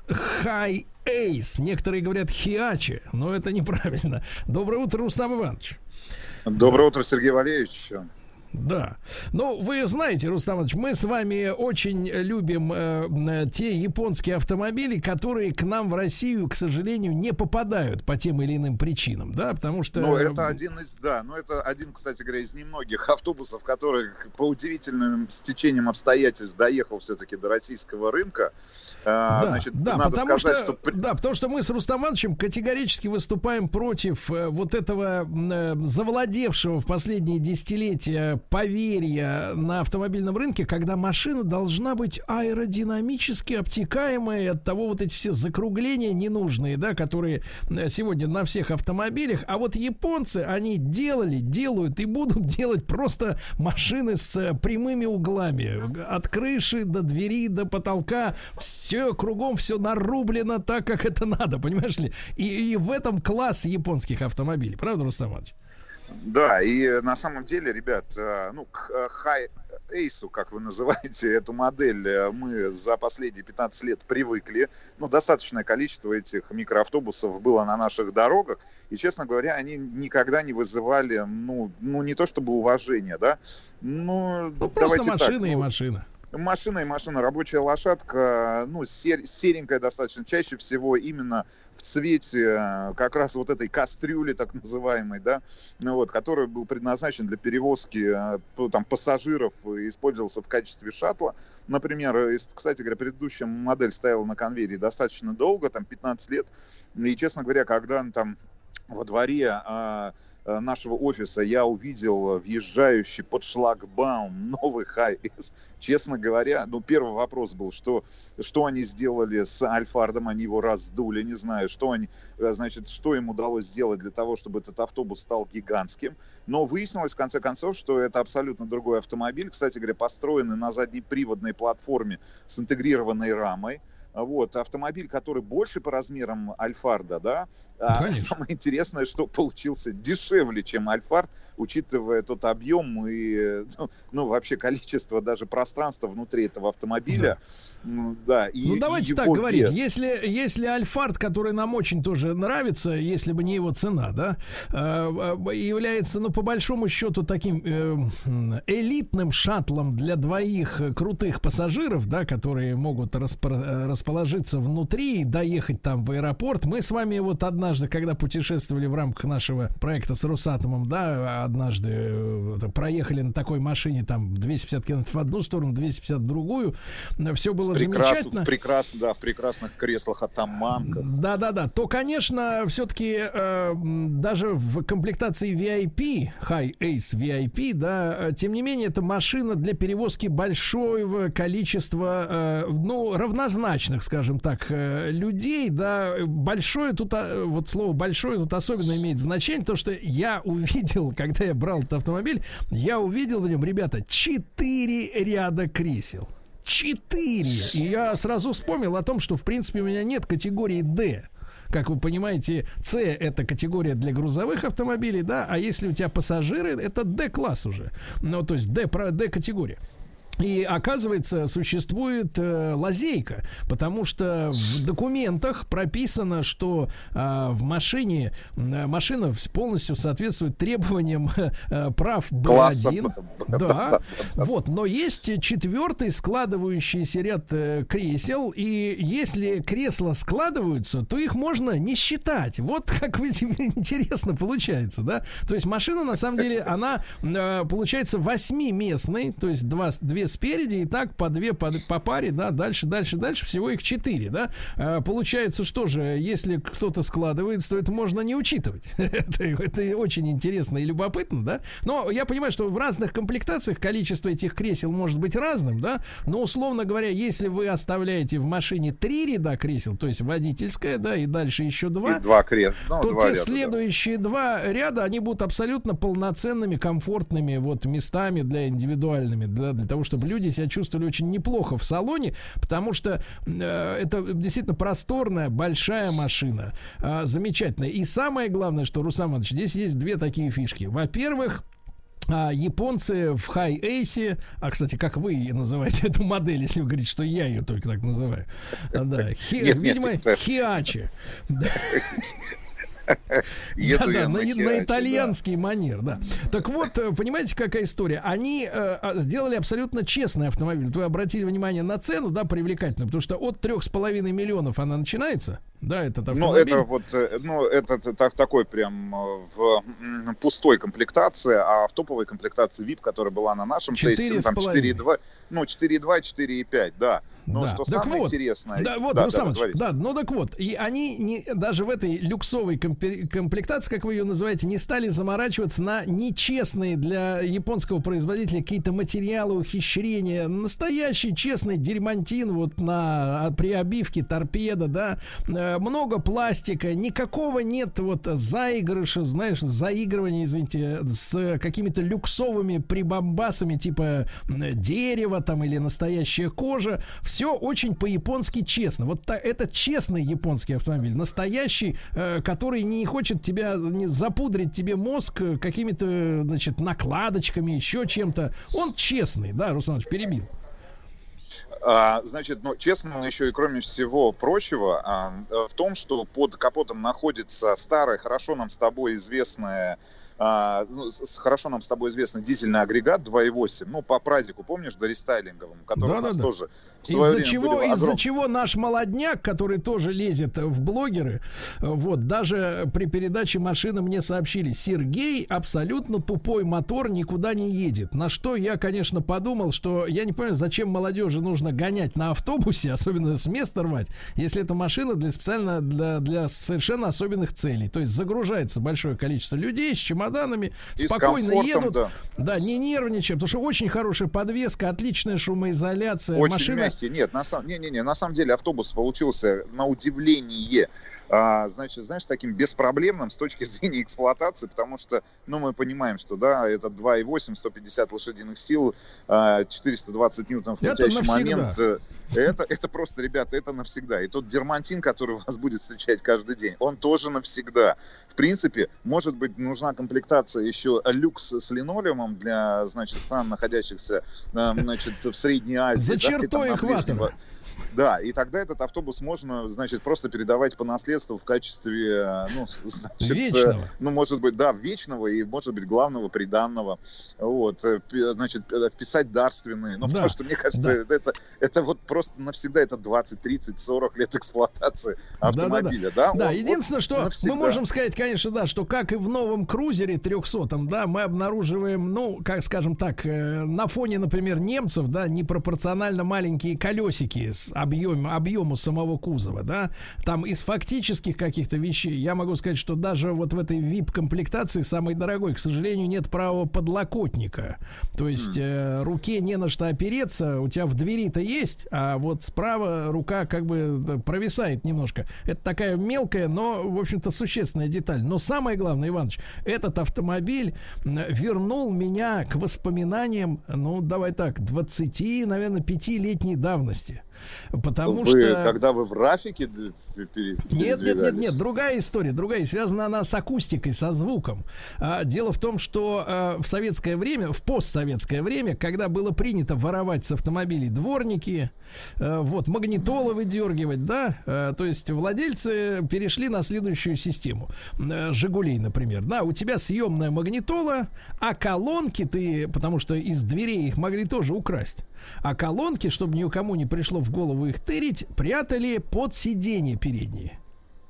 B: Hi-Ace. Некоторые говорят Hiace, но это неправильно. Доброе утро, Рустам Иванович.
L: Доброе утро, Сергей Валерьевич.
B: Да. Ну, вы знаете, Рустам Иванович, мы с вами очень любим э, те японские автомобили, которые к нам в Россию, к сожалению, не попадают по тем или иным причинам, да, потому что...
L: Ну, это один из, да, ну, это один, кстати говоря, из немногих автобусов, который по удивительным стечениям обстоятельств доехал все-таки до российского рынка.
B: Да,
L: а, значит,
B: да,
L: надо
B: потому
L: сказать,
B: что,
L: что...
B: Да, потому что мы с Рустам Ивановичем категорически выступаем против э, вот этого э, завладевшего в последние десятилетия поверья на автомобильном рынке, когда машина должна быть аэродинамически обтекаемой, и от того вот эти все закругления ненужные, да, которые сегодня на всех автомобилях. А вот японцы, они делали, делают и будут делать просто машины с прямыми углами. От крыши до двери, до потолка. Все кругом, все нарублено так, как это надо, понимаешь ли? И, и в этом класс японских автомобилей. Правда, Рустам Иванович?
L: Да, и на самом деле, ребят, ну, к Hi-Ace, как вы называете эту модель, мы за последние пятнадцать лет привыкли. Ну, достаточное количество этих микроавтобусов было на наших дорогах. И, честно говоря, они никогда не вызывали, ну, ну не то чтобы уважения, да. Ну,
B: ну просто машина так, и ну, машина.
L: Машина и машина, рабочая лошадка, ну, сер- серенькая достаточно, чаще всего именно в цвете как раз вот этой кастрюли, так называемой, да, ну, вот, который был предназначен для перевозки там, пассажиров и использовался в качестве шаттла. Например, кстати говоря, предыдущая модель стояла на конвейере достаточно долго, там пятнадцать лет, и, честно говоря, когда там во дворе а, а, нашего офиса я увидел въезжающий под шлагбаум новый Hi-Ace. Честно говоря, ну, первый вопрос был, что, что они сделали с Альфардом, они его раздули, не знаю, что они, значит, что им удалось сделать для того, чтобы этот автобус стал гигантским. Но выяснилось, в конце концов, что это абсолютно другой автомобиль, кстати говоря, построенный на заднеприводной платформе с интегрированной рамой. Вот, автомобиль, который больше по размерам Альфарда, да, а самое интересное, что получился дешевле, чем Альфард, учитывая тот объем и, ну, ну вообще количество даже пространства внутри этого автомобиля. Да, да, и,
B: ну, давайте
L: и
B: так говорить,
L: вес.
B: если, если Альфард, который нам очень тоже нравится, если бы не его цена, да, является, ну, по большому счету, таким элитным шаттлом для двоих крутых пассажиров, да, которые могут распро- распоряжаться расположиться внутри и доехать там в аэропорт. Мы с вами вот однажды, когда путешествовали в рамках нашего проекта с Росатомом, да, однажды э, проехали на такой машине там двести пятьдесят километров в одну сторону, двести пятьдесят в другую. Все было
L: прекрас,
B: замечательно.
L: Прекрасно, да, в прекрасных креслах атаманках.
B: Да-да-да. То, конечно, все-таки э, даже в комплектации ви ай пи, High Ace ви ай пи, да, тем не менее, это машина для перевозки большого количества, э, ну, равнозначных, скажем так, э, людей, да. Большое тут, э, вот слово большое тут особенно имеет значение, то, что я увидел, когда я брал этот автомобиль, я увидел в нем, ребята, четыре ряда кресел. Четыре! И я сразу вспомнил о том, что, в принципе, у меня нет категории D. Как вы понимаете, С это категория для грузовых автомобилей, да, а если у тебя пассажиры, это D-класс уже. Ну, то есть D, D-категория. И оказывается, существует э, лазейка, потому что в документах прописано, что э, в машине э, машина полностью соответствует требованиям э, прав бэ один. Да, вот, но есть четвертый складывающийся ряд э, кресел, и если кресла складываются, то их можно не считать. Вот как интересно получается, да? То есть машина, на самом деле, она э, получается восьмиместной, то есть два, две спереди, и так по две по, по паре, да, дальше, дальше, дальше, всего их четыре, да. А, получается, что же, если кто-то складывается, то это можно не учитывать. это, это очень интересно и любопытно, да. Но я понимаю, что в разных комплектациях количество этих кресел может быть разным, да. Но, условно говоря, если вы оставляете в машине три ряда кресел, то есть водительское, да, и дальше еще два,
L: и два кресла, ну,
B: то
L: два
B: те
L: ряда,
B: следующие да. два ряда, они будут абсолютно полноценными, комфортными вот местами для индивидуальными, для, для того, чтобы люди себя чувствовали очень неплохо в салоне, потому что э, это действительно просторная, большая машина, э, замечательная. И самое главное, что, Руслан Иванович, здесь есть две такие фишки. Во-первых, А японцы в High Ace, а, кстати, как вы называете эту модель, если вы говорите, что я ее только так называю, да, хи, нет, видимо, нет, Хиачи. Да-да, на, на итальянский да. манер, да. Так вот, понимаете, какая история? Они э, сделали абсолютно честный автомобиль. Вы обратили внимание на цену, да, привлекательную, потому что от трех с половиной миллионов она начинается. Да, этот автомобиль.
L: Ну, это вот, ну, это так, такой прям в пустой комплектации, а в топовой комплектации ви ай пи, которая была на нашем тесте, там четыре и два, ну, четыре и два, четыре и пять, да. Но
B: да.
L: что
B: так
L: самое
B: вот,
L: интересное...
B: Да, вот,
L: да,
B: Руслан
L: да,
B: да, ну так вот, и они не, даже в этой люксовой комплектации, как вы ее называете, не стали заморачиваться на нечестные для японского производителя какие-то материалы, ухищрения. Настоящий честный дерьмантин вот на, при обивке торпеда, да, много пластика, никакого нет вот заигрыша, знаешь, заигрывания, извините, с какими-то люксовыми прибамбасами типа дерева там или настоящая кожа. Все очень по-японски честно. Вот та, это честный японский автомобиль, настоящий, э, который не хочет тебя не, запудрить тебе мозг какими-то, значит, накладочками, еще чем-то. Он честный, да, Руслан Ильич, перебил.
L: А, значит, ну, честно, еще и кроме всего прочего, а, в том, что под капотом находится старая, хорошо нам с тобой известная А, ну, с, хорошо нам с тобой известный дизельный агрегат два и восемь, ну, по прадику, помнишь, дорестайлинговому, который да, у нас да, тоже
B: да. Из-за чего, из-за чего наш молодняк, который тоже лезет в блогеры, вот, даже при передаче машины мне сообщили: Сергей, абсолютно тупой мотор, никуда не едет. На что я, конечно, подумал, что я не понимаю, зачем молодежи нужно гонять на автобусе, особенно с места рвать, если эта машина для специально для, для совершенно особенных целей. То есть загружается большое количество людей с чемоданами, данными, спокойно едут, да. да, не нервничая, потому что очень хорошая подвеска, отличная шумоизоляция.
L: Очень
B: машина...
L: мягкий. Нет, на самом, не, не, не, на самом деле автобус получился на удивление, а, значит, знаешь, таким беспроблемным с точки зрения эксплуатации, потому что, ну, мы понимаем, что, да, это два и восемь, сто пятьдесят лошадиных сил, четыреста двадцать ньютонов в крутящий момент. Это, это просто, ребята, это навсегда. И тот дермантин, который вас будет встречать каждый день, он тоже навсегда. В принципе, может быть, нужна комплектация еще люкс с линолеумом для, значит, стран, находящихся, значит, в Средней Азии.
B: За чертой экватора.
L: Да, и тогда этот автобус можно, значит, просто передавать по наследству средства в качестве, ну, значит,
B: вечного.
L: ну, может быть, да, вечного и, может быть, главного приданного. Вот, значит, вписать дарственные. Ну, да, потому что, мне кажется, да. это, это вот просто навсегда, это двадцать, тридцать, сорок лет эксплуатации автомобиля, да?
B: Да, да.
L: Он,
B: да. Единственное,
L: вот,
B: что
L: навсегда.
B: мы можем сказать, конечно, да, что как и в новом крузере трехсотом, да, мы обнаруживаем, ну, как скажем так, на фоне, например, немцев, да, непропорционально маленькие колесики с объем, объему самого кузова, да, там из фактических каких-то вещей я могу сказать, что даже вот в этой ви ай пи-комплектации самой дорогой, к сожалению, нет правого подлокотника, то есть э, руке не на что опереться, у тебя в двери-то есть, а вот справа рука как бы да, провисает немножко. Это такая мелкая, но, в общем-то, существенная деталь. Но самое главное, Иваныч, этот автомобиль вернул меня к воспоминаниям, ну, давай так, двадцати, наверное, пятилетней давности. Потому
L: вы,
B: что...
L: Когда вы в Рафике
B: Нет, нет, нет, нет, другая история, другая. Связана она с акустикой, со звуком. А, дело в том, что а, в советское время, в постсоветское время, когда было принято воровать с автомобилей дворники, а, вот, магнитолы выдергивать, да, а, то есть владельцы перешли на следующую систему. А, Жигулей, например, да, у тебя съемная магнитола, а колонки ты, потому что из дверей их могли тоже украсть, а колонки, чтобы никому не пришло в голову их тырить, прятали под сиденье передние.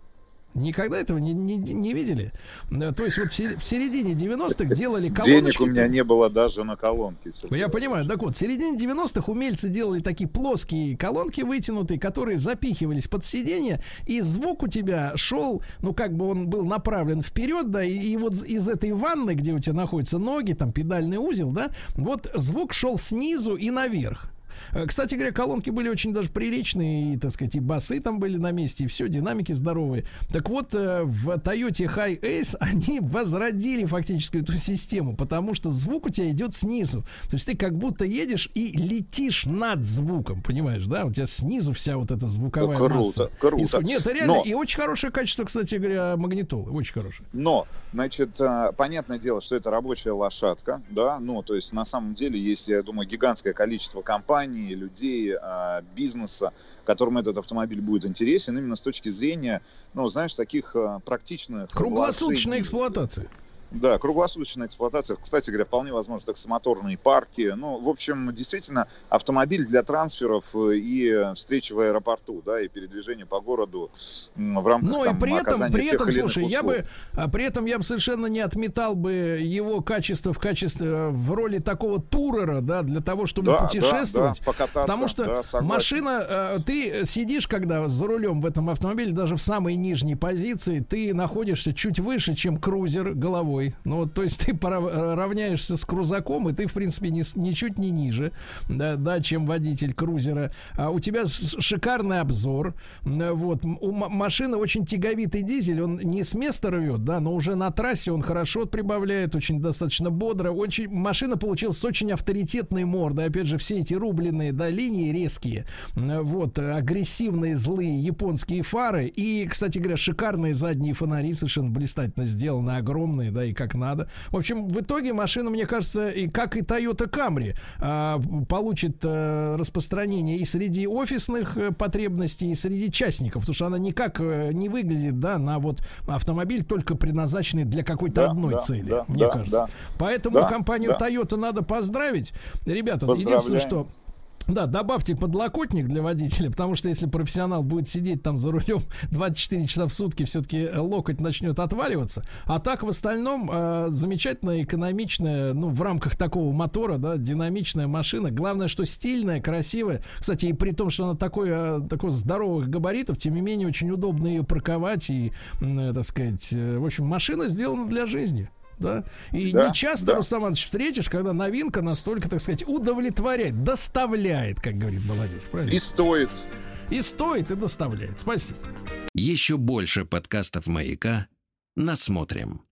B: Никогда этого не, не, не видели? То есть вот в середине девяностых делали колоночки.
L: Денег у меня не было даже на колонки.
B: Я понимаю. Так вот, в середине девяностых умельцы делали такие плоские колонки вытянутые, которые запихивались под сиденье, и звук у тебя шел, ну как бы он был направлен вперед, да, и, и вот из этой ванны, где у тебя находятся ноги, там педальный узел, да, вот звук шел снизу и наверх. Кстати говоря, колонки были очень даже приличные, и, так сказать, и басы там были на месте, и все, динамики здоровые. Так вот, в Toyota Hi-Ace они возродили фактически эту систему, потому что звук у тебя идет снизу. То есть ты как будто едешь и летишь над звуком, понимаешь, да? У тебя снизу вся вот эта звуковая
L: круто,
B: масса.
L: Круто,
B: круто. Нет, это реально,
L: Но...
B: и очень хорошее качество, кстати говоря, магнитолы, очень хорошее.
L: Но, значит, понятное дело, что это рабочая лошадка, да, ну, то есть на самом деле есть, я думаю, гигантское количество компаний, людей, бизнеса, которым этот автомобиль будет интересен именно с точки зрения, ну, знаешь, таких практичных...
B: Круглосуточной эксплуатации.
L: Да, круглосуточная эксплуатация. Кстати говоря, вполне возможно таксомоторные парки. Ну, в общем, действительно, автомобиль для трансферов и встречи в аэропорту, да, и передвижения по городу в рамках
B: Ну,
L: там,
B: и при этом, при этом, слушай,
L: условий.
B: я бы, а при этом я бы совершенно не отметал бы его качество в качестве, в роли такого турера, да, для того, чтобы
L: да,
B: путешествовать.
L: Да, да, покататься,
B: потому что
L: да,
B: машина, ты сидишь, когда за рулем в этом автомобиле, даже в самой нижней позиции, ты находишься чуть выше, чем крузер головой. Ну, вот, то есть ты равняешься с крузаком, и ты, в принципе, не, ничуть не ниже, да, да, чем водитель крузера. А у тебя шикарный обзор. Вот. У машины очень тяговитый дизель, он не с места рвет, да, но уже на трассе он хорошо прибавляет, очень достаточно бодро. Очень, машина получилась с очень авторитетной мордой. Опять же, все эти рубленые, да, линии резкие, вот, агрессивные, злые японские фары. И, кстати говоря, шикарные задние фонари, совершенно блистательно сделаны, огромные, да, и как надо. В общем, в итоге машина, мне кажется, и как и Toyota Camry, а, получит а, распространение и среди офисных а, потребностей, и среди частников, потому что она никак а, не выглядит, да, на вот автомобиль, только предназначенный для какой-то да, одной
L: да,
B: цели,
L: да,
B: мне
L: да,
B: кажется.
L: Да,
B: Поэтому
L: да,
B: компанию
L: да.
B: Toyota надо поздравить. Ребята, единственное, что... Да, добавьте подлокотник для водителя, потому что если профессионал будет сидеть там за рулем двадцать четыре часа в сутки, все-таки локоть начнет отваливаться. А так в остальном э, замечательная, экономичная, ну, в рамках такого мотора, да, динамичная машина. Главное, что стильная, красивая. Кстати, и при том, что она такой, э, такой здоровых габаритов, тем не менее, очень удобно ее парковать и, э, так сказать, э, в общем, машина сделана для жизни. Да? И
L: да,
B: не часто, да. Рустам Иванович, встретишь, когда новинка настолько, так сказать, удовлетворяет, доставляет, как говорит молодежь. Правильно?
L: И стоит.
B: И стоит, и доставляет. Спасибо.
A: Еще больше подкастов «Маяка» насмотрим.